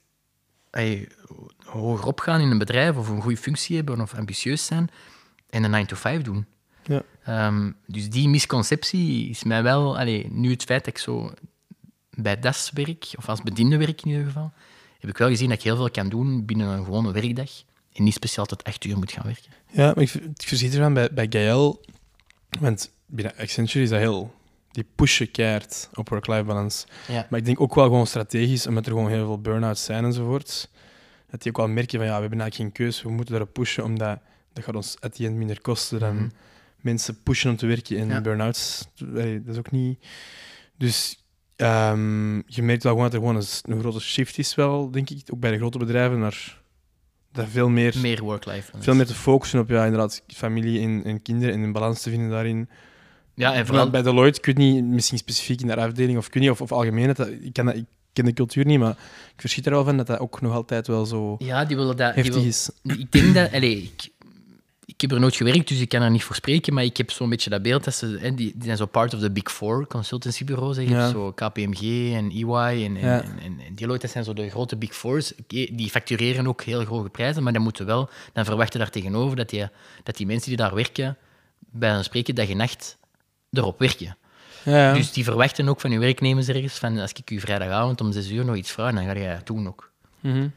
hoger opgaan in een bedrijf of een goede functie hebben of ambitieus zijn en een 9-to-5 doen. Ja. Dus die misconceptie is mij wel... nu het feit dat ik zo bij DAS werk, of als bediende werk in ieder geval, heb ik wel gezien dat ik heel veel kan doen binnen een gewone werkdag. En niet speciaal tot 8 uur moet gaan werken. Ja, maar ik verschiet ervan bij Gaël, want binnen Accenture is dat heel... Die pushen keihard op work-life balance. Ja. Maar ik denk ook wel gewoon strategisch, omdat er gewoon heel veel burn-outs zijn enzovoort, dat die ook wel merken van, we hebben eigenlijk geen keus, we moeten daarop pushen, omdat dat gaat ons at the end minder kosten dan mensen pushen om te werken in burn-outs. Dat is ook niet... Dus je merkt wel gewoon dat er gewoon een grote shift is wel, denk ik, ook bij de grote bedrijven, naar... Dat veel meer work-life. Veel meer te focussen op inderdaad, familie en kinderen en een balans te vinden daarin. Ja, en vooral... Bij Deloitte, ik weet niet, misschien specifiek in de afdeling of ik weet niet, of algemeen, ik ken de cultuur niet, maar ik verschiet er wel van dat dat ook nog altijd wel zo die willen dat, heftig is. Ik denk dat... Ik heb er nooit gewerkt, dus ik kan er niet voor spreken, maar ik heb zo'n beetje dat beeld dat ze... Die zijn zo part of the Big Four consultancybureaus, zo KPMG en EY en Deloitte, dat zijn zo de grote Big Fours. Die factureren ook heel hoge prijzen, maar dan verwachten daar tegenover dat die mensen die daar werken, bij een spreken dag en nacht erop werken. Ja. Dus die verwachten ook van hun werknemers ergens, van als ik u vrijdagavond om 6 uur nog iets vraag, dan ga je dat doen ook. Mm-hmm.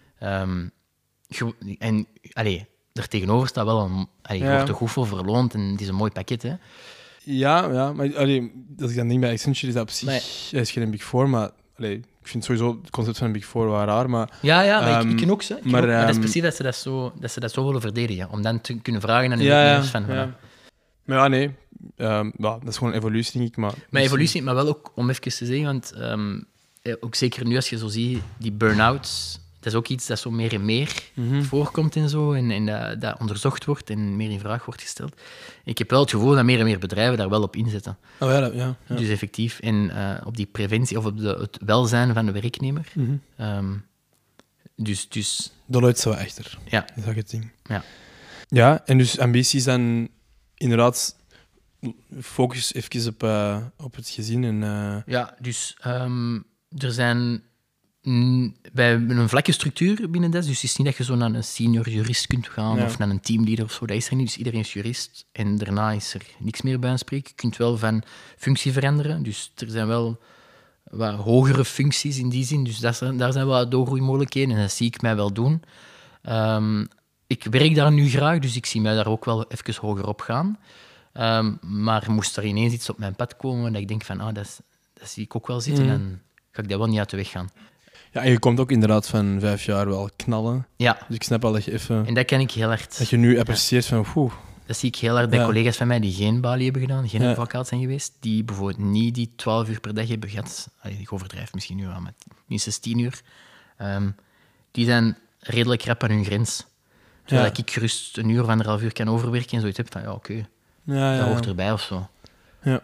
Er tegenover staat wel je wordt er goed voor verloond en het is een mooi pakket, hè? Ja, maar als ik dan denk bij Accenture, is dat op zich is geen Big Four, maar ik vind sowieso het concept van een Big Four wel raar, maar... maar ik ken ook ze. Maar dat is precies dat ze dat zo willen verdedigen, om dan te kunnen vragen aan de werknemers van... Maar dat is gewoon evolutie, denk ik. Maar evolutie, maar wel ook, om even te zeggen, want ook zeker nu als je zo ziet, die burn-outs... Dat is ook iets dat zo meer en meer voorkomt en zo, en dat onderzocht wordt en meer in vraag wordt gesteld. Ik heb wel het gevoel dat meer en meer bedrijven daar wel op inzetten. Oh ja. Dus effectief. En op die preventie of op het welzijn van de werknemer. Mm-hmm. Dus... Deloitte zou echter. Ja. Dat is ook het ding. Ja, en dus ambities dan inderdaad... Focus even op het gezin en... Ja, dus er zijn... Wij hebben een vlakke structuur binnen DES, dus het is niet dat je zo naar een senior jurist kunt gaan of naar een teamleader of zo. Dat is er niet, dus iedereen is jurist en daarna is er niks meer bij spreken. Je kunt wel van functie veranderen, dus er zijn wel wat hogere functies in die zin, dus daar zijn wel doorgroeimogelijkheden en dat zie ik mij wel doen. Ik werk daar nu graag, dus ik zie mij daar ook wel even hoger op gaan. Maar moest er ineens iets op mijn pad komen dat ik denk van, dat zie ik ook wel zitten, dan ga ik dat wel niet uit de weg gaan. Ja, en je komt ook inderdaad van 5 jaar wel knallen. Ja. Dus ik snap al dat je even... En dat ken ik heel hard. Dat je nu apprecieert van... Dat zie ik heel hard bij collega's van mij die geen balie hebben gedaan, geen advocaat zijn geweest, die bijvoorbeeld niet die 12 uur per dag hebben gehad. Ik overdrijf misschien nu wel, met minstens 10 uur. Die zijn redelijk rap aan hun grens. Zodat ik gerust 1 uur of 1,5 uur kan overwerken en zoiets heb van, oké. Dat hoort erbij of zo. Ja.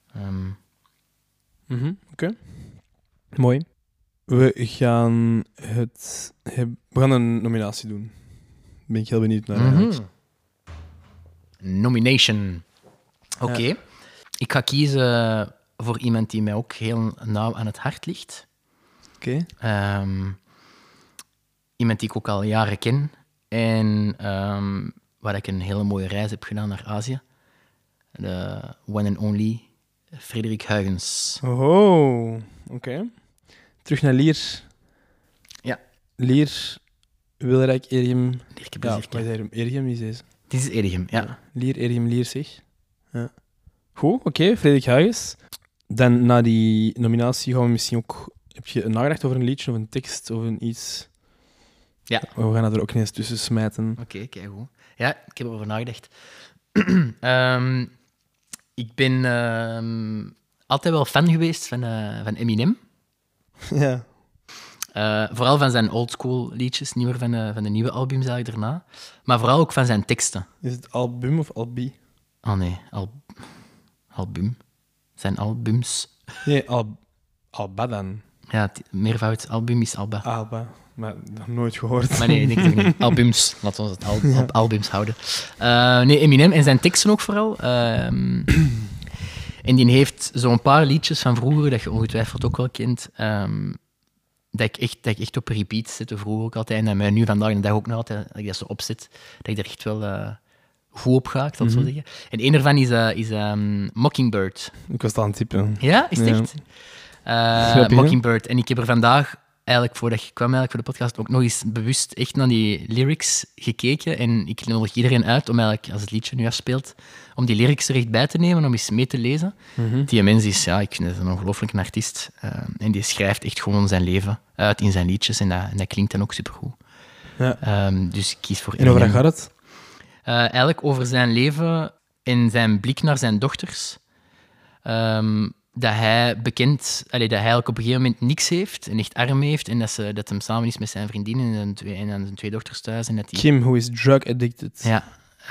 Oké. Mooi. We gaan een nominatie doen. Daar ben ik heel benieuwd naar. Nomination. Oké. Ik ga kiezen voor iemand die mij ook heel nauw aan het hart ligt. Oké. Iemand die ik ook al jaren ken. En waar ik een hele mooie reis heb gedaan naar Azië. De one and only Frederik Huygens. Oh, oké. Terug naar Lier. Ja. Lier, Wilrijk, Erium... Lierke Ja, Bezirke. wat is Erium? Erium is deze. Dit is Erichem, ja. Lier, Erium, Lier, zeg. Ja. Goed, oké, Frederik Huygens. Dan na die nominatie gaan we misschien ook... Heb je nagedacht over een liedje of een tekst of een iets? Ja. We gaan dat er ook ineens tussen smijten. Oké, kijk goed. Ja, ik heb erover nagedacht. Ik ben altijd wel fan geweest van Eminem. Ja. Vooral van zijn oldschool liedjes, niet meer van de nieuwe albums eigenlijk daarna. Maar vooral ook van zijn teksten. Is het album of albi? Oh nee, album. Zijn albums. Nee, Alba dan. Ja, het meervoud album is Alba. Alba. Maar nog nooit gehoord. Maar nee, ik niet. Albums. Laten we het op albums houden. Nee, Eminem en zijn teksten ook vooral. En die heeft zo'n paar liedjes van vroeger, dat je ongetwijfeld ook wel kent, dat ik echt op repeat zette vroeger ook altijd. En mij nu vandaag de dag ook nog altijd, dat ik dat zo opzet, dat ik er echt wel goed op ga, ik zal het zo zeggen. En een ervan is Mockingbird. Ik was het aan het typen. Ja, is het Ja. echt? Grappig, hè? Mockingbird. En ik heb er vandaag, eigenlijk voordat je kwam voor de podcast, ook nog eens bewust echt naar die lyrics gekeken. En ik nodig iedereen uit om eigenlijk, als het liedje nu afspeelt, om die lyrics er echt bij te nemen, om eens mee te lezen. Die mens is, ja, ik vind het een ongelooflijke artiest. En die schrijft echt gewoon zijn leven uit in zijn liedjes. En dat klinkt dan ook supergoed. Ja. Dus ik kies voor En over wat Eminem. gaat het? Eigenlijk over zijn leven en zijn blik naar zijn dochters. Dat hij eigenlijk op een gegeven moment niks heeft en echt arm heeft. En dat hem samen is met zijn vriendin en zijn twee dochters thuis. En dat die, Kim, who is drug addicted. ja.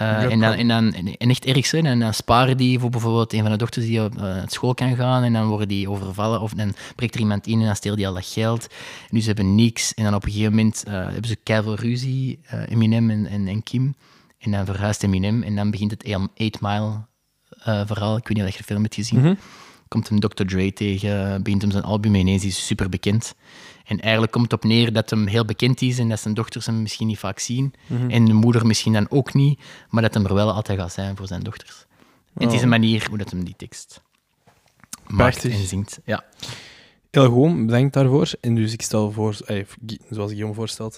En echt erg zijn. En dan sparen die voor bijvoorbeeld een van de dochters die op school kan gaan. En dan worden die overvallen. Of dan breekt er iemand in en dan steelt die al dat geld. En dus ze hebben niks. En dan op een gegeven moment hebben ze keiveel ruzie, Eminem en Kim. En dan verhuist Eminem. En dan begint het 8 Mile verhaal. Ik weet niet of je de film hebt gezien. Komt hem Dr. Dre tegen, begint hem zijn album en ineens is hij super bekend. En eigenlijk komt het op neer dat hem heel bekend is en dat zijn dochters hem misschien niet vaak zien. En de moeder misschien dan ook niet, maar dat hem er wel altijd gaat zijn voor zijn dochters. En het is een manier hoe dat hem die tekst maakt Prachtig. en zingt. Ja. Heel goed, bedankt daarvoor. En dus ik stel voor, zoals Guillaume voorstelt,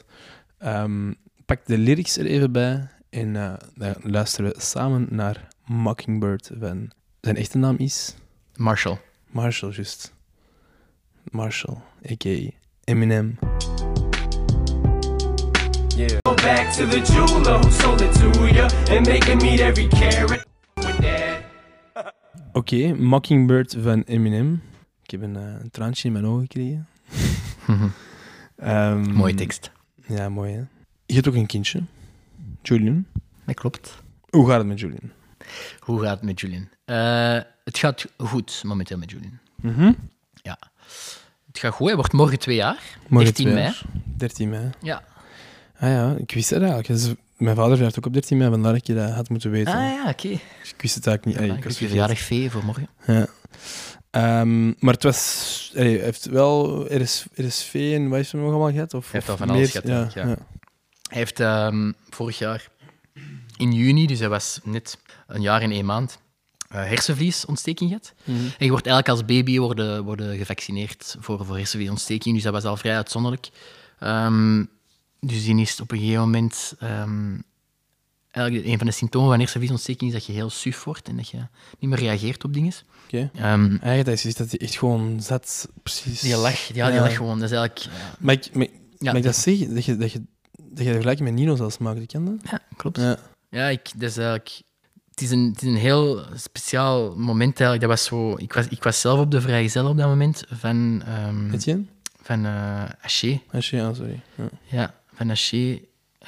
pak de lyrics er even bij en dan luisteren we samen naar Mockingbird van... Zijn echte naam is... Marshall. Marshall, juist. Marshall, a.k.a. Eminem. Yeah. Go back to the jeweler who sold it to you and make him eat every carrot with that. Oké, Mockingbird van Eminem. Ik heb een traantje in mijn ogen gekregen. Mooie tekst. Ja, mooi hè. Je hebt ook een kindje, Julian. Dat klopt. Hoe gaat het met Julian? Hoe gaat het met Julian? Het gaat goed momenteel met Julian. Ja. Het gaat goed, hij wordt morgen 2 jaar. Morgen 13 2 mei. jaar. 13 mei. Ja. Ah ja, ik wist het eigenlijk. Dus mijn vader verjaart ook op 13 mei, vandaar dat je dat had moeten weten. Ah ja, oké. Dus ik wist het eigenlijk niet. Ja, Ik ik was heb je verjaardag vee voor morgen. Ja. Maar het was... Hij heeft wel RSV en wat heeft hij nog allemaal gehad? Of, Hij heeft of al van alles meer? gehad, ja. Hij heeft vorig jaar in juni, dus hij was net een jaar en 1 maand, hersenvliesontsteking gehad. En je wordt eigenlijk als baby worden gevaccineerd voor hersenvliesontsteking, dus dat was al vrij uitzonderlijk. Dus die is op een gegeven moment... eigenlijk een van de symptomen van hersenvliesontsteking is dat je heel suf wordt en dat je niet meer reageert op dingen. Oké. Eigenlijk is het dat hij echt gewoon zat, precies... Die lach gewoon. Dat is eigenlijk... Mag ik dat zeggen? Dat je de vergelijking met Nino zelfs maakt, ken dat? Ja, klopt. Ja. Ja, dat is eigenlijk... Het is een heel speciaal moment eigenlijk. Dat was zo... Ik was zelf op de vrijgezel op dat moment van... Etienne? Van Haché. Haché, sorry. Ja. Ja, van Haché.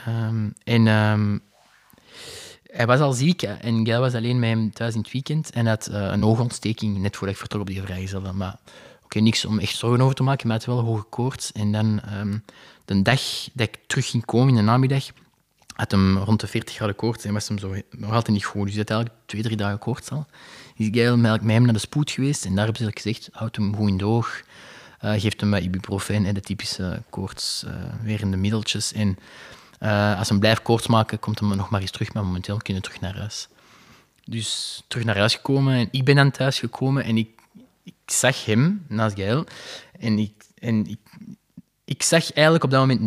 Hij was al ziek en Gail was alleen met hem thuis in het weekend en had een oogontsteking net voordat ik vertrok op die vrijgezel. Maar oké, niks om echt zorgen over te maken, maar hij had wel hoge koorts. En dan de dag dat ik terug ging komen in de namiddag, had hem rond de 40 graden koorts en was hem zo nog altijd niet goed. Dus hij had eigenlijk 2-3 dagen koorts al. Is Gail met hem naar de spoed geweest en daar hebben ze gezegd, houd hem goed in de oog, geeft hem ibuprofen en de typische koortswerende middeltjes. En als hij blijft koorts maken, komt hij nog maar eens terug, maar momenteel kunnen we terug naar huis. Dus terug naar huis gekomen en ik ben dan thuis gekomen en ik zag hem naast Gaël en ik zag eigenlijk op dat moment Nino.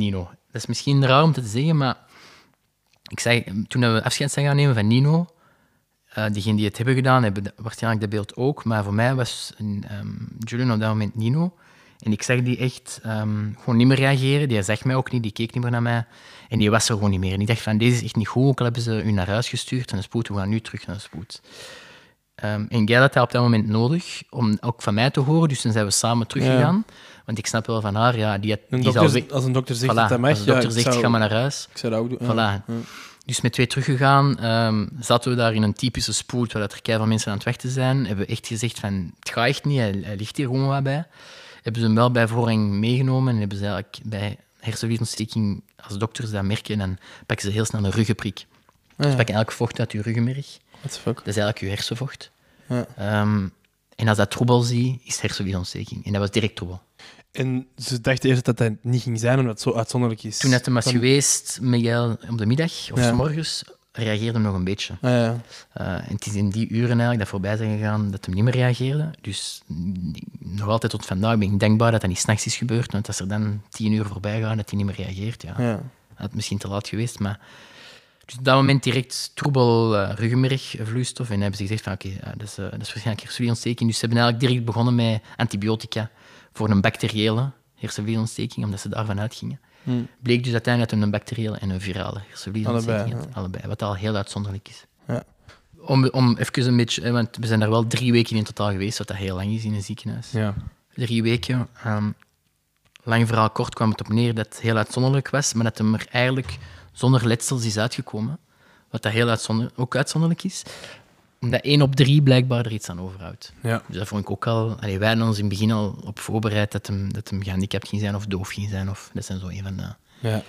dat is misschien raar om te zeggen, maar ik zei, toen we afscheid zijn gaan nemen van Nino, diegenen die het hebben gedaan, hebben waarschijnlijk dat beeld ook, maar voor mij was Julian op dat moment Nino. En ik zag die echt gewoon niet meer reageren. Die zag mij ook niet, die keek niet meer naar mij. En die was er gewoon niet meer. En ik dacht van, deze is echt niet goed, ook al hebben ze u naar huis gestuurd. En de spoed, we gaan nu terug naar de spoed. En Gail had dat op dat moment nodig, om ook van mij te horen. Dus toen zijn we samen teruggegaan. Ja. Want ik snap wel van haar, ja, als een dokter zegt voilà, dat dat mag, als de dokter zegt, ga maar naar huis. Ik zou dat ook doen. Voilà. Ja. Dus met 2 teruggegaan, zaten we daar in een typische spoed, waar er keiveel mensen aan het wachten zijn. Hebben we echt gezegd van, het gaat echt niet, hij ligt hier gewoon wat bij. Hebben ze hem wel bij voorrang meegenomen en hebben ze eigenlijk bij hersenvliesontsteking, als dokters dat merken, dan pakken ze heel snel een ruggenprik. Dus pakken eigenlijk vocht uit je ruggenmerg. What the fuck? Dat is eigenlijk je hersenvocht. Ja. En als dat troebel zie, is het hersenvliesontsteking. En dat was direct troebel. En ze dachten eerst dat dat niet ging zijn, omdat het zo uitzonderlijk is. Toen het hem was geweest, Miguel, om de middag of 's morgens, reageerde hem nog een beetje. En het is in die uren eigenlijk dat voorbij zijn gegaan dat hem niet meer reageerde. Dus nog altijd tot vandaag ben ik dankbaar dat dat niet 's nachts is gebeurd. Want als er dan 10 uur voorbij gaan dat hij niet meer reageert, had het misschien te laat geweest. Maar dus op dat moment direct troebel ruggenmergvloeistof. En dan hebben ze gezegd van oké, dat is waarschijnlijk hersenvliesontsteking. Dus ze hebben eigenlijk direct begonnen met antibiotica voor een bacteriële hersenvliesontsteking, omdat ze daarvan uitgingen. Bleek dus uiteindelijk dat het een bacteriële en een virale hersenvliesontsteking had. Allebei, wat al heel uitzonderlijk is. Ja. Om even een beetje... Want we zijn daar wel 3 weken in totaal geweest, wat dat heel lang is in een ziekenhuis. Ja. 3 weken. Lang verhaal kort kwam het op neer dat het heel uitzonderlijk was, maar dat hem er eigenlijk zonder letsels is uitgekomen. Wat dat heel ook uitzonderlijk is. Omdat 1 op 3 blijkbaar er iets aan overhoudt. Ja. Dus dat vond ik ook al... wij hadden ons in het begin al op voorbereid dat hem gehandicapt ging zijn of doof ging zijn. Dat zijn zo een van de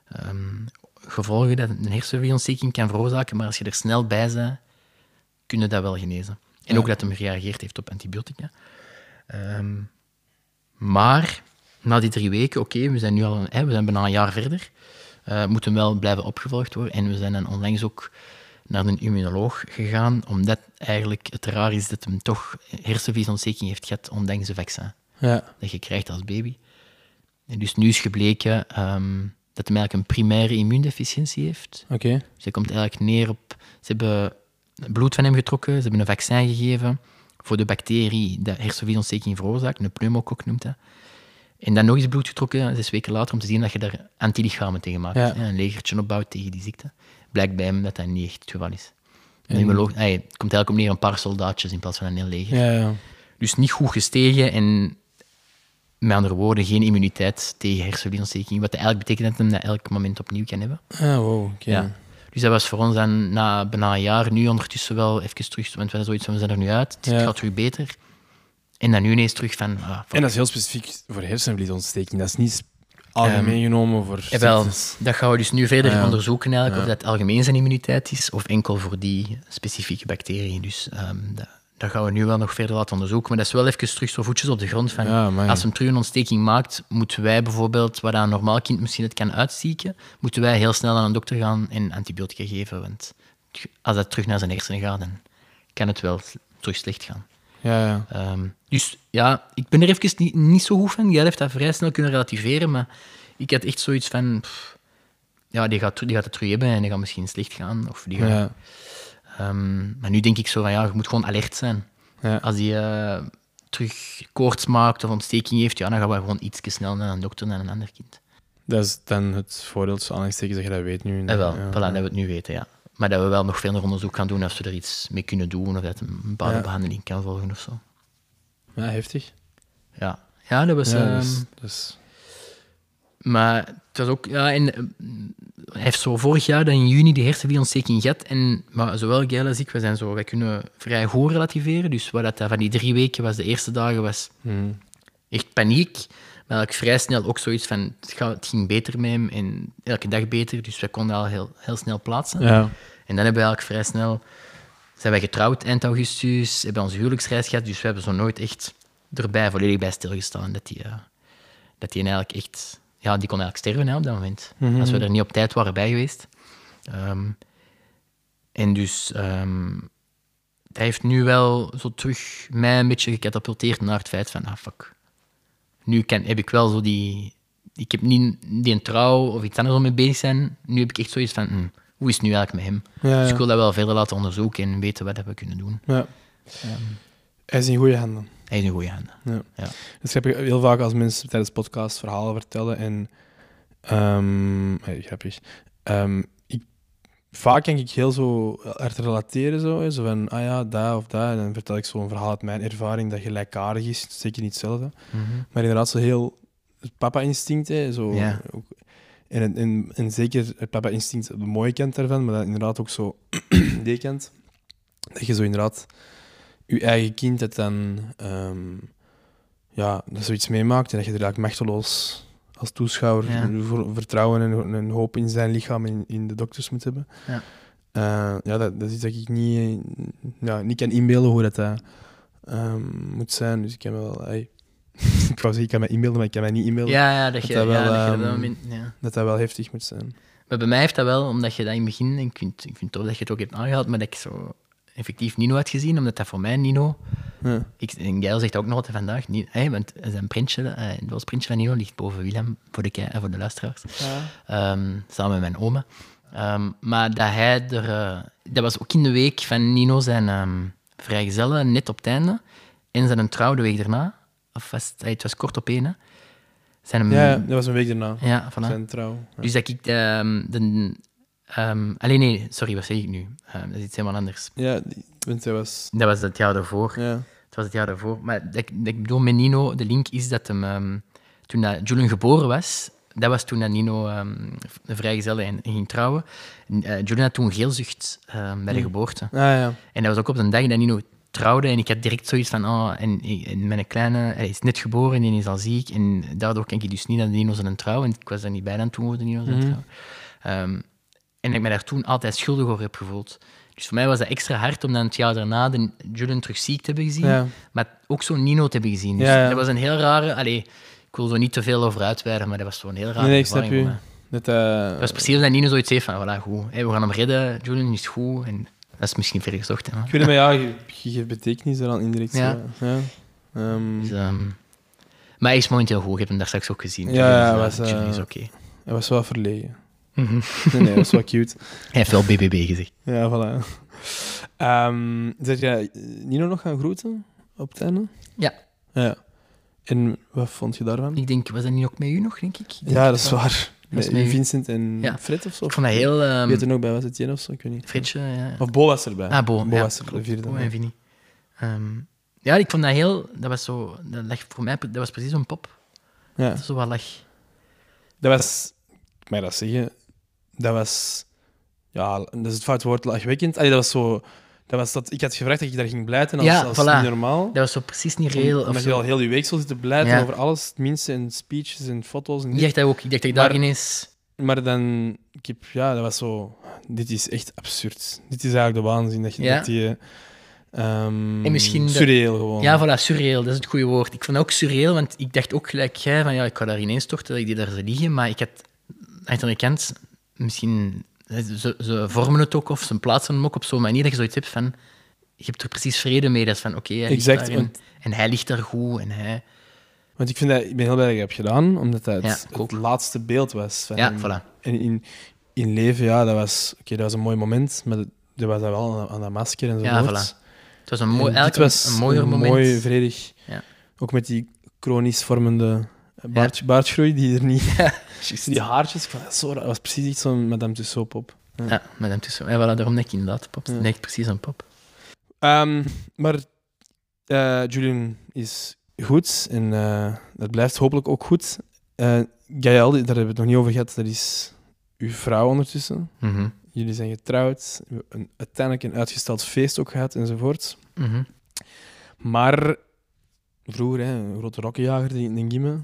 gevolgen dat een hersenvliesontsteking kan veroorzaken. Maar als je er snel bij bent, kun je dat wel genezen. En ook dat hem gereageerd heeft op antibiotica. Maar na die 3 weken, we zijn nu al we zijn bijna een jaar verder, moet hem wel blijven opgevolgd worden. En we zijn dan onlangs ook naar een immunoloog gegaan, omdat eigenlijk het raar is dat hem toch hersenvliesontsteking heeft gehad, ondanks de vaccin dat je krijgt als baby. En dus nu is gebleken dat hij eigenlijk een primaire immuundeficiëntie heeft. Okay. Dus hij komt eigenlijk neer op... Ze hebben bloed van hem getrokken, ze hebben een vaccin gegeven voor de bacterie die hersenvliesontsteking veroorzaakt, een pneumokok noemt dat. En dan nog eens bloed getrokken, 6 weken later, om te zien dat je daar antilichamen tegen maakt. Ja. Een legertje opbouwt tegen die ziekte. Blijkt bij hem dat dat niet echt het geval is. Het komt eigenlijk op neer een paar soldaatjes in plaats van een heel leger. Ja. Dus niet goed gestegen en met andere woorden geen immuniteit tegen hersenvliesontsteking. Wat eigenlijk betekent dat hij dat elk moment opnieuw kan hebben. Okay. Ja. Dus dat was voor ons dan bijna een jaar nu ondertussen wel even terug. Want we hadden zoiets van, we zijn er nu uit, het gaat terug beter. En dan nu ineens terug van... en dat is heel specifiek voor hersenvliesontsteking. Dat is niet algemeen genomen voor... Wel, dat gaan we dus nu verder onderzoeken eigenlijk, of dat algemeen zijn immuniteit is, of enkel voor die specifieke bacteriën. Dus dat gaan we nu wel nog verder laten onderzoeken. Maar dat is wel even terug zo voetjes op de grond van... als hem terug een ontsteking maakt, moeten wij bijvoorbeeld, wat een normaal kind misschien het kan uitzieken, moeten wij heel snel naar een dokter gaan en antibiotica geven. Want als dat terug naar zijn hersenen gaat, dan kan het wel terug slecht gaan. Dus ik ben er even niet zo goed van. Jij heeft dat vrij snel kunnen relativeren, maar ik had echt zoiets van... die gaat het terug hebben en die gaat misschien slecht gaan. Of die gaat, maar nu denk ik zo van, je moet gewoon alert zijn. Ja. Als hij terug koorts maakt of ontsteking heeft, dan gaan we gewoon iets snel naar een dokter, naar een ander kind. Dat is dan het voordeel tussen aanhalingstekens dat je dat weet nu. Voilà, dat we het nu weten, ja. Maar dat we wel nog verder onderzoek gaan doen of we er iets mee kunnen doen of dat een bepaalde behandeling kan volgen of zo. Ja, heftig. Ja, dat was... dus... Maar het was ook... Ja, en hij heeft zo vorig jaar dan in juni die hersenvliesontsteking gehad. Maar zowel Gail als ik, wij kunnen vrij goed relativeren. Dus wat dat van die 3 weken was, de eerste dagen was echt paniek. Maar eigenlijk vrij snel ook zoiets van... Het ging beter met hem en elke dag beter. Dus wij konden al heel snel plaatsen. Ja. En dan hebben we eigenlijk vrij snel... Zijn wij getrouwd eind augustus, hebben onze huwelijksreis gehad. Dus we hebben zo nooit echt erbij volledig bij stilgestaan. Dat die eigenlijk echt... Ja, die kon eigenlijk sterven op dat moment. Mm-hmm. Als we er niet op tijd waren bij geweest. En dus... dat heeft nu wel zo terug mij een beetje gecatapulteerd naar het feit van... fuck. Nu heb ik wel zo die ik heb niet die een trouw of iets anders om mee bezig zijn. Nu heb ik echt zoiets van, hoe is het nu eigenlijk met hem? Ja, Dus ja. ik wil dat wel verder laten onderzoeken en weten wat we kunnen doen. Ja. Hij is in goede handen. Hij is in goede handen. Ja. Dus ik heb heel vaak als mensen tijdens podcast verhalen vertellen en... grappig. Vaak kan ik heel zo hard relateren, zo van, dat of dat. En dan vertel ik zo'n verhaal uit mijn ervaring dat gelijkaardig is. Zeker niet hetzelfde. Maar inderdaad, zo heel het papa-instinct. Hè, zo, Ja. ook, en zeker het papa-instinct, de mooie kant daarvan, maar dan inderdaad ook zo die kant. Dat je zo inderdaad je eigen kind dat dan dat zoiets meemaakt en dat je er eigenlijk machteloos als toeschouwer vertrouwen en hoop in zijn lichaam en in de dokters moet hebben. Ja. Dat is iets dat ik niet kan inbeelden hoe dat moet zijn. Dus ik kan wel... ik wou zeggen, ik kan mij inbeelden, maar ik kan mij niet inbeelden dat dat wel heftig moet zijn. Maar bij mij heeft dat wel, omdat je dat in het begin, en ik vind het tof dat je het ook hebt aangehaald, maar dat ik zo effectief Nino had gezien, omdat dat voor mij Nino... Ja. En Gail zegt ook nog altijd vandaag, want zijn printje, het was printje van Nino ligt boven Willem, voor de luisteraars, samen met mijn oma. Maar dat hij dat was ook in de week van Nino zijn vrijgezellen, net op het einde, en zijn trouw de week daarna, of het was kort op één, hè. Dat was een week daarna. Ja, voilà. Zijn trouw. Ja. Dus dat ik sorry, wat zeg ik nu? Dat is iets helemaal anders. Ja, want hij was... Dat was het jaar daarvoor. Ja. Het was het jaar daarvoor. Maar dat ik bedoel met Nino, de link is dat hem, toen dat Julian geboren was, dat was toen dat Nino de vrijgezelle en ging trouwen. Julian had toen geelzucht bij de geboorte. Ja. En dat was ook op de dag dat Nino trouwde en ik had direct zoiets van, en mijn kleine, hij is net geboren en hij is al ziek en daardoor kan ik dus niet naar Nino zijn trouw, en ik was er niet bij dan toen, de Nino zijn trouw. En ik me daar toen altijd schuldig over heb gevoeld. Dus voor mij was dat extra hard om dan het jaar daarna de Julian terug ziek te hebben gezien, maar ook zo'n Nino te hebben gezien. Dus dat was een heel rare... ik wil zo niet te veel over uitweiden, maar dat was zo'n heel rare ervaring voor mij. Dat was precies dat Nino zoiets heeft van, voilà, goed, we gaan hem redden, Julian is goed, en dat is misschien ver gezocht. Hè, ik weet het, maar je geeft betekenis eraan indirect. Ja. Dus, maar hij is momenteel goed, ik heb hem daar straks ook gezien. Julian is oké. Hij was wel verlegen. Nee, dat was wel cute. Hij heeft wel BBB gezegd. Ja, voilà. Zeg jij Nino nog gaan groeten op het einde? Ja. En wat vond je daarvan? Ik denk, was dat niet ook met u nog, denk ik? Ja, dat is waar. Met met Vincent en Fred of zo? Ik vond dat heel... Weet er nog bij, was het Jen of zo? Ik weet niet. Fredje, ja. Of Bo was erbij. Bo was er, de vierde. Bo en Vinnie. Ik vond dat heel... Dat was zo... Dat lag voor mij... Dat was precies zo'n pop. Ja. Dat is zo wat lag. Dat was... Ik mag dat zeggen. Dat was... Ja, dat is het fout woord, lachwekkend. Allee, dat was zo... Ik had gevraagd dat je daar ging blijten als voilà. niet normaal. Dat was zo precies niet reëel. Omdat je al heel je week zo zit te blijten over alles. Minsten en speeches en foto's. En ik dacht dat ook. Ik dacht dat ik daar ineens... Maar dan... dat was zo... Dit is echt absurd. Dit is eigenlijk de waanzin. Dat die... en misschien surreëel gewoon. Ja, voilà, surreëel. Dat is het goede woord. Ik vond dat ook surreëel, want ik dacht ook gelijk jij van ik ga daar ineens torten, dat ik die daar zou liggen. Maar ik had aan de andere kant misschien... Ze vormen het ook, of ze plaatsen hem ook op zo'n manier dat je zoiets hebt van... Je hebt er precies vrede mee. Dat is van, oké, hij ligt daar en hij ligt daar goed en hij... Want ik ben heel blij dat je hebt gedaan, omdat dat het laatste beeld was. Van hem. Voilà. En in leven, dat was een mooi moment, maar er was dat wel aan dat masker en zo. Ja, voilà. Het was een mooier moment. Mooi, vredig. Ja. Ook met die chronisch vormende baardgroei die er niet... Die haartjes, dat was precies iets zo'n Madame Tussauds-pop. Ja, Madame Tussauds. Ja, voilà, daarom denk ik inderdaad pop. Dan denk ik precies aan pop. Maar Julian is goed en dat blijft hopelijk ook goed. Gaël, daar hebben we het nog niet over gehad, dat is uw vrouw ondertussen. Mm-hmm. Jullie zijn getrouwd, uiteindelijk een uitgesteld feest ook gehad enzovoort. Mm-hmm. Maar vroeger, een grote rokkenjager, die Gimme.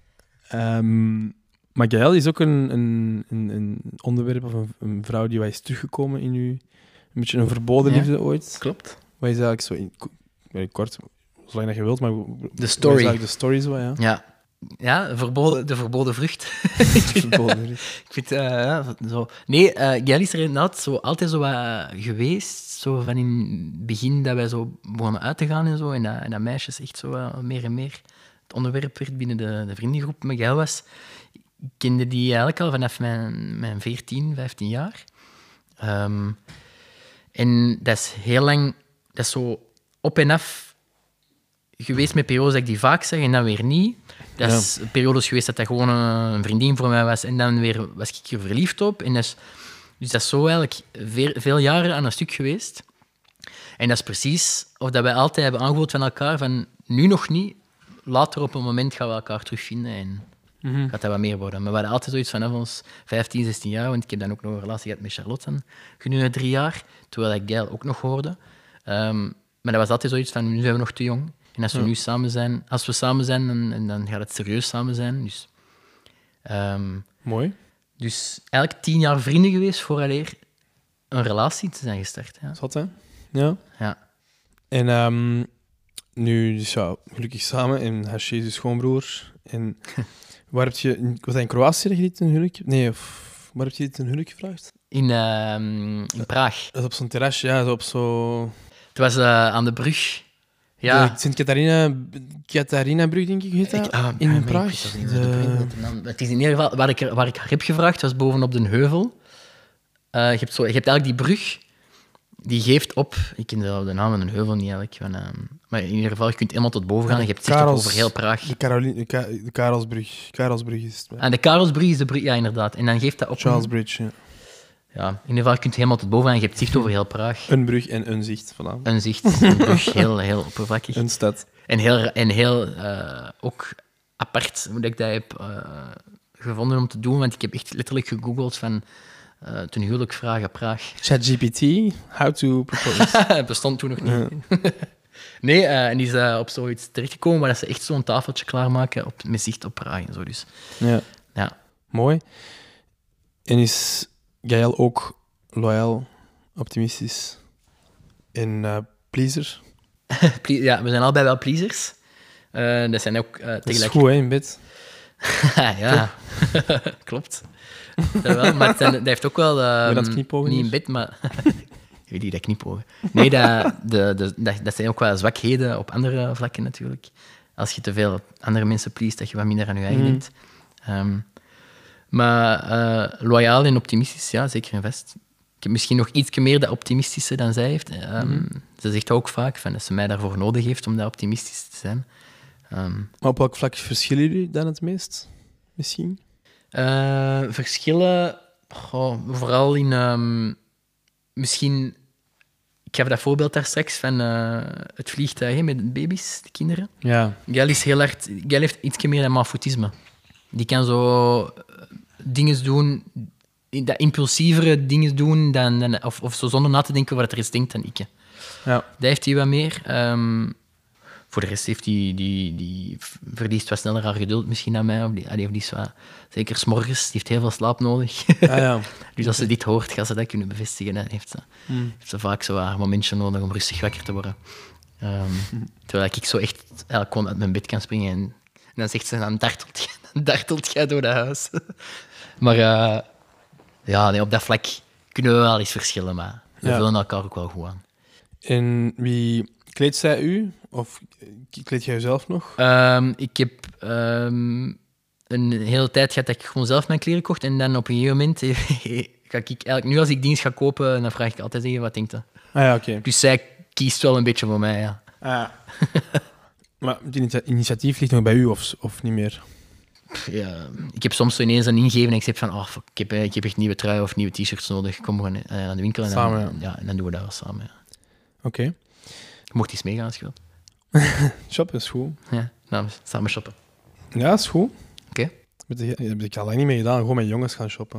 Maar Gaël is ook een onderwerp of een vrouw die is teruggekomen in u. Een beetje een verboden liefde ooit. Klopt. Wat is eigenlijk zo in kort, zolang dat je wilt, maar de story. Wat is eigenlijk de story zo, ja? Ja, de verboden vrucht. Verboden vrucht. Ik vind zo. Nee, Gaël is er inderdaad zo altijd zo wat geweest. Zo van in het begin dat wij zo begonnen uit te gaan en zo. En dat meisjes echt zo meer en meer het onderwerp werd binnen de vriendengroep. Maar Gaël was... kende die eigenlijk al vanaf mijn 14, 15 jaar. En dat is heel lang... Dat is zo op en af geweest met periodes dat ik die vaak zeg en dan weer niet. Dat is periodes geweest dat gewoon een vriendin voor mij was en dan weer was ik er verliefd op. En dus dat is zo eigenlijk veel jaren aan een stuk geweest. En dat is precies of dat wij altijd hebben aangevoeld van elkaar, van nu nog niet, later op een moment gaan we elkaar terugvinden en gaat dat wat meer worden. Maar we hadden altijd zoiets vanaf ons 15, 16 jaar, want ik heb dan ook nog een relatie gehad met Charlotte dan, gedurende 3 jaar, terwijl ik Gail ook nog hoorde. Maar dat was altijd zoiets van, nu zijn we nog te jong. En als we nu samen zijn, dan gaat het serieus samen zijn. Dus, Mooi. dus eigenlijk 10 jaar vrienden geweest vooraleer een relatie te zijn gestart. Ja. Zat, hè? Ja. Ja. En nu, dus ja, gelukkig samen. En Haché is je schoonbroer. En waar heb je... Was dat in Kroatië dat je dit een huwelijk... Nee, of waar heb je dit een huwelijk gevraagd? In Praag. Dat is op zo'n terrasje, ja. Zo op zo... Het was aan de brug. Ja. De Sint-Catharina-brug, denk ik, heet dat? In Praag. Het is in ieder geval... Waar ik haar heb gevraagd, was bovenop de heuvel. Je hebt eigenlijk die brug... Die geeft op... Ik ken de naam van een heuvel niet eigenlijk. Maar in ieder geval, je kunt helemaal tot boven gaan. En je hebt zicht op over heel Praag. De Karelsbrug. Karelsbrug is het. En de Karelsbrug is de brug, ja, inderdaad. En dan geeft dat op... Charles Bridge, ja. Ja, in ieder geval, je kunt helemaal tot boven gaan. Je hebt zicht over heel Praag. Een brug en een zicht, voilà. Een zicht, een brug, heel oppervlakkig. Een stad. En heel ook apart hoe ik dat heb gevonden om te doen. Want ik heb echt letterlijk gegoogeld van... ten huwelijk vragen Praag. ChatGPT, how to propose. Het bestond toen nog niet. Nee, en die is op zoiets terechtgekomen, maar dat ze echt zo'n tafeltje klaarmaken met zicht op Praag en zo. Dus. Ja. Mooi. En is Gaël ook loyaal, optimistisch en pleaser? Ja, we zijn allebei wel pleasers. Dat zijn ook Dat is goed, hè, in bed. Ja, klopt. Dat wel, maar dat heeft ook wel... dat knipogen niet in bed, maar... Ik weet niet, dat knipogen. Nee, dat zijn ook wel zwakheden op andere vlakken natuurlijk. Als je te veel andere mensen pleest, dat je wat minder aan je eigen denkt. Maar loyaal en optimistisch, ja, zeker en vast. Ik heb misschien nog iets meer dat optimistische dan zij heeft. Ze zegt ook vaak van, dat ze mij daarvoor nodig heeft om dat optimistisch te zijn. Maar op welk vlak verschillen jullie dan het meest? Misschien? Verschillen, vooral in... misschien... Ik gaf dat voorbeeld daar straks van het vliegtuig met de baby's, de kinderen. Ja. Gaël heeft iets meer dan mafoutisme. Die kan zo dingen doen, dat impulsievere dingen doen, of zo zonder na te denken wat er is denkt dan ik. Ja. Dat heeft hij wat meer. Voor de rest heeft die verliest wat sneller haar geduld misschien aan mij. Of die is wat, zeker 's morgens, die heeft heel veel slaap nodig. Ja. Dus als ze dit hoort, gaat ze dat kunnen bevestigen. Dan heeft ze vaak zo haar momentje nodig om rustig wakker te worden. Terwijl ik zo echt eigenlijk gewoon uit mijn bed kan springen. En dan zegt ze, dan dartelt jij door dat huis. Maar op dat vlak kunnen we wel eens verschillen. Maar we vullen elkaar ook wel goed aan. En wie kleedt zij u? Of kleed jij jezelf nog? Ik heb een hele tijd gehad dat ik gewoon zelf mijn kleren kocht. En dan op een gegeven moment ga ik eigenlijk... Nu als ik dienst ga kopen, dan vraag ik altijd tegen wat denkt je. Oké. Dus zij kiest wel een beetje voor mij, ja. Maar het initiatief ligt nog bij u of niet meer? Ja, ik heb soms zo ineens een ingeven en ik zeg van, ik heb echt nieuwe trui of nieuwe t-shirts nodig. Kom gewoon naar de winkel en samen, en dan doen we dat wel samen. Ja. Oké. Je mocht eens meegaan als je wilt. Shoppen is goed. Ja, samen shoppen. Ja, is goed. Oké. Dat heb ik al lang niet mee gedaan. Gewoon met jongens gaan shoppen.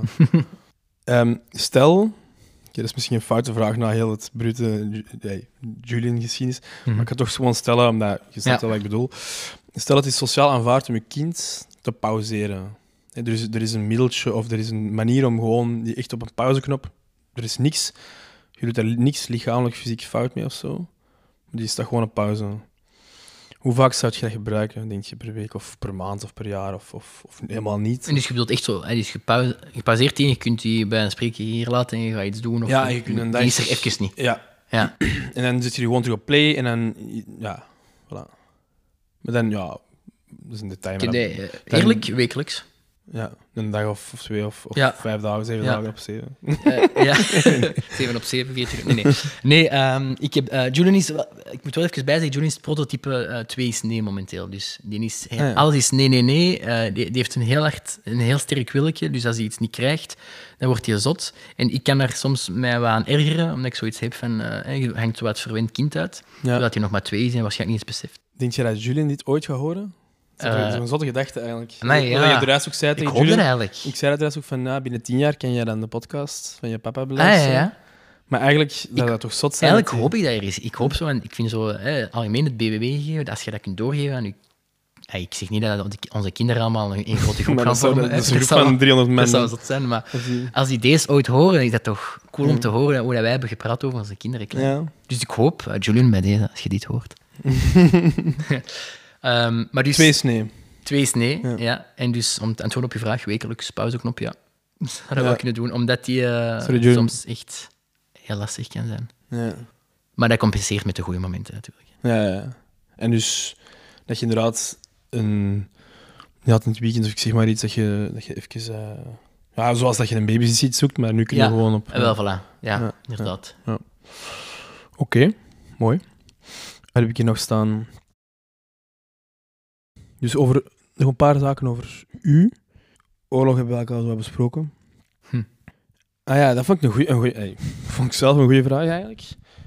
Stel... dat is misschien een foute vraag na heel het brute Julian-geschiedenis. Maar ik ga toch gewoon stellen, omdat je snapt wel wat ik bedoel. Stel dat het is sociaal aanvaard om je kind te pauzeren. Er is een middeltje of er is een manier om gewoon die echt op een pauzeknop... Er is niks... Je doet daar niks lichamelijk, fysiek fout mee of zo. Maar die staat gewoon op pauze. Hoe vaak zou je dat gebruiken, denk je, per week of per maand of per jaar of helemaal niet? En dus je bedoelt echt zo, dus je pauzeert die en je kunt die bij een spreker hier laten en je gaat iets doen? Of ja, je kunt een dag... Die is er even niet. Ja. En dan zit je gewoon terug op play en dan... Ja, voilà. Maar dan, ja... Dat is een detail. Eerlijk, wekelijks. Ja, een dag of 2 of Ja. 5 dagen, 7 Ja. dagen op 7. Ja, 7 op 7, 14. Nee, ik heb, Julian is... Ik moet wel even bijzeggen, Julian is prototype 2 is nee momenteel. Dus die is, ja. alles is nee. Die heeft een heel sterk willetje, dus als hij iets niet krijgt, dan wordt hij zot. En ik kan daar soms mij wat aan ergeren, omdat ik zoiets heb van... je hangt zo wat verwend kind uit, terwijl hij nog maar 2 is en waarschijnlijk niet eens beseft. Denk je dat Julian dit ooit gaat horen? Dat is een zotte gedachte eigenlijk. Nee, ja. Dat je eruit ook zei Ik tegen hoop dat Julian. eigenlijk. Ik zei dat eruit ook van, binnen 10 jaar kan jij dan de podcast van je papa beluisteren. Ja. Maar eigenlijk zou dat toch zot zijn? Eigenlijk hoop ik dat er is. Ik hoop zo, en ik vind zo algemeen het BBB gegeven, als je dat kunt doorgeven aan je... Ik zeg niet dat onze kinderen allemaal een grote groep Maar gaan dat zou- vormen. dat is een groep van 300 Dat man. zou zot zijn, maar als die deze ooit horen, is dat toch cool om te horen hoe dat wij hebben gepraat over onze kinderen. Ja. Dus ik hoop, Julian, bij deze, als je dit hoort. Maar dus 2 is nee. 2 is nee, ja. En dus om te antwoorden op je vraag, wekelijks pauzeknop, ja. Dat hadden we wel kunnen doen, omdat die Julian. soms echt heel lastig kan zijn. Ja. Maar dat compenseert met de goede momenten natuurlijk. Ja. En dus dat je inderdaad in het weekend of ik zeg maar iets, dat je even... zoals dat je een babysit zoekt, maar nu kun je Ja, gewoon op... En wel, voilà. Ja, Ja, inderdaad. Oké, mooi. Dan heb ik hier nog staan... Dus nog een paar zaken over u. Oorlog hebben we eigenlijk al zo besproken. Dat vond ik vond ik zelf een goede vraag eigenlijk.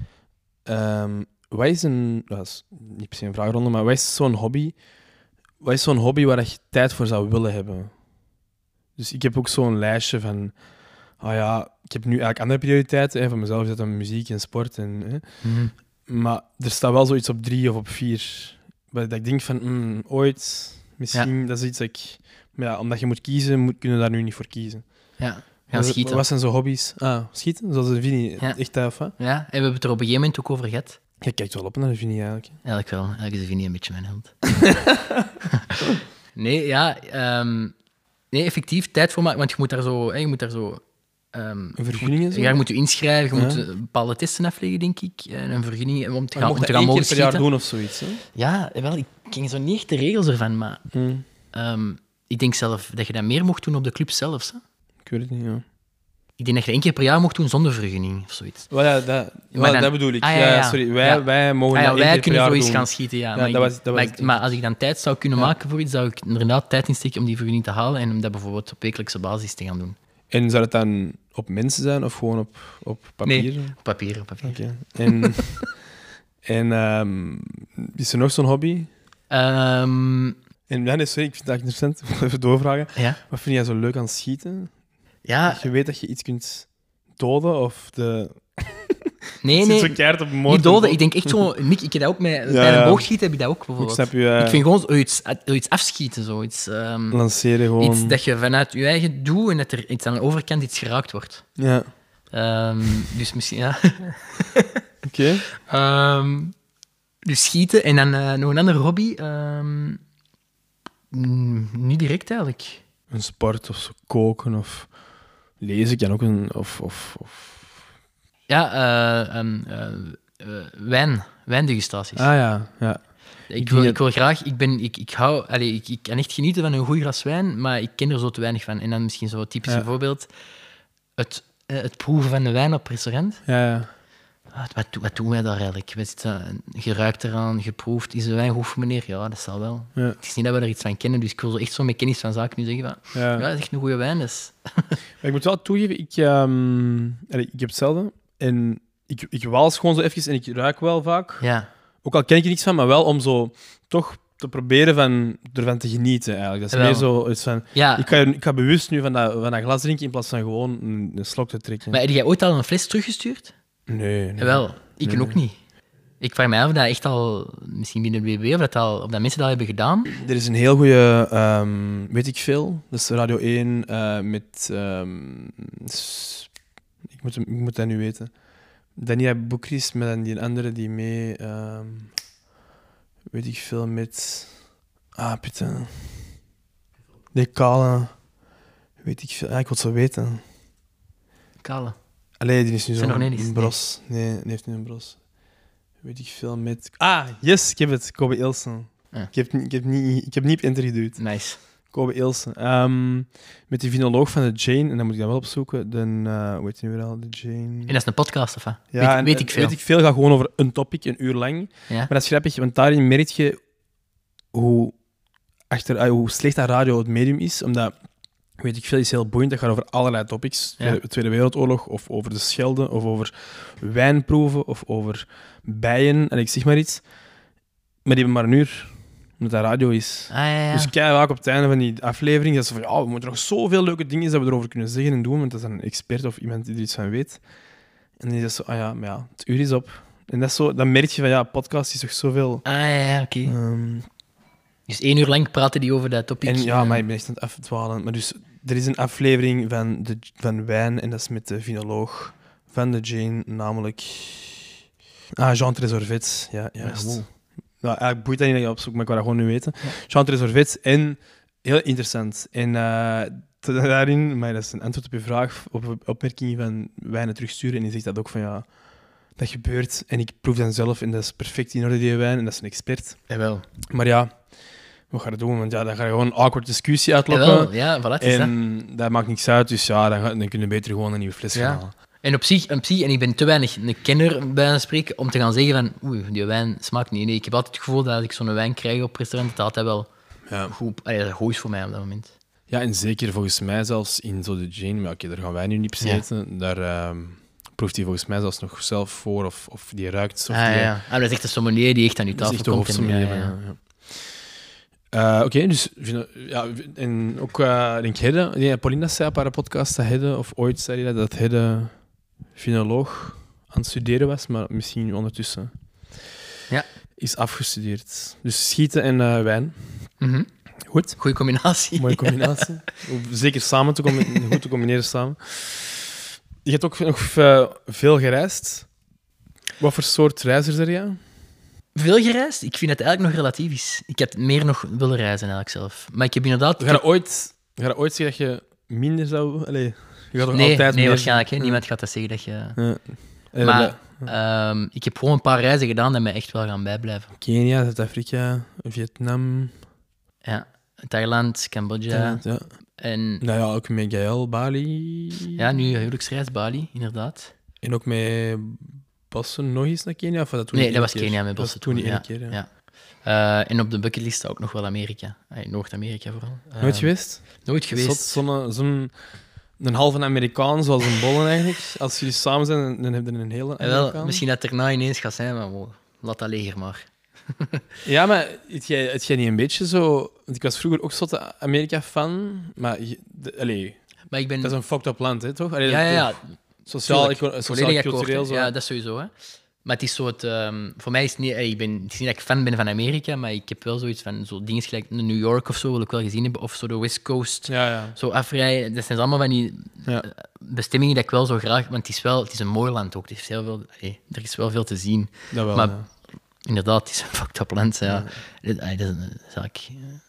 Wat is dat is niet per se een vraagronde, maar wat is zo'n hobby? Wat is zo'n hobby waar je tijd voor zou willen hebben? Dus ik heb ook zo'n lijstje van... ik heb nu eigenlijk andere prioriteiten. Van mezelf is dat dan muziek en sport. Maar er staat wel zoiets op 3 of op 4. Dat ik denk van, ooit, misschien, dat is iets dat ik... Maar omdat je moet kiezen, kunnen we daar nu niet voor kiezen. Ja, gaan schieten. Wat zijn zo hobby's? Schieten? Zoals de Vini. Ja. Echt af, hè? Ja, en we hebben het er op een gegeven moment ook over gehad. Je kijkt wel op naar de Vini eigenlijk. Eigenlijk wel. Eigenlijk is de Vinnie een beetje mijn held. Nee, ja... nee, effectief, tijd voor maken. Want je moet daar zo... Een vergunning en zo? Ja, je moet je inschrijven, je Ja. moet bepaalde testen afleggen, denk ik. En een vergunning om te Maar je gaan, mocht om dat te gaan 1 keer mogen per jaar schieten. doen of zoiets, hè? Ja, wel, ik ken zo niet echt de regels ervan, maar ik denk zelf dat je dat meer mocht doen op de club zelfs. Hè. Ik weet het niet, ja. Ik denk dat je 1 keer per jaar mocht doen zonder vergunning of zoiets. Wel, ja, dat bedoel ik. Sorry, wij mogen dat 1 wij keer per kunnen jaar zoiets doen. gaan schieten, ja. Ja, Maar, dat was maar, het ding. maar als ik dan tijd zou kunnen maken voor iets, zou ik inderdaad tijd insteken om die vergunning te halen en om dat bijvoorbeeld op wekelijkse basis te gaan doen. En zou het dan op mensen zijn of gewoon op papier? Nee, op papier. Oké. En is er nog zo'n hobby? En sorry, ik vind het eigenlijk interessant. Ik wil even doorvragen. Ja. Wat vind jij zo leuk aan schieten? Ja, Dat je weet dat je iets kunt doden of de... nee, Zit zo keihard op moord. niet doden. Ik denk echt zo... Nick, ik heb dat ook bij een boogschieten heb ik dat ook Ik bijvoorbeeld. snap je. Ik vind gewoon zoiets afschieten, zoiets... Lanceren gewoon. iets dat je vanuit je eigen doet en dat er iets aan de overkant iets geraakt wordt. Ja, Dus misschien, ja. oké. Dus schieten en dan nog een andere hobby. Niet direct eigenlijk. Een sport of zo, koken of lezen kan ook een... Of... Ja, wijndegustaties. ja. Ik wil graag... Ik kan echt genieten van een goed glas wijn, maar ik ken er zo te weinig van. En dan misschien zo'n typisch voorbeeld. Het proeven van de wijn op restaurant. Ja. Wat doen wij daar eigenlijk? We zitten, geruikt eraan, geproefd. Is de wijn goed voor meneer? Ja, dat zal wel. Ja. Het is niet dat we er iets van kennen, dus ik wil zo echt zo met kennis van zaken nu zeggen van... Ja, dat is echt een goede wijn. Dus. Maar ik moet wel toegeven, ik heb hetzelfde. En ik wals gewoon zo even en ik ruik wel vaak. Ja. Ook al ken ik er niks van, maar wel om zo toch te proberen ervan te genieten eigenlijk. Dat is Wel. meer zo iets van... Ja. Ik ga bewust nu van dat glas drinken in plaats van gewoon een slok te trekken. Maar heb jij ooit al een fles teruggestuurd? Nee. Wel, ik ook niet. Ik vraag mij af of dat echt al, misschien binnen de BB, of dat mensen dat hebben gedaan. Er is een heel goede, weet ik veel, dat is Radio 1 met... ik moet dat nu weten. Daniela Boekris met dan die andere die mee... weet ik veel, met... putain. Die kale... Weet ik veel. Ik wil het zo weten. Kale. Allee, die is nu Zijn zo'n nog niet eens, een bros. Nee, die heeft nu een bros. Weet ik veel met... Yes, ik heb het. Kobe Ilsen. Ja. Ik heb niet op enter geduwd. Nice. Kobe Ilse. Met die vinoloog van de Jane, en dan moet ik dat wel opzoeken. Hoe heet die nu weer al? De Jane. En dat is een podcast, of wat? Ja, weet ik veel. Weet ik veel, gaat gewoon over een topic, een uur lang. Ja? Maar dat is grappig, want daarin merk je hoe slecht dat radio het medium is. Omdat, weet ik veel, is heel boeiend. Dat gaat over allerlei topics. Ja. Tweede Wereldoorlog, of over de Schelde, of over wijnproeven, of over bijen, en ik zeg maar iets. Maar die hebben maar een uur, omdat dat radio is. Ja. Dus kei vaak op het einde van die aflevering, dat ze van, ja, we moeten nog zoveel leuke dingen dat we erover kunnen zeggen en doen, want dat is dan een expert of iemand die er iets van weet. En dan is dat zo, maar ja, het uur is op. En dat is zo, dan merk je van, ja, podcast is toch zoveel... Oké. Dus 1 uur lang praten die over dat topic. En ja, maar ik ben echt aan het afdwalen. Maar dus, er is een aflevering van wijn, en dat is met de vinoloog van de Jane, namelijk... Jean Tresorvet, ja, juist. wow. Nou, eigenlijk boeit dat niet dat je opzoekt, maar ik wou dat gewoon nu weten. Jean Tresorvet, en heel interessant. En daarin, maar dat is een antwoord op je vraag, op opmerkingen van wijnen terugsturen, en die zegt dat ook van, ja, dat gebeurt. En ik proef dan zelf, en dat is perfect in orde, die wijn, en dat is een expert. Jawel. Maar ja, wat ga je doen? Want ja, dan ga je gewoon een awkward discussie uitlokken. Jawel, ja, voilà, het is En dat maakt niks uit, dus ja, dan kun je beter gewoon een nieuwe fles gaan halen. En op zich, en ik ben te weinig een kenner bij spreken om te gaan zeggen van, oei, die wijn smaakt niet. Nee, ik heb altijd het gevoel dat als ik zo'n wijn krijg op restaurant, dat altijd wel goed is voor mij op dat moment. Ja, en zeker volgens mij zelfs in zo de Jane, maar oké, daar gaan wij nu niet per se eten. Daar proeft hij volgens mij zelfs nog zelf voor, of die ruikt. Of dat is echt een sommelier die echt aan uw dat is tafel echt de komt. hoofdsommelier. Oké, dus en ook, ik denk Hedde, Paulina zei op haar podcast dat Hedde, of ooit zei hij dat Hedde finoloog aan het studeren was, maar misschien ondertussen is afgestudeerd. Dus schieten en wijn. Mm-hmm. Goed. Goeie combinatie. Mooie combinatie. Zeker samen goed te combineren samen. Je hebt ook nog veel gereisd. Wat voor soort reiziger ben jij? Veel gereisd? Ik vind het eigenlijk nog relatief is. Ik had meer nog willen reizen eigenlijk zelf. Maar ik heb inderdaad... Ga je ooit zeggen dat je minder zou... Allee, je gaat toch altijd Nee, meer... waarschijnlijk. Hè. Niemand gaat dat zeggen dat je... Ja. Maar ik heb gewoon een paar reizen gedaan die mij echt wel gaan bijblijven. Kenia, Zuid-Afrika, Vietnam... Ja, Thailand, Cambodja. Ja. En... Nou ja, ook met Gaël, Bali... Ja, nu huwelijksreis, Bali, inderdaad. En ook met Bossen nog eens naar Kenia? Of was dat toen Nee, dat was Kenia met Bossen. toen niet één keer, ja. En op de bucketlist staat ook nog wel Amerika. Noord-Amerika vooral. Nooit geweest? Nooit geweest. Zo'n halve Amerikaan, zoals een bollen eigenlijk. Als jullie samen zijn, dan heb je een hele Amerikaan. Wel, misschien dat het erna ineens gaat zijn, maar wow, laat dat leger maar. Ja, maar het jij niet een beetje zo... Want ik was vroeger ook zo'n Amerika-fan, maar... Maar ik ben... Dat is een fucked up land, hè, toch? Ja. Sociaal, Volledig cultureel akkoord, zo. ja, dat is sowieso. Hè. Maar het is zo voor mij is het niet... Het is niet dat ik fan ben van Amerika, maar ik heb wel zoiets van... Zo dingen gelijk New York of zo wil ik wel gezien hebben. Of zo de West Coast. Ja. Zo afrijden. Dat zijn allemaal van die bestemmingen dat ik wel zo graag... Want het is een mooi land ook. Het is heel veel, er is wel veel te zien. Dat wel, maar inderdaad, het is een fucked up land. Ja. Dat is eigenlijk...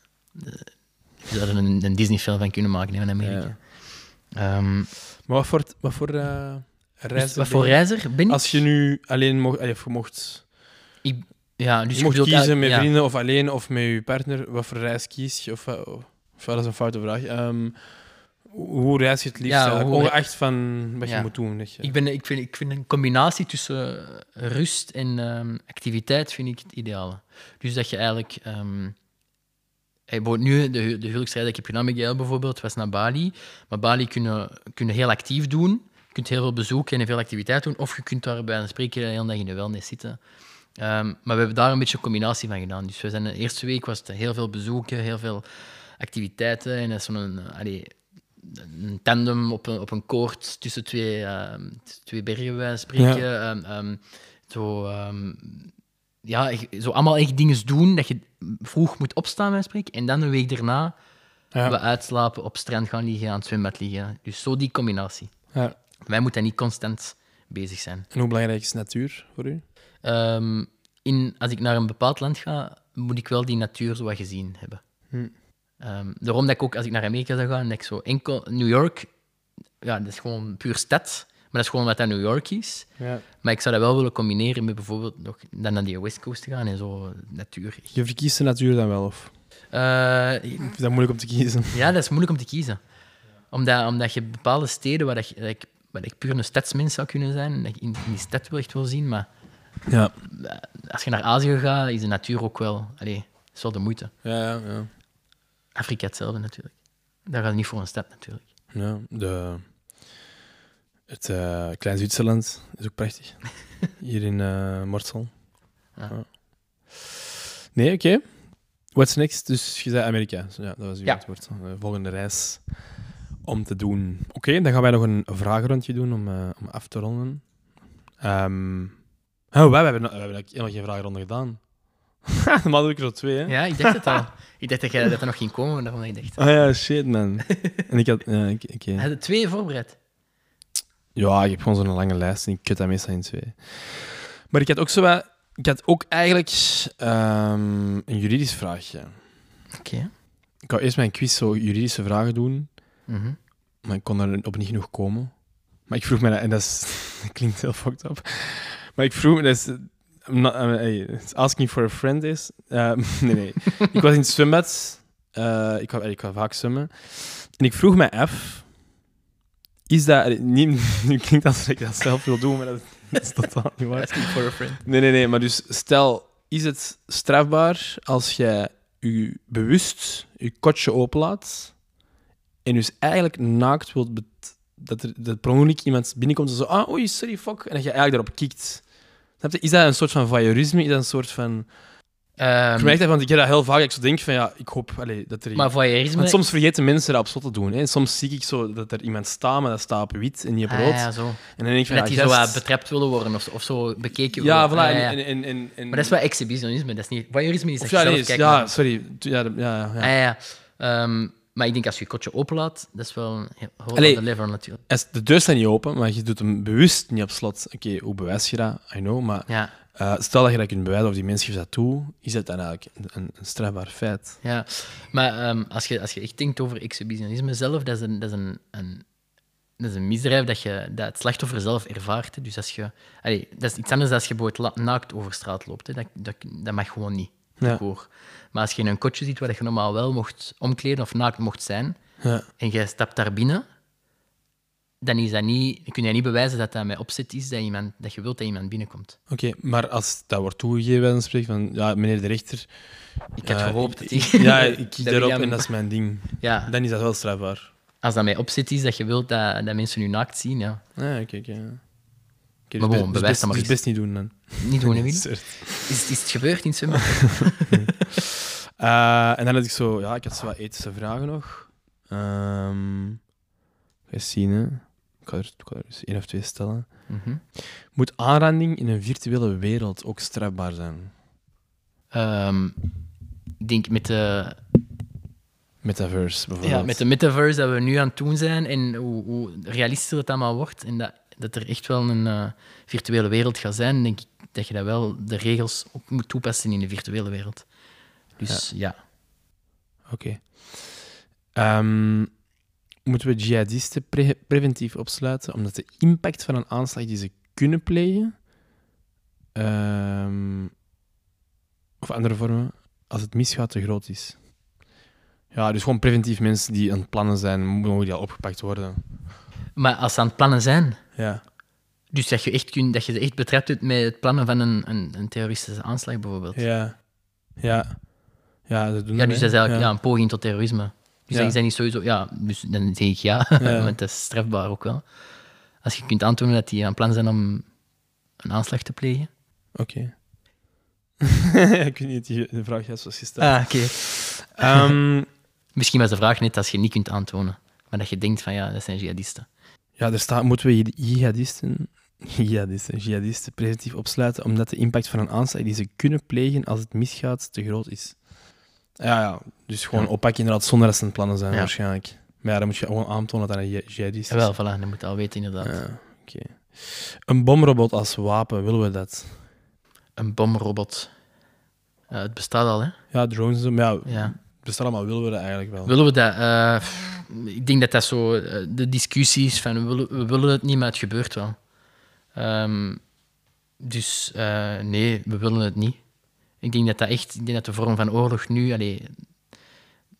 Je zou er een Disney-film van kunnen maken van Amerika. Ja. Maar wat voor reiziger... Wat voor reiziger ben ik? Als je nu alleen mocht... Dus je mocht kiezen met vrienden of alleen of met je partner, wat voor reis kies je? Of dat is een foute vraag. Hoe reis je het liefst? Ongeacht van wat je moet doen. Ik vind een combinatie tussen rust en activiteit vind ik het ideale. Dus dat je eigenlijk... nu, de huwelijksreis dat ik heb gedaan met Gaël bijvoorbeeld, was naar Bali. Maar Bali kunnen heel actief doen. Je kunt heel veel bezoeken en veel activiteit doen. Of je kunt daar bij een spreken de hele dag in de wellness zitten. Maar we hebben daar een beetje een combinatie van gedaan. Dus de eerste week was het heel veel bezoeken, heel veel activiteiten. En dat is een tandem op een koord tussen twee bergen, bij spreken. Zo allemaal echt dingen doen dat je vroeg moet opstaan, bij spreken. En dan een week daarna we uitslapen, op strand gaan liggen, aan het zwembad liggen. Dus zo die combinatie. Ja. Wij moeten niet constant bezig zijn. En hoe belangrijk is natuur voor u? Als ik naar een bepaald land ga, moet ik wel die natuur zo wat gezien hebben. Daarom dat ik ook, als ik naar Amerika zou gaan, dat ik zo enkel... New York, dat is gewoon puur stad, maar dat is gewoon wat dat New York is. Ja. Maar ik zou dat wel willen combineren met bijvoorbeeld nog dan naar die West Coast te gaan en zo natuur. Je verkiest de natuur dan wel, of? Ik vind dat moeilijk om te kiezen. Ja, dat is moeilijk om te kiezen. Omdat je bepaalde steden waar ik puur een stadsmens zou kunnen zijn, en dat ik in die stad wel echt wil zien, maar Ja. als je naar Azië gaat, is de natuur ook wel... Allee, is wel de moeite. Ja. Afrika hetzelfde natuurlijk. Daar gaat het niet voor een stad natuurlijk. Ja, het Klein Zwitserland is ook prachtig. Hier in Mortsel. Ja. Ja. Nee, oké. What's next? Dus je zei Amerika. Ja, dat was uw Ja. antwoord. De volgende reis om te doen. Oké, dan gaan wij nog een vragenrondje doen om af te ronden. We hebben nog geen vragenronde gedaan. Normaal doe ik er zo 2, hè? Ja, ik dacht het al. Ik dacht dat er nog ging komen, daarom dat ik dacht. Ah ja, shit, man. En ik had... Ja, oké. Hij had er 2 voorbereid. Ja, ik heb gewoon zo'n lange lijst en ik kut dat meestal in 2. Maar ik had ook zo wat... Ik had ook eigenlijk een juridisch vraagje. Oké. Ik wou eerst mijn quiz zo juridische vragen doen, Mhm. maar ik kon er op niet genoeg komen. Maar ik vroeg me... En dat, dat klinkt heel fucked up. Maar ik vroeg me... Dat is, it's asking for a friend is... nee. Ik was in het zwembad. Ik ga vaak zwemmen. En ik vroeg mij af... Is dat... Nu klinkt alsof ik dat zelf wil doen, maar dat is totaal niet waar. Asking for a friend. Nee. Maar dus stel, is het strafbaar als jij je bewust je kotje openlaat en dus eigenlijk naakt wilt dat er per ongeluk iemand binnenkomt en zo, oei, sorry, fuck, en dat je eigenlijk daarop kikt. Snap je? Is dat een soort van voyeurisme? Is dat een soort van... Ik merk dat, want ik heb dat heel vaak, dat ik zo denk van, ja, ik hoop dat er... Maar voyeurisme... Want soms vergeten mensen dat op slot te doen. Hè. Soms zie ik zo dat er iemand staat, maar dat staat op wit en niet op rood. ja, zo. En dan denk ik van, Dat die ja, zo gast- wat betrapt willen worden of zo bekeken Ja, worden. voilà. Ja. En, Maar dat is wel exhibitionisme, dat is niet... Voyeurisme is Of dat je ja, zelf nee, kijkt ja, naar- sorry. Ja. Ja. Maar ik denk als je je kotje openlaat, dat is wel een whole Allee. other level natuurlijk. De deur staat niet open, maar je doet hem bewust niet op slot. Oké, hoe bewijs je dat? I know, maar Ja. stel dat je dat kunt bewijzen of die mensen geeft dat toe, is dat dan eigenlijk een strafbaar feit. Ja, maar als je echt denkt over exhibitionisme zelf, dat is een misdrijf dat het slachtoffer zelf ervaart. Hè. Dus dat is iets anders dan als je bijvoorbeeld naakt over straat loopt. Hè. Dat mag gewoon niet. Ja. Hoor. Maar als je in een kotje ziet waar je normaal wel mocht omkleden of naakt mocht zijn, Ja. en jij stapt daar binnen, dan is dat niet, kun je niet bewijzen dat dat met opzet is dat je wilt dat iemand binnenkomt. Oké, maar als dat wordt toegegeven, dan spreek van, ja, meneer de rechter... Ik had gehoopt dat ik kies dat daarop William- en dat is mijn ding. Ja, Dan is dat wel strafbaar. als dat met opzet is dat je wilt dat mensen je naakt zien, ja. Ja, oké. Oké, Maar gewoon, bewijs dat maar dus eens. best niet doen dan. Niet doen, hè, Willy? Soort. Is het gebeurd in het zwembad? En dan had ik zo... Ja, ik had zo wat ethische vragen nog. Ga eens zien, hè. Ik ga er dus 1 of 2 stellen. Mhm. Moet aanranding in een virtuele wereld ook strafbaar zijn? Ik denk met de Metaverse, bijvoorbeeld. met de metaverse dat we nu aan het doen zijn en hoe realistischer het allemaal wordt en dat er echt wel een virtuele wereld gaat zijn, denk ik dat je dat wel de regels ook moet toepassen in de virtuele wereld. Dus ja. Oké. Moeten we jihadisten preventief opsluiten omdat de impact van een aanslag die ze kunnen plegen, of andere vormen, als het misgaat, te groot is? Ja, dus gewoon preventief mensen die aan het plannen zijn, mogen die al opgepakt worden. Maar als ze aan het plannen zijn, Ja. dus dat je ze echt betrapt hebt met het plannen van een terroristische aanslag bijvoorbeeld. Ja, dat doen Ja, we, dus dat is eigenlijk ja. een poging tot terrorisme. Dus Ja. dat is dat niet sowieso... Ja, dus dan zeg ik ja, Ja. want dat is strafbaar ook wel. Als je kunt aantonen dat die aan plan zijn om een aanslag te plegen. Oké. Ik weet niet, de vraag juist was gesteld. Ah, oké. Misschien was de vraag net als je niet kunt aantonen, maar dat je denkt van ja, dat zijn jihadisten. Ja, er staat, moeten we jihadisten preventief opsluiten omdat de impact van een aanslag die ze kunnen plegen als het misgaat te groot is. Ja, dus gewoon oppakken inderdaad zonder dat ze aan plannen zijn, Ja. waarschijnlijk. Maar ja, dan moet je gewoon aantonen dat dat een jihadist is. Jawel, voilà, dat moet je al weten inderdaad. Ja, oké. Een bomrobot als wapen, willen we dat? Een bomrobot. Het bestaat al, hè? Ja, drones en zo, maar ja, Ja. het bestaat allemaal, willen we dat eigenlijk wel? Willen we dat? Ik denk dat zo de discussie is van we willen het niet, maar het gebeurt wel. Nee, we willen het niet. Ik denk dat de vorm van oorlog nu,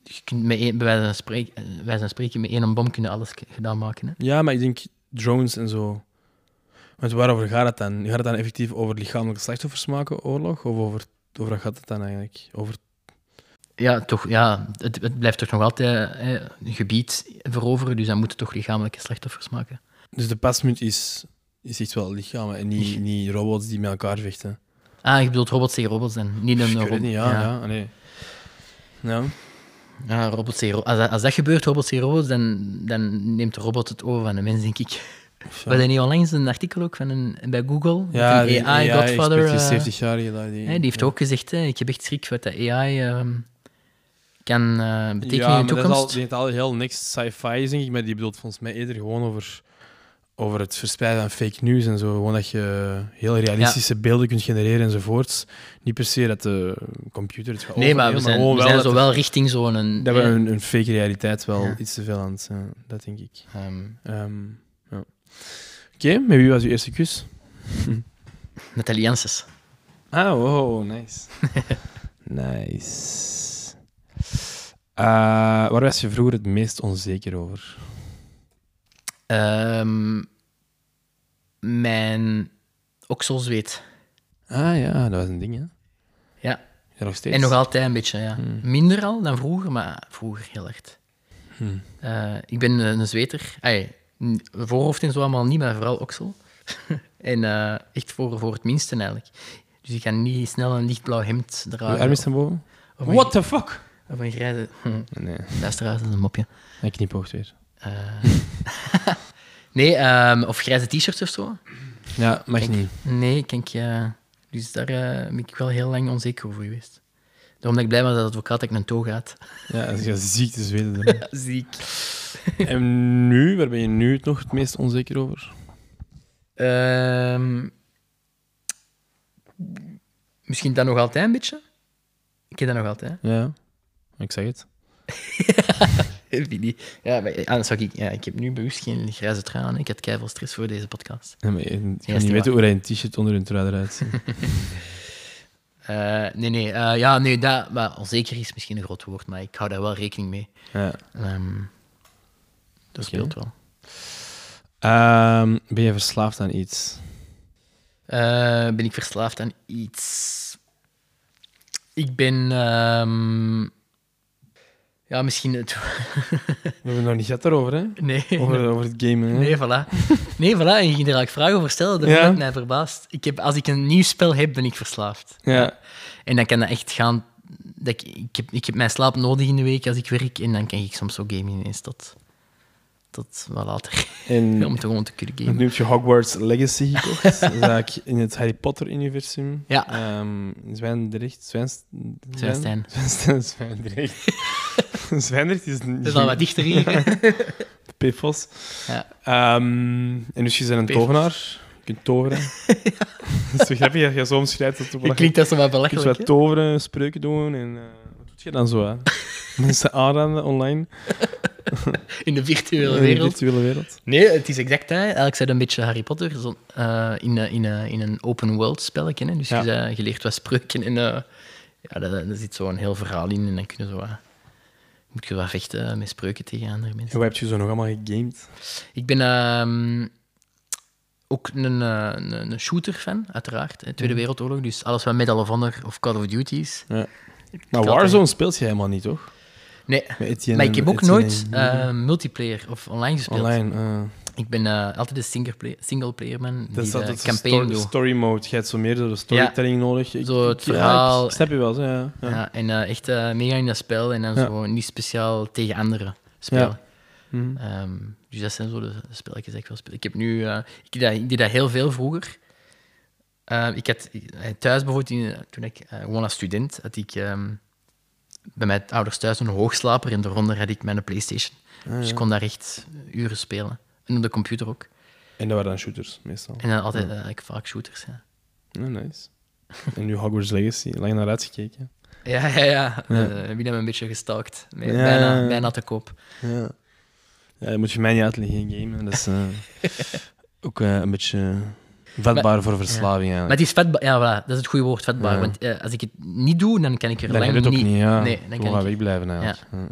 Je kunt bij wijze van spreken met één bom kunnen alles gedaan maken. Hè? Ja, maar ik denk drones en zo. Want waarover gaat het dan? Gaat het dan effectief over lichamelijke slachtoffers maken, oorlog? Of over wat gaat het dan eigenlijk? Over... Ja, toch, ja, het blijft toch nog altijd een gebied veroveren, dus dan moeten toch lichamelijke slachtoffers maken. Dus de pasmunt is echt wel lichamen en niet robots die met elkaar vechten. Ah, je bedoelt robots tegen robots dan? Niet een Ik weet robot. het niet, ja. Nee. Ja. Ja, robots tegen als dat gebeurt, robots tegen robots, dan neemt de robot het over van de mens, denk ik. We hadden niet onlangs een artikel ook bij Google. Ja, een AI Godfather. Die 70 jaar geleden. Die heeft ook gezegd, ik heb echt schrik wat de AI kan betekenen in de toekomst. Dat is al heel niks sci-fi, denk ik, maar die bedoelt volgens mij eerder gewoon over het verspreiden van fake news en zo. Gewoon dat je heel realistische beelden kunt genereren enzovoorts. Niet per se dat de computer het gaat maar we zijn zo wel richting zo'n... Dat we een fake realiteit wel iets te veel aan het zijn, dat denk ik. Ja. Oké, met wie was uw eerste kus? Nathalie Janssens. Ah, wow, nice. Nice. Waar was je vroeger het meest onzeker over? Mijn okselzweet. Ah ja, dat was een ding, hè? Ja. Ja, nog steeds. En nog altijd een beetje, ja. Minder al dan vroeger, maar vroeger heel echt. Ik ben een zweter. Voorhoofd en zo allemaal niet, maar vooral oksel. En echt voor het minste eigenlijk. Dus ik ga niet snel een lichtblauw hemd dragen. Arm is naar boven? Of What the fuck? Of een grijze... Nee, Luisteraars, dat is een mopje. hij knipoogt weer. Nee, of grijze t-shirts of zo. Ja, mag niet. Nee, kijk, dus daar ben ik wel heel lang onzeker over geweest. Daarom dat ik blij was dat de advocaat een toga had. Ja, als je ziek te zweten. Dan. Ziek. En nu, waar ben je nu nog het meest onzeker over? Misschien dat nog altijd een beetje. Ik heb dat nog altijd. Ja, ik zeg het. Ja, maar anders zou ik... Ja, ik heb nu bewust geen grijze trui aan. Ik had keiveel stress voor deze podcast. Ja, maar ik kan is niet niet weten hoe hij een t-shirt onder een trui eruit ziet. Nee, dat... Maar onzeker is misschien een groot woord, maar ik hou daar wel rekening mee. Ja. Dat speelt wel. Ben je verslaafd aan iets? Ben ik verslaafd aan iets? Ik ben... ja, misschien... We hebben het nog niet gehad daarover, hè? Nee. Over het gamen, hè? Nee, voilà. Nee, voilà. En je ging er eigenlijk vragen over stellen. Dat Ja. maakt mij verbaasd. Als ik een nieuw spel heb, ben ik verslaafd. Ja. En dan kan dat echt gaan... Ik heb mijn slaap nodig in de week als ik werk. En dan kan ik soms zo gamen ineens tot wel later. En Om te gewoon te kunnen nu gamen. heb je Hogwarts Legacy gekocht. Dat is eigenlijk in het Harry Potter-universum. Ja. Zwijndrecht. Zwijnstein. Zwijndrecht. Zwijndrecht is Dat is al wat dichter hier. PFOS. Ja. En dus je bent een tovenaar. Je kunt toveren. Dat is zo grappig dat je zo omschrijft. Je klinkt dat zo wat Je kunt belachelijk. wat toveren, spreuken doen. En wat doe je dan zo? Hè? Mensen aanraden online. In de virtuele In de wereld. virtuele wereld. Nee, het is exact dat. Eigenlijk zei een beetje Harry Potter in een open world spelletje. Hè. Dus Ja. je leert wat spreuken en daar zit zo'n heel verhaal in. En dan kun je moet je wat vechten met spreuken tegen andere En mensen. wat heb je zo nog allemaal gegamed? Ik ben ook een shooter-fan, uiteraard. Hè, Tweede Wereldoorlog, dus alles wat Medal of Honor of Call of Duty is. Ja. Maar Warzone speelt je helemaal niet, toch? Nee, Met Etienne maar ik heb en- ook Etienne nooit en- multiplayer of online gespeeld. Online. Ik ben altijd een singleplayer man Dat die is de altijd campaign doet. story mode. Je hebt zo meer de storytelling nodig. Zo het verhaal. Ik snap je wel, zo, ja. Ja, en echt mega in dat spel en dan Ja. zo niet speciaal tegen anderen spelen. Mhm. Dus dat zijn zo de spelletjes die ik wil spelen. Ik heb nu... ik deed dat heel veel vroeger. Ik had thuis bijvoorbeeld, toen ik gewoon als student, had ik bij mijn ouders thuis een hoogslaper en daaronder had ik mijn PlayStation. Dus ik kon daar echt uren spelen. En op de computer ook. En dat waren dan shooters, meestal. En dan altijd eigenlijk vaak shooters, ja. Oh, nice. En nu Hogwarts Legacy, lang naar uitgekeken. Ja. Heb je dat een beetje gestalkt. Ja. Bijna te koop. Ja. Ja, dat moet je mij niet uitleggen, gamen. Dat is ook een beetje Vatbaar voor verslaving, eigenlijk. Maar het is vetbaar. Ja, voilà, dat is het goede woord, vetbaar. Ja. Want als ik het niet doe, dan kan ik er Dan lang heb je het ook niet, ja. Nee, dan Gewoon kan gaan ik... wegblijven, eigenlijk. Ja.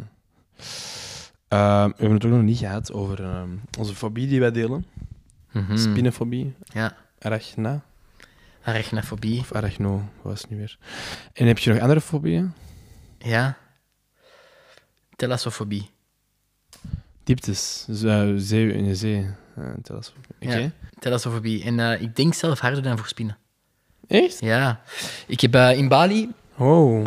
We hebben het ook nog niet gehad over onze fobie die wij delen. Spinnenfobie, Ja, arachnofobie. of arachno, wat was het nu weer? En heb je nog andere fobieën? Ja. Thalassofobie. Dieptes, dus, zee in de zee. Thalassofobie. Oké. Ja, thalassofobie. En ik denk zelf harder dan voor spinnen. Echt? Ja. Ik heb in Bali... Oh.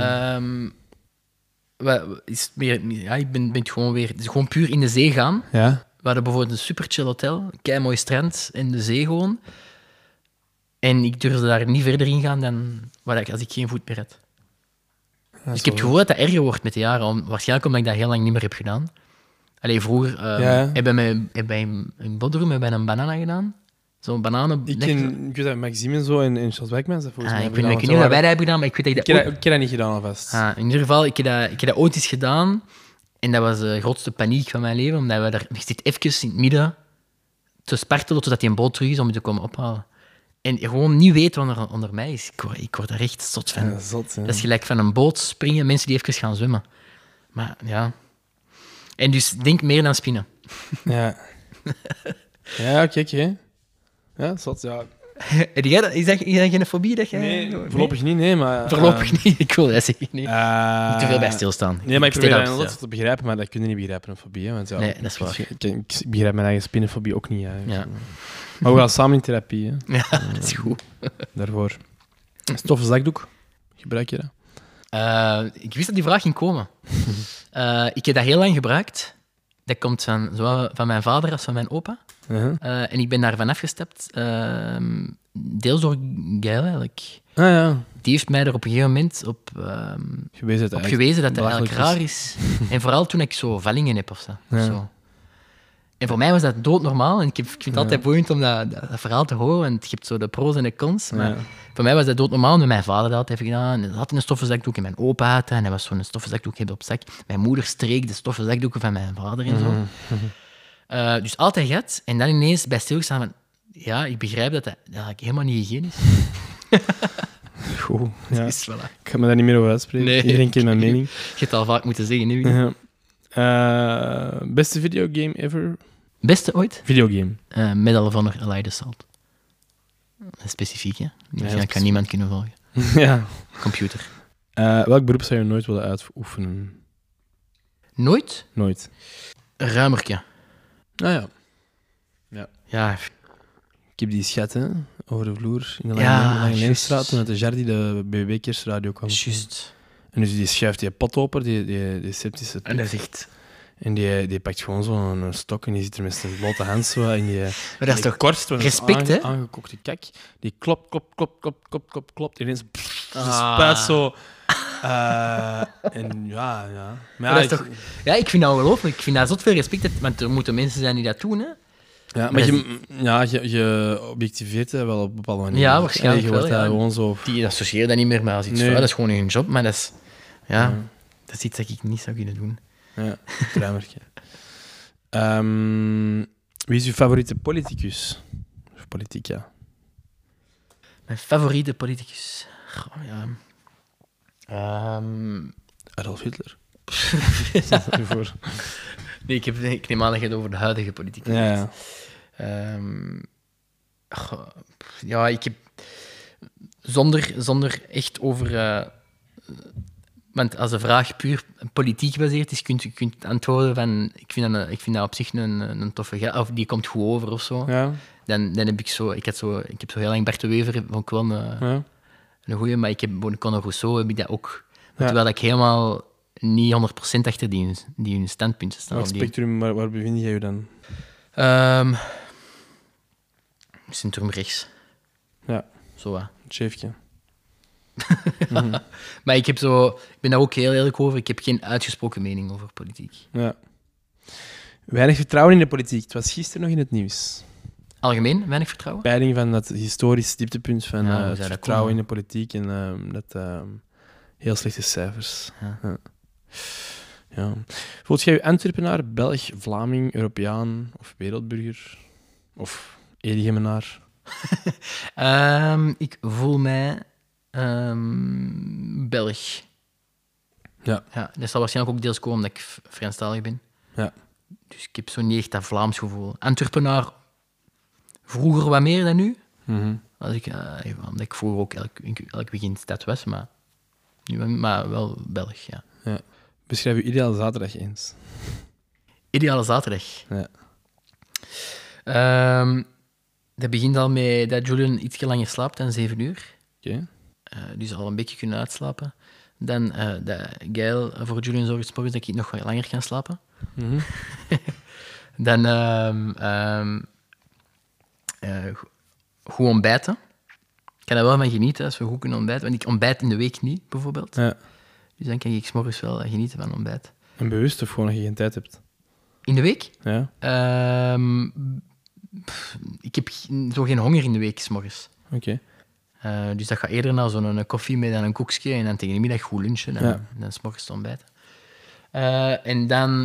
Ik ben het gewoon weer... Het is gewoon puur in de zee gaan. Ja? We hadden bijvoorbeeld een super chill hotel, een keimooi strand in de zee gewoon. En ik durfde daar niet verder in gaan dan als ik geen voet meer had. Dus ik heb het gevoel dat dat erger wordt met de jaren. Waarschijnlijk omdat ik dat heel lang niet meer heb gedaan. Allee, vroeger hebben wij in Bodrum een banana gedaan. Zo'n bananen... Ik weet dat Maxime en zo en Charles Wijkmans dat volgens mij ik weet niet of wij dat hebben gedaan, maar ik weet dat ik dat Ik heb dat niet gedaan alvast. in ieder geval, ik heb dat ooit eens gedaan. En dat was de grootste paniek van mijn leven, omdat je zit even in het midden te spartelen totdat die een boot terug is om je te komen ophalen. En je gewoon niet weet wat er onder mij is. Ik word er echt zot van. Ja, zot, Dat is gelijk van een boot springen, mensen die even gaan zwemmen. Maar ja... En dus denk meer dan spinnen. Ja. Ja, oké. Ja, zot, ja. Heb jij dat? Is dat geen fobie dat jij... Nee, voorlopig niet, nee, maar... Voorlopig niet, ik wil dat zeggen. Nee. Niet Te veel bij stilstaan. Nee, maar ik probeer stel dat dat, altijd te begrijpen, maar dat kun je niet begrijpen, een fobie. Hè, want, ja, Nee, dat is waar. Ik begrijp mijn eigen spinnenfobie ook niet. Eigenlijk. Ja. Maar we gaan samen in therapie, hè, Ja, dat is goed. daarvoor. Stoffen zakdoek, gebruik je dat? Ik wist dat die vraag ging komen. Ik heb dat heel lang gebruikt. Dat komt zowel van mijn vader als van mijn opa. En ik ben daarvan afgestapt. Deels door Gail, eigenlijk. Ah ja, Die heeft mij er op een gegeven moment op gewezen dat het eigenlijk raar is. En vooral toen ik zo vallingen heb of zo. Ja. Zo. En voor mij was dat doodnormaal. En ik vind het altijd boeiend om dat verhaal te horen. Want je hebt zo de pro's en de cons. Maar Ja. voor mij was dat doodnormaal, omdat mijn vader dat heeft gedaan. Hij had een stoffen zakdoek en mijn opa had dat. En hij was zo'n stoffen zakdoek hebben op zak. Mijn moeder streek de stoffen zakdoeken van mijn vader en zo. Dus altijd gehad. En dan ineens bij stilgestaan van... Ja, ik begrijp dat eigenlijk helemaal niet hygiënisch Goed. Ja. is. Voilà. Ik ga me daar niet meer over uitspreken. Nee. Iedereen kent mijn mening. Je hebt het al vaak moeten zeggen, nu. Ja. Beste videogame ever? Beste ooit? Videogame. Medal of Honor Allied Assault. Dat is specifiek, hè? Ik kan niemand kunnen volgen. Ja. Computer. Welk beroep zou je nooit willen uitoefenen? Nooit? Nooit. Ruimerke. Ah ja. Ja, Ik heb die schat, hè, over de vloer in de Ja, Lange juist. Leenstraat, toen uit de Jardi de BBB-kersradio kwam. juist. En dus die schuift die pot open, die septische En dat put. is echt... En die pakt gewoon zo'n stok en die zit er met zijn blote hand zo en die... Maar dat is die toch korst, want dat is respect, hè? Aangekokte kak. Die klopt. En ineens... Ze spuit zo... en ja. Maar dat is toch... Ja, ik vind dat ongelooflijk. Ik vind dat zot veel respect, want er moeten mensen zijn die dat doen, hè? Ja, maar je objectiveert het wel op een bepaalde manier. Ja, waarschijnlijk Je wordt wel, daar ja. gewoon zo... Die associeeren dat niet meer met als iets Nee. vuil. Dat is gewoon hun job, maar dat is... Ja, dat is iets dat ik niet zou kunnen doen. Ja, truimertje. Wie is uw favoriete politicus? Of politiek, ja. Mijn favoriete politicus? Goh, ja... Adolf Hitler. Nee, ik neem aan dat je het over de huidige politiek Ja. ja, ik heb... Zonder echt over... want als de vraag puur politiek gebaseerd is, kunt je antwoorden van... Ik vind dat op zich een toffe gast, of die komt goed over of zo. Ja. Dan heb ik zo... Ik heb zo heel lang Bert de Wever, vond ik wel een goeie, maar ik heb Conor Rousseau, heb ik dat ook... Terwijl ik helemaal niet 100% achter die hun standpunten sta. Welk spectrum, waar bevind jij je dan? Centrum rechts. Ja. Zo wat. Chefje. Maar ik ben daar ook heel eerlijk over. Ik heb geen uitgesproken mening over politiek. Ja. Weinig vertrouwen in de politiek. Het was gisteren nog in het nieuws. Algemeen, weinig vertrouwen? Peiling van dat historisch dieptepunt van Ja, hoe het zou dat vertrouwen in komen? de politiek en heel slechte cijfers. Ja. Ja. Voelt jij je Antwerpenaar, Belg, Vlaming, Europeaan of wereldburger? Of Edegem-enaar? Ik voel mij Belg. Ja. Dat zal waarschijnlijk ook deels komen omdat ik Franstalig ben. Ja. Dus ik heb zo niet echt dat Vlaams gevoel. Antwerpenaar vroeger wat meer dan nu. Omdat ik vroeger ook elk weekend stad was, maar wel Belg, ja. Ja. Beschrijf je ideale zaterdag eens. Ideale zaterdag. Ja. Dat begint al met dat Julian iets langer slaapt dan 7 uur. Oké. Dus al een beetje kunnen uitslapen. Dan dat Gail voor Julian zorgt 's morgens dat ik nog wat langer kan slapen. Dan goed ontbijten. Ik kan er wel van genieten als we goed kunnen ontbijten. Want ik ontbijt in de week niet, bijvoorbeeld. Ja. Dus dan kan ik 's morgens wel genieten van ontbijt. En bewust of gewoon dat je geen tijd hebt? In de week? Ja. Ik heb zo geen honger in de week, 's morgens. Oké. Dus dat gaat eerder naar zo'n koffie met dan een koekje en dan tegen de middag goed lunchen en dan 's morgens te ontbijten. En dan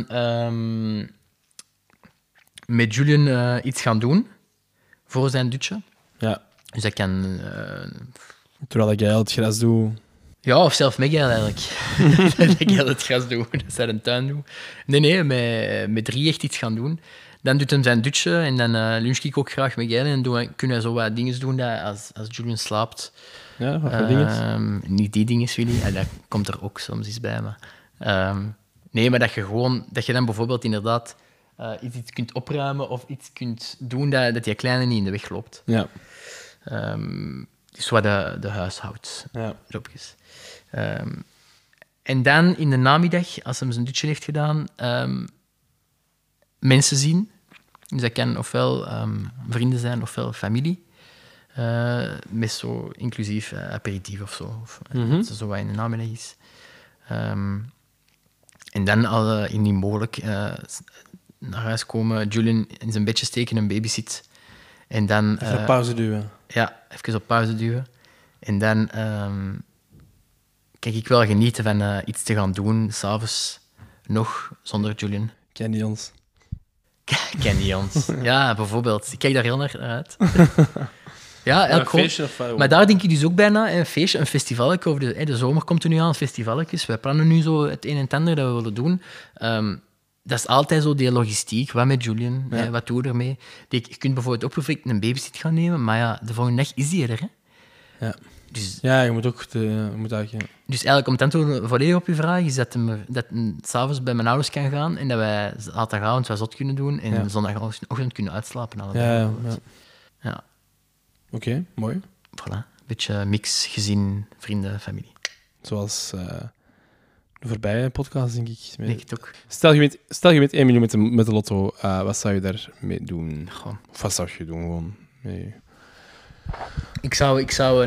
met Julian iets gaan doen voor zijn dutje. Ja. Dus dat kan... Terwijl ik het gras doe. ja, of zelf met Gail eigenlijk. Dat ik het gras doe, dat zij een tuin doen. Nee, met 3 echt iets gaan doen. Dan doet hij zijn dutje en dan lunch ik ook graag met Gail. En kunnen we zo wat dingen doen dat als Julian slaapt. Ja, wat voor dingen? Niet die dingen, Willy. Dat komt er ook soms eens bij. Maar, nee, maar dat je dan bijvoorbeeld inderdaad iets kunt opruimen of iets kunt doen dat die kleine niet in de weg loopt. Ja. Dus wat de huishoudjobjes. Ja. En dan in de namiddag, als hij zijn dutje heeft gedaan, mensen zien. Dus dat kan ofwel vrienden zijn, ofwel familie. Met zo inclusief aperitief of zo. Of dat zo wat in de namiddag is. En dan al indien mogelijk naar huis komen, Julian in zijn bedje steken en babysit. En dan... Even een pauze duwen. Ja, even op pauze duwen. En dan kan ik wel genieten van iets te gaan doen, 's avonds nog, zonder Julian. Ken die ons? Ken die ons. Ja, bijvoorbeeld. Ik kijk daar heel naar uit. Ja, elk feestje of wat? maar daar denk je dus ook bijna, een feestje, een festival. De zomer komt er nu aan, festivalletjes. Wij plannen nu zo het een en het ander dat we willen doen. Dat is altijd zo die logistiek. Wat met Julian? Ja. Hè, wat doe je ermee? Je kunt bijvoorbeeld ook perfect een babysit gaan nemen, maar ja, de volgende dag is die er. Hè? Ja. Dus, Ja, je moet ook... eigenlijk, dus eigenlijk om te antwoorden volledig op je vraag, is dat hij 's avonds bij mijn ouders kan gaan en dat wij zaterdagavond wat zot kunnen doen en zondagochtend kunnen uitslapen. ja. Ja. Oké, mooi. Voilà. Een beetje mix, gezin, vrienden, familie. Zoals de voorbije podcast, denk ik. Denk het ook. Stel je wint 1 miljoen met de lotto, wat zou je daarmee doen? Goh. Of wat zou je doen gewoon? Nee. Ik zou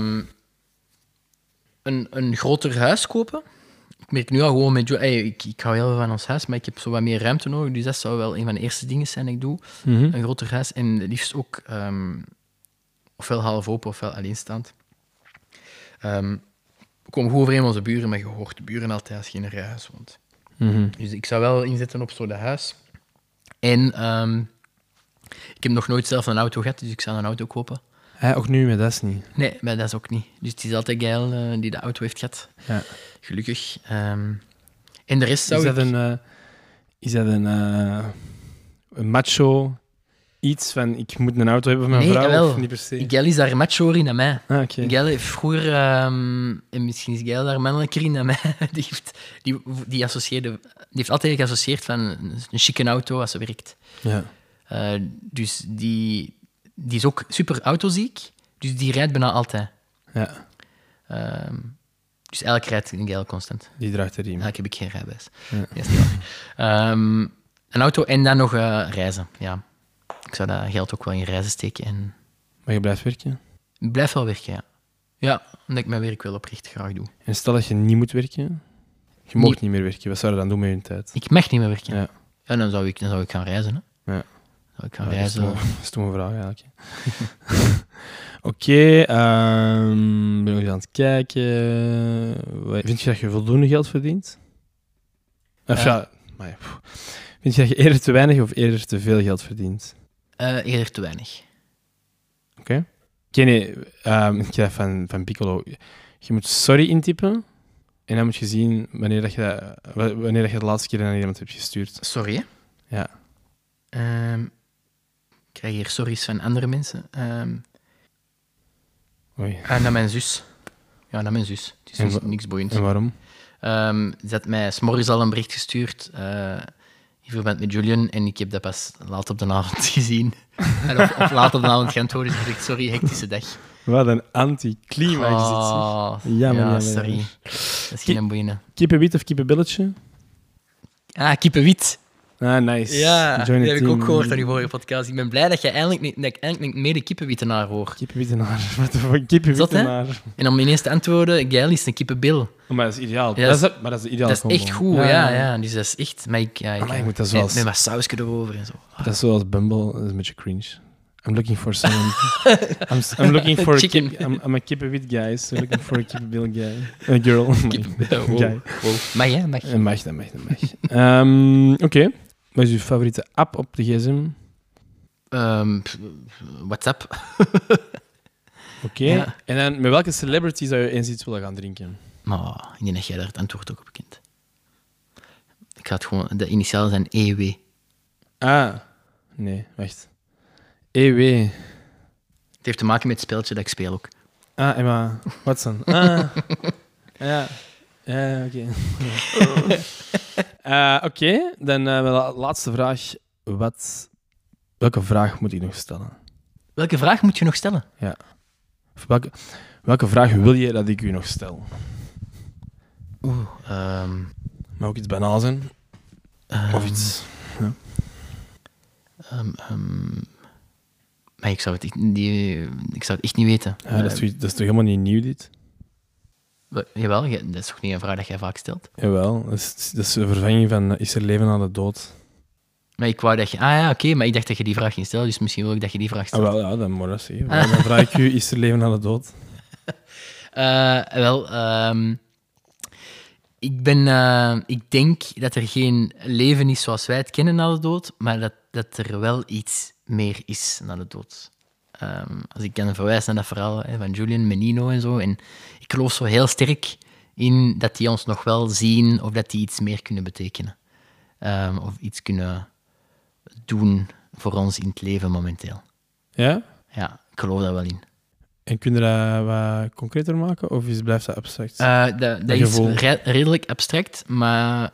een groter huis kopen. Ik merk nu al gewoon met... ik hou heel veel van ons huis, maar ik heb zo wat meer ruimte nodig. Dus dat zou wel een van de eerste dingen zijn dat ik doe. Een groter huis. En liefst ook ofwel half open, ofwel alleenstaand. We komen goed overeen met onze buren, maar je hoort de buren altijd als je in een rijhuis woont. Dus ik zou wel inzetten op zo'n huis. En ik heb nog nooit zelf een auto gehad, dus ik zou een auto kopen. Ook nu met dat niet. Nee, maar dat is ook niet. Dus het is altijd Gail die de auto heeft gehad. Ja. Gelukkig. En de rest zou Is dat een macho iets van ik moet een auto hebben voor mijn vrouw? Wel. Of niet per se? Gail is daar macho in dan mij. Oké. Gail heeft vroeger, en misschien is Gail daar mannelijker in dan mij, die heeft altijd geassocieerd van een chique auto als ze werkt. Ja. Dus die is ook super autoziek, dus die rijdt bijna altijd. Ja. Dus eigenlijk rijdt Gail constant. Die draagt de riem. Eigenlijk heb ik geen rijbewijs. Ja. Ja, is niet waar. Een auto en dan nog reizen. Ja. Ik zou dat geld ook wel in reizen steken. En... Maar je blijft werken? Ik blijf wel werken, ja. Ja, omdat ik mijn werk wel oprecht graag doe. En stel dat je niet moet werken, je mocht niet meer werken. Wat zou je dan doen met je tijd? Ik mag niet meer werken. Ja. Ja, dan zou ik gaan reizen. Hè. Ja. Zou ik gaan reizen. Dat is toch een vraag, eigenlijk. Oké, ben nog eens aan het kijken. Vind je dat je voldoende geld verdient? Of vind je dat je eerder te weinig of eerder te veel geld verdient? Eerder te weinig. Oké. Nee, ik heb van Piccolo. Je moet sorry intypen en dan moet je zien wanneer dat je de laatste keer naar iemand hebt gestuurd. Sorry, hè? Ja. Ik krijg hier sorry's van andere mensen. Oei. Naar mijn zus. Ja, naar mijn zus. Het is niks boeiends. En waarom? Ze had mij 's morgens al een bericht gestuurd in verband met Julian en ik heb dat pas laat op de avond gezien. En of laat op de avond geantwoord is gezegd, sorry, hectische dag. Wat een anti-climax is dit, zeg. Jammer. Sorry. Dat is geen boeiende. Kippenwit of kippenbilletje? Kippenwit. Ah, nice. Ja, Join die the heb ik team. ook gehoord aan die vorige podcast. Ik ben blij dat je eindelijk mede kippenwittenaar hoort. Kippenwittenaar. Wat voor kippenwittenaar? En om ineens te antwoorden, Gail is een kippenbil. Oh, maar dat is ideaal. Ja, Maar dat is de ideaal. Dat is echt goed, ja. Dus dat is echt... Maar ik moet dat zoals... met wat sausje erover en zo. Dat is zoals Bumble. Dat is een beetje cringe. I'm looking for someone... I'm looking for Chicken. I'm a kippenwit guy, so looking for a kippenbil guy. A girl. Guy. Mag jij? Mag. Dat mag. Oké. Wat is uw favoriete app op de gsm? WhatsApp. Oké. Ja. En dan, met welke celebrity zou je eens iets willen gaan drinken? Maar ik denk dat jij daar het antwoord ook op kent. Ik ga het gewoon... De initialen zijn EW. Ah. Nee, wacht. EW. Het heeft te maken met het spelletje dat ik speel ook. Ah, Emma Watson. Ah. Ja. Ja, oké. Oké, dan mijn laatste vraag. Welke vraag moet ik nog stellen? Welke vraag moet je nog stellen? Ja. Of welke vraag wil je dat ik u nog stel? Mag ook iets banaal zijn? Of iets... Ja. Maar ik zou het echt niet weten. Ja, dat is toch helemaal niet nieuw, dit? Jawel, dat is toch niet een vraag dat jij vaak stelt? Jawel, dat is de vervanging van is er leven na de dood? Maar ik wou dat je... oké, maar ik dacht dat je die vraag ging stellen, dus misschien wil ik dat je die vraag stelt. Wel, ja, dan moet dat zeggen. Dan vraag ik u, is er leven na de dood? Ik denk dat er geen leven is zoals wij het kennen na de dood, maar dat er wel iets meer is na de dood. Als ik kan verwijzen naar dat verhaal van Julian, Menino en zo. En ik geloof zo heel sterk in dat die ons nog wel zien of dat die iets meer kunnen betekenen. Of iets kunnen doen voor ons in het leven momenteel. Ja? Ja, ik geloof daar wel in. En kun je dat wat concreter maken, of blijft dat abstract? Dat is redelijk abstract, maar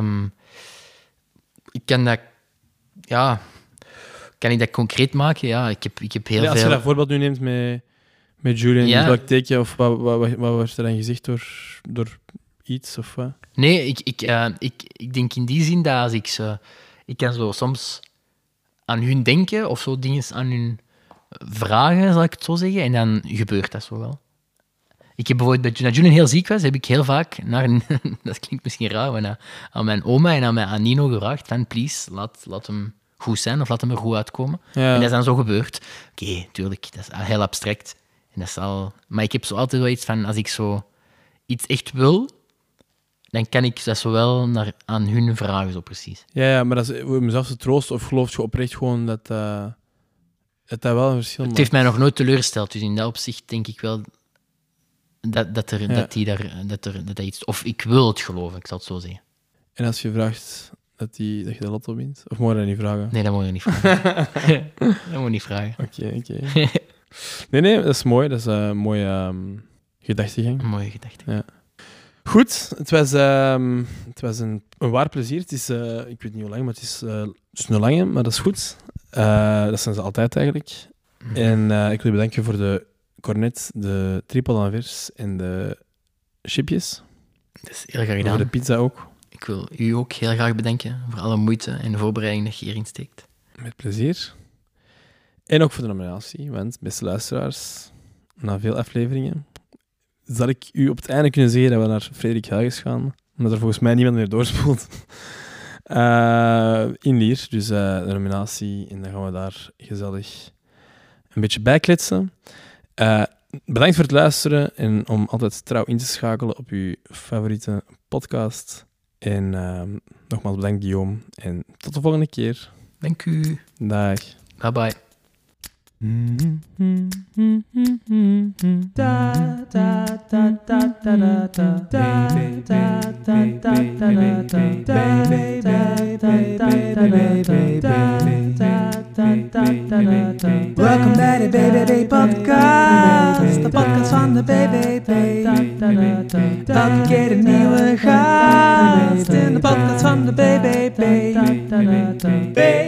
ik kan dat... Ja... Kan ik dat concreet maken? Ja, ik heb heel veel... Als je dat voorbeeld nu neemt met Julian, welk teken of wat wordt er dan gezegd door iets of wat? Nee, ik denk in die zin dat als ik kan zo soms aan hun denken of zo dingen aan hun vragen, zal ik het zo zeggen, en dan gebeurt dat zo wel. Ik heb bijvoorbeeld, toen Julian heel ziek was, heb ik heel vaak dat klinkt misschien raar, maar aan mijn oma en aan Nino gevraagd van, please, laat hem goed zijn of laat hem er goed uitkomen. Ja. En dat is dan zo gebeurd. Oké, tuurlijk, dat is heel abstract. En dat is maar ik heb zo altijd wel iets van, als ik zo iets echt wil, dan kan ik dat zo wel aan hun vragen, zo precies. Ja, maar dat is om mezelf te troosten, of geloof je oprecht gewoon dat dat wel een verschil maakt? Het heeft mij nog nooit teleurgesteld, dus in dat opzicht denk ik wel dat iets... Of ik wil het geloven, ik zal het zo zeggen. En als je vraagt dat je de lotto wint? Of moet je dat niet vragen? Nee, dat moet je niet vragen. Dat moet je niet vragen. Oké. Nee, dat is mooi. Dat is een mooie gedachtegang. Een mooie gedachte. Ja. Goed, het was een waar plezier. Het is, ik weet niet hoe lang, maar het is een lange, maar dat is goed. Dat zijn ze altijd eigenlijk. En ik wil je bedanken voor de cornet, de triple anvers en de chipjes. Dat is heel graag Voor gedaan. de pizza ook. Ik wil u ook heel graag bedanken voor alle moeite en de voorbereiding dat je hierin steekt. Met plezier. En ook voor de nominatie, want, beste luisteraars, na veel afleveringen, zal ik u op het einde kunnen zeggen dat we naar Frederik Huygens gaan, omdat er volgens mij niemand meer doorspoelt. In Lier, dus de nominatie, en dan gaan we daar gezellig een beetje bij kletsen. Bedankt voor het luisteren en om altijd trouw in te schakelen op uw favoriete podcast. En nogmaals bedankt, Guillaume. En tot de volgende keer. Dank u. Dag. Bye bye. Welkom bij de BBB Podcast, de podcast van de BBB. Elke keer een nieuwe gast in de podcast van de BBB.